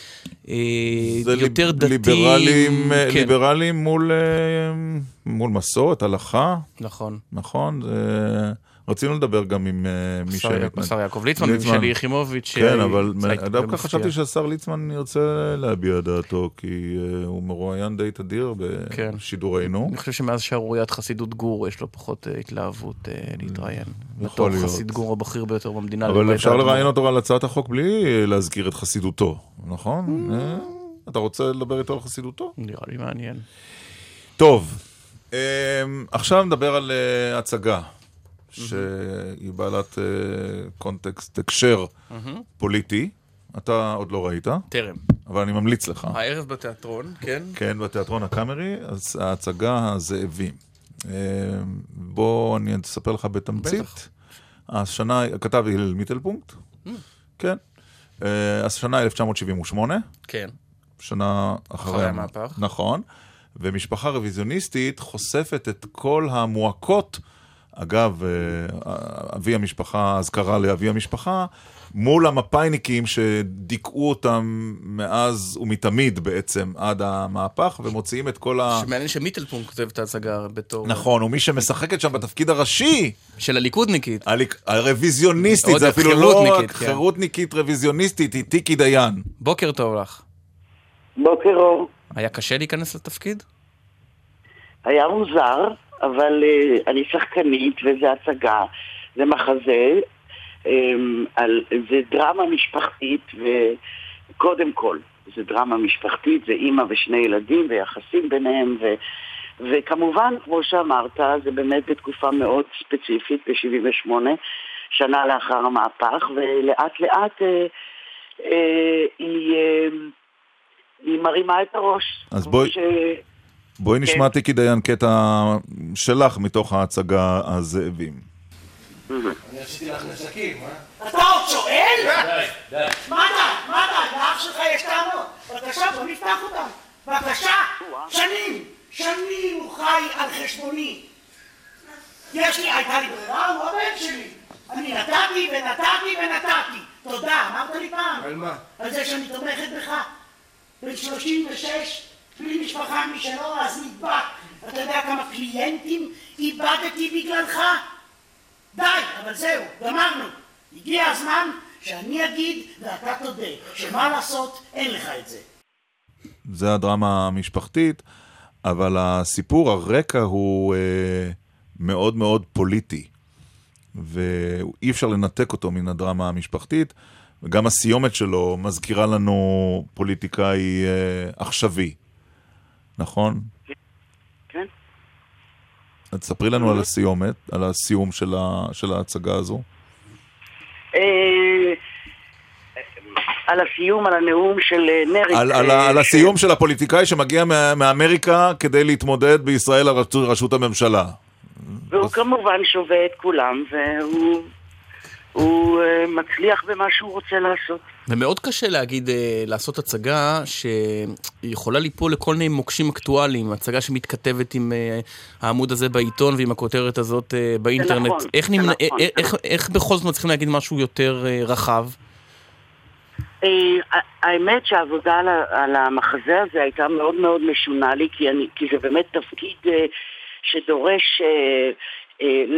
זה יותר ליב, דתיים. ליברלים, כן. ליברלים מול... מול מסורת, הלכה. נכון. נכון, זה... רצינו לדבר גם עם מי ש... השר יעקב ליצמן, עם שלי יחימוביץ'. כן, אבל דווקא חשבתי שהשר ליצמן ירצה להביע דעתו, כי הוא מרואיין די תדיר בשידורנו. אני חושב שמאז שערוריית חסידות גור, יש לו פחות התלהבות להתראיין. בתור חסיד גור הבכיר ביותר במדינה. אבל אפשר לראיין אותו על הצעת החוק בלי להזכיר את חסידותו, נכון? אתה רוצה לדבר איתו על חסידותו? נראה לי מעניין. טוב, עכשיו נדבר על הצגה. שהיא בעלת קונטקסט, הקשר פוליטי. אתה עוד לא ראית. טרם. אבל אני ממליץ לך. הערב בתיאטרון, כן. כן, בתיאטרון הקאמרי, אז ההצגה הזאבים. בוא אני אספר לך בתמצית. השנה, כתב הלל מיטלפונקט. כן. השנה אלף תשע מאות שבעים ושמונה. כן. שנה אחרי המהפך. נכון. ומשפחה רוויזיוניסטית חושפת את כל המועקות אגב, אבי המשפחה, אז קרא לאבי המשפחה, מול המפאיניקים שדיכאו אותם מאז ומתמיד בעצם עד המהפך, ומוציאים את כל ה... שמעניין שמיטלפונקט כותב את ההצגה בתור... נכון, ומי שמשחקת שם בתפקיד הראשי... של הליכודניקית. הרוויזיוניסטית, זה אפילו לא רק חירותניקית רוויזיוניסטית, היא טיקי דיין. בוקר טוב לך. בוקר אור. היה קשה להיכנס לתפקיד? היה מוזר. אבל uh, אני שחקנית, וזה הצגה, זה מחזה, um, על, זה דרמה משפחתית, וקודם כל, זה דרמה משפחתית, זה אימא ושני ילדים, ויחסים ביניהם, ו, וכמובן, כמו שאמרת, זה באמת בתקופה מאוד ספציפית, ב-שבעים ושמונה, שנה לאחר המהפך, ולאט לאט uh, uh, היא, uh, היא מרימה את הראש. אז בואי... ש... בואי נשמע תיקי דיין קטע שלך מתוך ההצגה הזאבים. אני עשיתי לך נזקים, אה? אתה עוד שואל? די, די. מה אתה? מה אתה? לאח שלך יש טענות. בבקשה, בוא נפתח אותם. בבקשה, שנים, שנים הוא חי על חשבוני. יש לי, הייתה לי ברירה, הוא הבן שלי. אני נתתי ונתתי ונתתי. תודה, אמרת לי פעם. על מה? על זה שאני תומכת בך. בן שלושים ושש. בלי משפחה משלו, אז נדבק. אתה יודע כמה קליינטים איבדתי בגללך? די, אבל זהו, גמרנו. הגיע הזמן שאני אגיד ואתה תודה, שמה לעשות, אין לך את זה. זה הדרמה המשפחתית, אבל הסיפור, הרקע הוא אה, מאוד מאוד פוליטי, ואי אפשר לנתק אותו מן הדרמה המשפחתית, וגם הסיומת שלו מזכירה לנו פוליטיקאי אה, עכשווי. נכון? כן. אז תספרי לנו על הסיומת, על הסיום של, ה, של ההצגה הזו. על הסיום, על הנאום של נרי. על, על, על הסיום של הפוליטיקאי שמגיע מאמריקה כדי להתמודד בישראל על ראשות הממשלה. והוא כמובן שווה את כולם, והוא הוא מצליח במה שהוא רוצה לעשות. ומאוד קשה להגיד, לעשות הצגה שיכולה ליפול לכל מיני מוקשים אקטואליים, הצגה שמתכתבת עם העמוד הזה בעיתון ועם הכותרת הזאת באינטרנט. נכון, איך, נמנע, נכון. איך, איך בכל זאת מצליחים להגיד משהו יותר רחב? האמת שהעבודה על המחזה הזה הייתה מאוד מאוד משונה לי, כי, אני, כי זה באמת תפקיד שדורש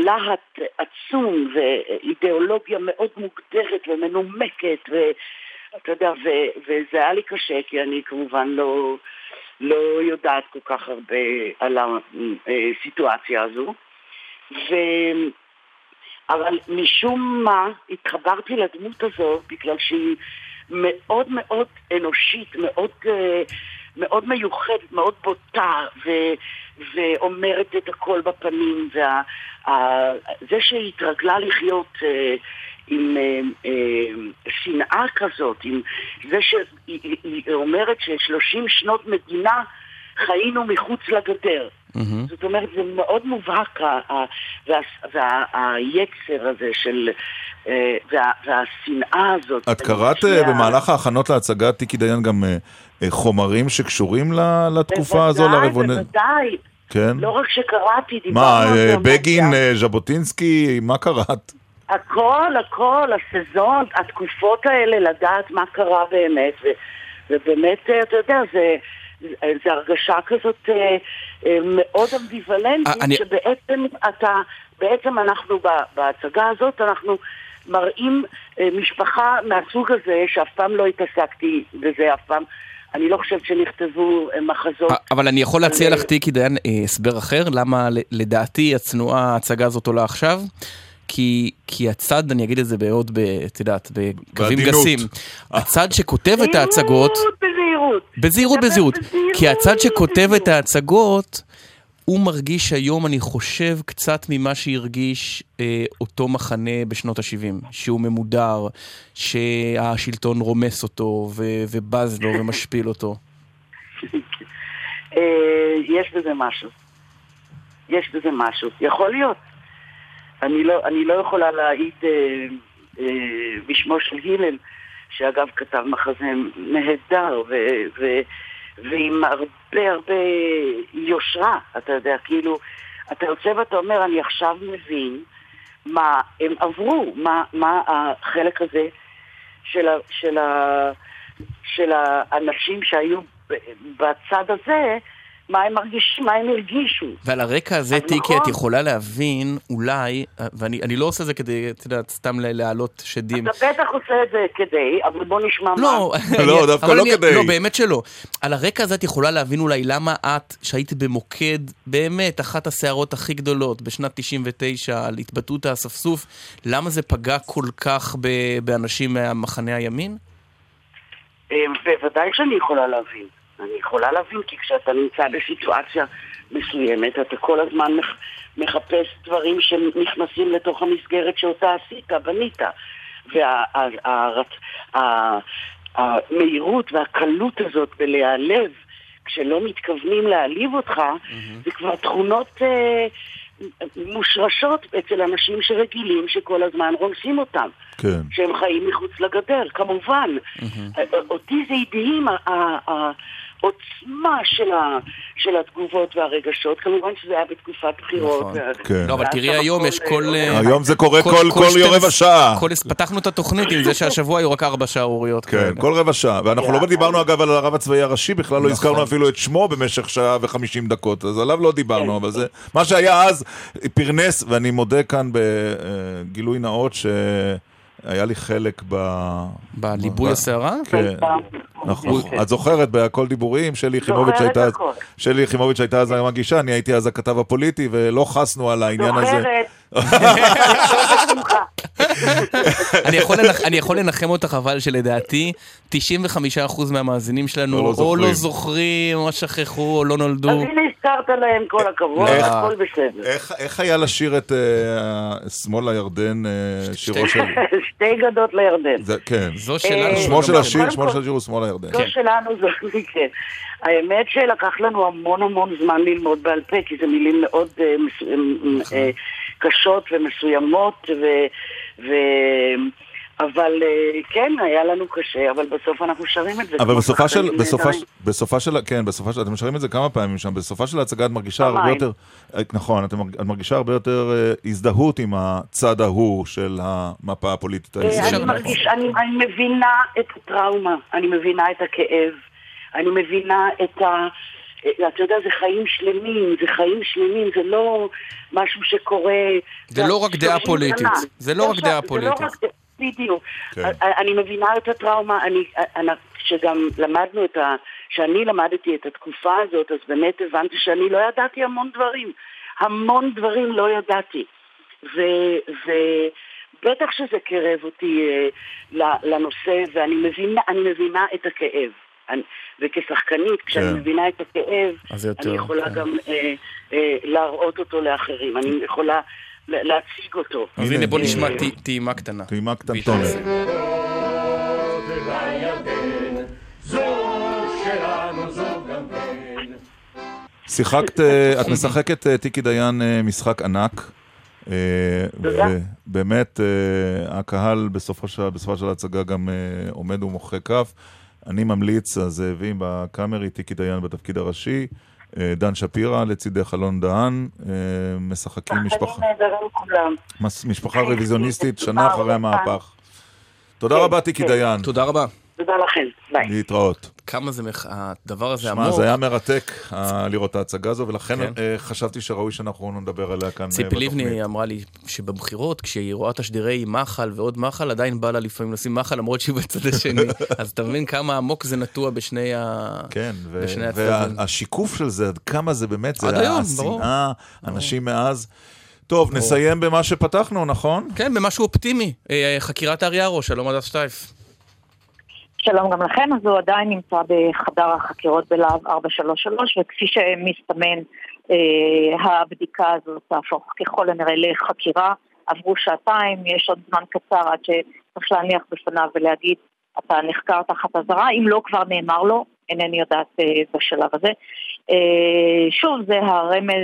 להט עצום ואידיאולוגיה מאוד מוגדרת ומנומקת ו... אתה יודע, ו- וזה היה לי קשה, כי אני כמובן לא, לא יודעת כל כך הרבה על הסיטואציה הזו. ו- אבל משום מה התחברתי לדמות הזו, בגלל שהיא מאוד מאוד אנושית, מאוד, מאוד מיוחדת, מאוד בוטה, ו- ואומרת את הכל בפנים. וה- ה- זה שהיא התרגלה לחיות עם שנאה כזאת, עם זה שהיא אומרת ששלושים שנות מדינה חיינו מחוץ לגדר. Mm-hmm. זאת אומרת, זה מאוד מובהק, והיצר הזה של, וה, והשנאה הזאת. את קראת במהלך ההכנות להצגת טיקי דיין גם חומרים שקשורים לתקופה הזו? בוודאי, בוודאי. כן? לא רק שקראתי, דיברנו... מה, בגין, ז'בוטינסקי, מה קראת? הכל, הכל, הסזון, התקופות האלה, לדעת מה קרה באמת, ו, ובאמת, אתה יודע, זה... זה הרגשה כזאת אה, אה, מאוד אמביוולנטית, אני... שבעצם אתה, בעצם אנחנו בהצגה הזאת, אנחנו מראים אה, משפחה מהסוג הזה, שאף פעם לא התעסקתי בזה, אף פעם, אני לא חושבת שנכתבו אה, מחזות. אבל אני יכול להציע לך, טיקי דיין, אה, הסבר אחר, למה לדעתי הצנועה ההצגה הזאת עולה עכשיו? כי, כי הצד, אני אגיד את זה בעוד, את יודעת, בקווים גסים, הצד שכותב את ההצגות... בזהירות, בזהירות, בזהירות. כי הצד שכותב את ההצגות, הוא מרגיש היום, אני חושב, קצת ממה שהרגיש אה, אותו מחנה בשנות ה-שבעים, שהוא ממודר, שהשלטון רומס אותו, ו- ובז לו ומשפיל אותו. יש בזה משהו. יש בזה משהו. יכול להיות. אני לא, אני לא יכולה להעיד אה, אה, בשמו של הלל, שאגב כתב מחזה נהדר ו, ו, ועם הרבה הרבה יושרה, אתה יודע, כאילו, אתה יוצא ואתה אומר, אני עכשיו מבין מה הם עברו, מה, מה החלק הזה של, ה, של, ה, של האנשים שהיו בצד הזה, מה הם מרגישים, מה הם הרגישו. ועל הרקע הזה, טיקי, את יכולה להבין, אולי, ואני אני לא עושה זה כדי, את יודעת, סתם להעלות שדים. אתה בטח עושה את זה כדי, אבל בוא נשמע מה. לא, לא, דווקא לא כדי. לא, באמת שלא. על הרקע הזה את יכולה להבין אולי למה את, שהיית במוקד, באמת, אחת הסערות הכי גדולות, בשנת תשעים ותשע, על התבטאות האספסוף, למה זה פגע כל כך באנשים מהמחנה הימין? בוודאי שאני יכולה להבין. אני יכולה להבין, כי כשאתה נמצא בסיטואציה מסוימת, אתה כל הזמן מחפש דברים שנכנסים לתוך המסגרת שאותה עשית, בנית. והמהירות והקלות הזאת בלהיעלב, כשלא מתכוונים להעליב אותך, זה כבר תכונות מושרשות אצל אנשים שרגילים שכל הזמן רומסים אותם. כן. שהם חיים מחוץ לגדר, כמובן. אותי זה הדהים, העוצמה של התגובות והרגשות, כמובן שזה היה בתקופת בחירות. לא, אבל תראי היום יש כל... היום זה קורה כל רבע שעה. פתחנו את התוכנית עם זה שהשבוע היו רק ארבע שערוריות. כן, כל רבע שעה. ואנחנו לא דיברנו אגב על הרב הצבאי הראשי, בכלל לא הזכרנו אפילו את שמו במשך שעה וחמישים דקות, אז עליו לא דיברנו, אבל זה... מה שהיה אז פרנס, ואני מודה כאן בגילוי נאות ש... היה לי חלק ב... בליבוי הסערה? כן, נכון. את זוכרת בכל דיבורים, שלי יחימוביץ' הייתה אז... שלי יחימוביץ' הייתה אז המגישה, אני הייתי אז הכתב הפוליטי, ולא חסנו על העניין הזה. אני יכול לנחם אותך, אבל שלדעתי תשעים וחמישה אחוז מהמאזינים שלנו או לא זוכרים, או שכחו, או לא נולדו. אז הנה הזכרת להם כל הכבוד, הכל בסדר. איך היה לשיר את שמאל לירדן, שירו של... שתי גדות לירדן. כן. זו שלנו. שמו של השיר, שמו של השיר הוא שמאל לירדן. זו שלנו, זו כן. האמת שלקח לנו המון המון זמן ללמוד בעל פה, כי זה מילים מאוד קשות ומסוימות, אבל כן, היה לנו קשה, אבל בסוף אנחנו שרים את זה. אבל בסופה של, בסופה של, כן, בסופה של, אתם שרים את זה כמה פעמים שם, בסופה של ההצגה את מרגישה הרבה יותר, נכון, את מרגישה הרבה יותר הזדהות עם הצד ההוא של המפה הפוליטית הישראלית. אני מבינה את הטראומה, אני מבינה את הכאב, אני מבינה את ה... אתה יודע, זה חיים שלמים, זה חיים שלמים, זה לא משהו שקורה... זה לא רק דעה פוליטית, זה לא רק דעה פוליטית. בדיוק. אני מבינה את הטראומה, שגם למדנו את ה... שאני למדתי את התקופה הזאת, אז באמת הבנתי שאני לא ידעתי המון דברים. המון דברים לא ידעתי. ובטח שזה קרב אותי לנושא, ואני מבינה, אני מבינה את הכאב. וכשחקנית, כשאני מבינה את הכאב, אני יכולה גם להראות אותו לאחרים. אני יכולה להציג אותו. אז הנה בוא נשמע טעימה קטנה. טעימה קטנטונת. שיחקת, את משחקת טיקי דיין משחק ענק, ובאמת הקהל בסופה של ההצגה גם עומד ומוחא כף. אני ממליץ, הזאבים בקאמרי, טיקי דיין בתפקיד הראשי, דן שפירה לצידך אלון דהן, משחקים משפחה משפחה רוויזיוניסטית שנה אחרי המהפך. תודה רבה טיקי דיין. תודה רבה. תודה לכם, ביי. להתראות. כמה זה, הדבר הזה עמוק. שמה, זה היה מרתק לראות את ההצגה הזו, ולכן חשבתי שראוי שאנחנו נדבר עליה כאן. ציפי לבני אמרה לי שבבחירות, כשהיא רואה תשדירי מחל ועוד מחל, עדיין בא לה לפעמים לשים מחל, למרות שהיא בצד השני. אז אתה מבין כמה עמוק זה נטוע בשני הצדדים. כן, והשיקוף של זה, עד כמה זה באמת, זה השנאה, אנשים מאז. טוב, נסיים במה שפתחנו, נכון? כן, במשהו אופטימי. חקירת אריה הראש, שלום הדס שטייף. שלום גם לכם, אז הוא עדיין נמצא בחדר החקירות בלהב ארבע שלוש שלוש, וכפי שמסתמן, אה, הבדיקה הזאת תהפוך ככל הנראה לחקירה. עברו שעתיים, יש עוד זמן קצר עד שצריך להניח בפניו ולהגיד, אתה נחקר תחת אזהרה, אם לא כבר נאמר לו, אינני יודעת אה, בשלב הזה. אה, שוב, זה הרמז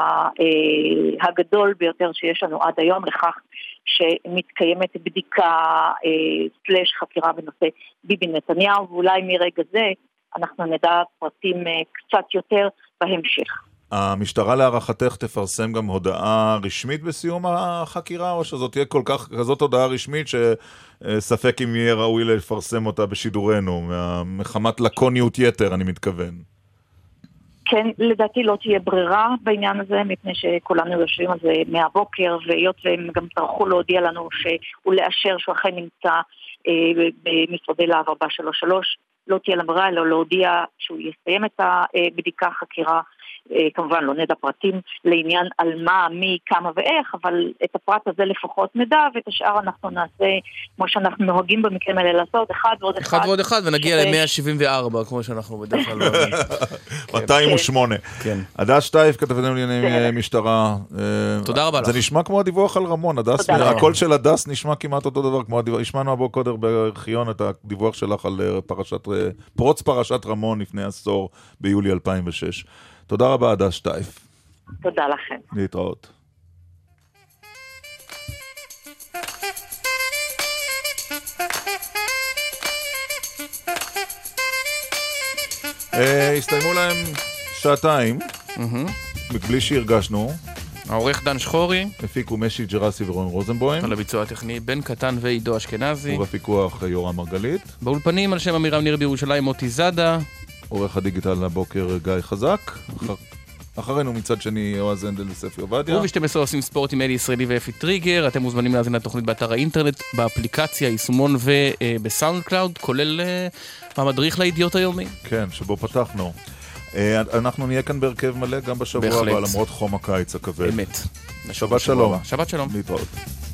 אה, הגדול ביותר שיש לנו עד היום לכך, שמתקיימת בדיקה אה, סלש חקירה בנושא ביבי נתניהו, ואולי מרגע זה אנחנו נדע פרטים אה, קצת יותר בהמשך. המשטרה להערכתך תפרסם גם הודעה רשמית בסיום החקירה, או שזאת תהיה כל כך, כזאת הודעה רשמית שספק אם יהיה ראוי לפרסם אותה בשידורנו, מחמת לקוניות יתר אני מתכוון. כן, לדעתי לא תהיה ברירה בעניין הזה, מפני שכולנו יושבים על זה מהבוקר, והיות והם גם טרחו להודיע לנו שהוא לאשר שהוא אכן נמצא אה, במשרדי להב ארבע שלוש שלוש, לא תהיה לברירה, אלא להודיע שהוא יסיים את הבדיקה, החקירה, אה, כמובן לא נדע פרטים לעניין על מה, מי, כמה ואיך, אבל את הפרט הזה לפחות נדע, ואת השאר אנחנו נעשה, כמו שאנחנו נוהגים במקרים האלה לעשות, אחד ועוד אחד. אחד ועוד אחד, ונגיע ל-מאה שבעים וארבע, כמו שאנחנו בדרך כלל... מאתיים ושמונה. כן. הדס שטייף, כתבתנו לענייני משטרה. תודה רבה לך. זה נשמע כמו הדיווח על רמון, הדס, הקול של הדס נשמע כמעט אותו דבר, כמו הדיווח, השמענו הבוא קודר בארכיון את הדיווח שלך על פרוץ פרשת רמון לפני עשור ביולי אלפיים ושש. תודה רבה, הדס שטייף. תודה לכם. להתראות. הסתיימו להם שעתיים, בלי שהרגשנו. העורך דן שחורי, הפיקו משי ג'רסי ורון רוזנבוים, על הביצוע הטכני בן קטן ועידו אשכנזי, ובפיקוח יורם מרגלית, באולפנים על שם אמירם ניר בירושלים מוטי זאדה, עורך הדיגיטל הבוקר גיא חזק, אחרינו מצד שני יועז הנדל וספי עובדיה, וב-שתים עשרה עושים ספורט עם אלי ישראלי ואפי טריגר. אתם מוזמנים להזין לתוכנית באתר האינטרנט, באפליקציה, יישומון ובסאונד קלאוד, כולל המדריך לידיעות היומי. כן, שבו פתחנו. אנחנו נהיה כאן בהרכב מלא גם בשבוע הבא, למרות חום הקיץ הכבד. אמת. שבת שלום. שבת שלום. להתראות.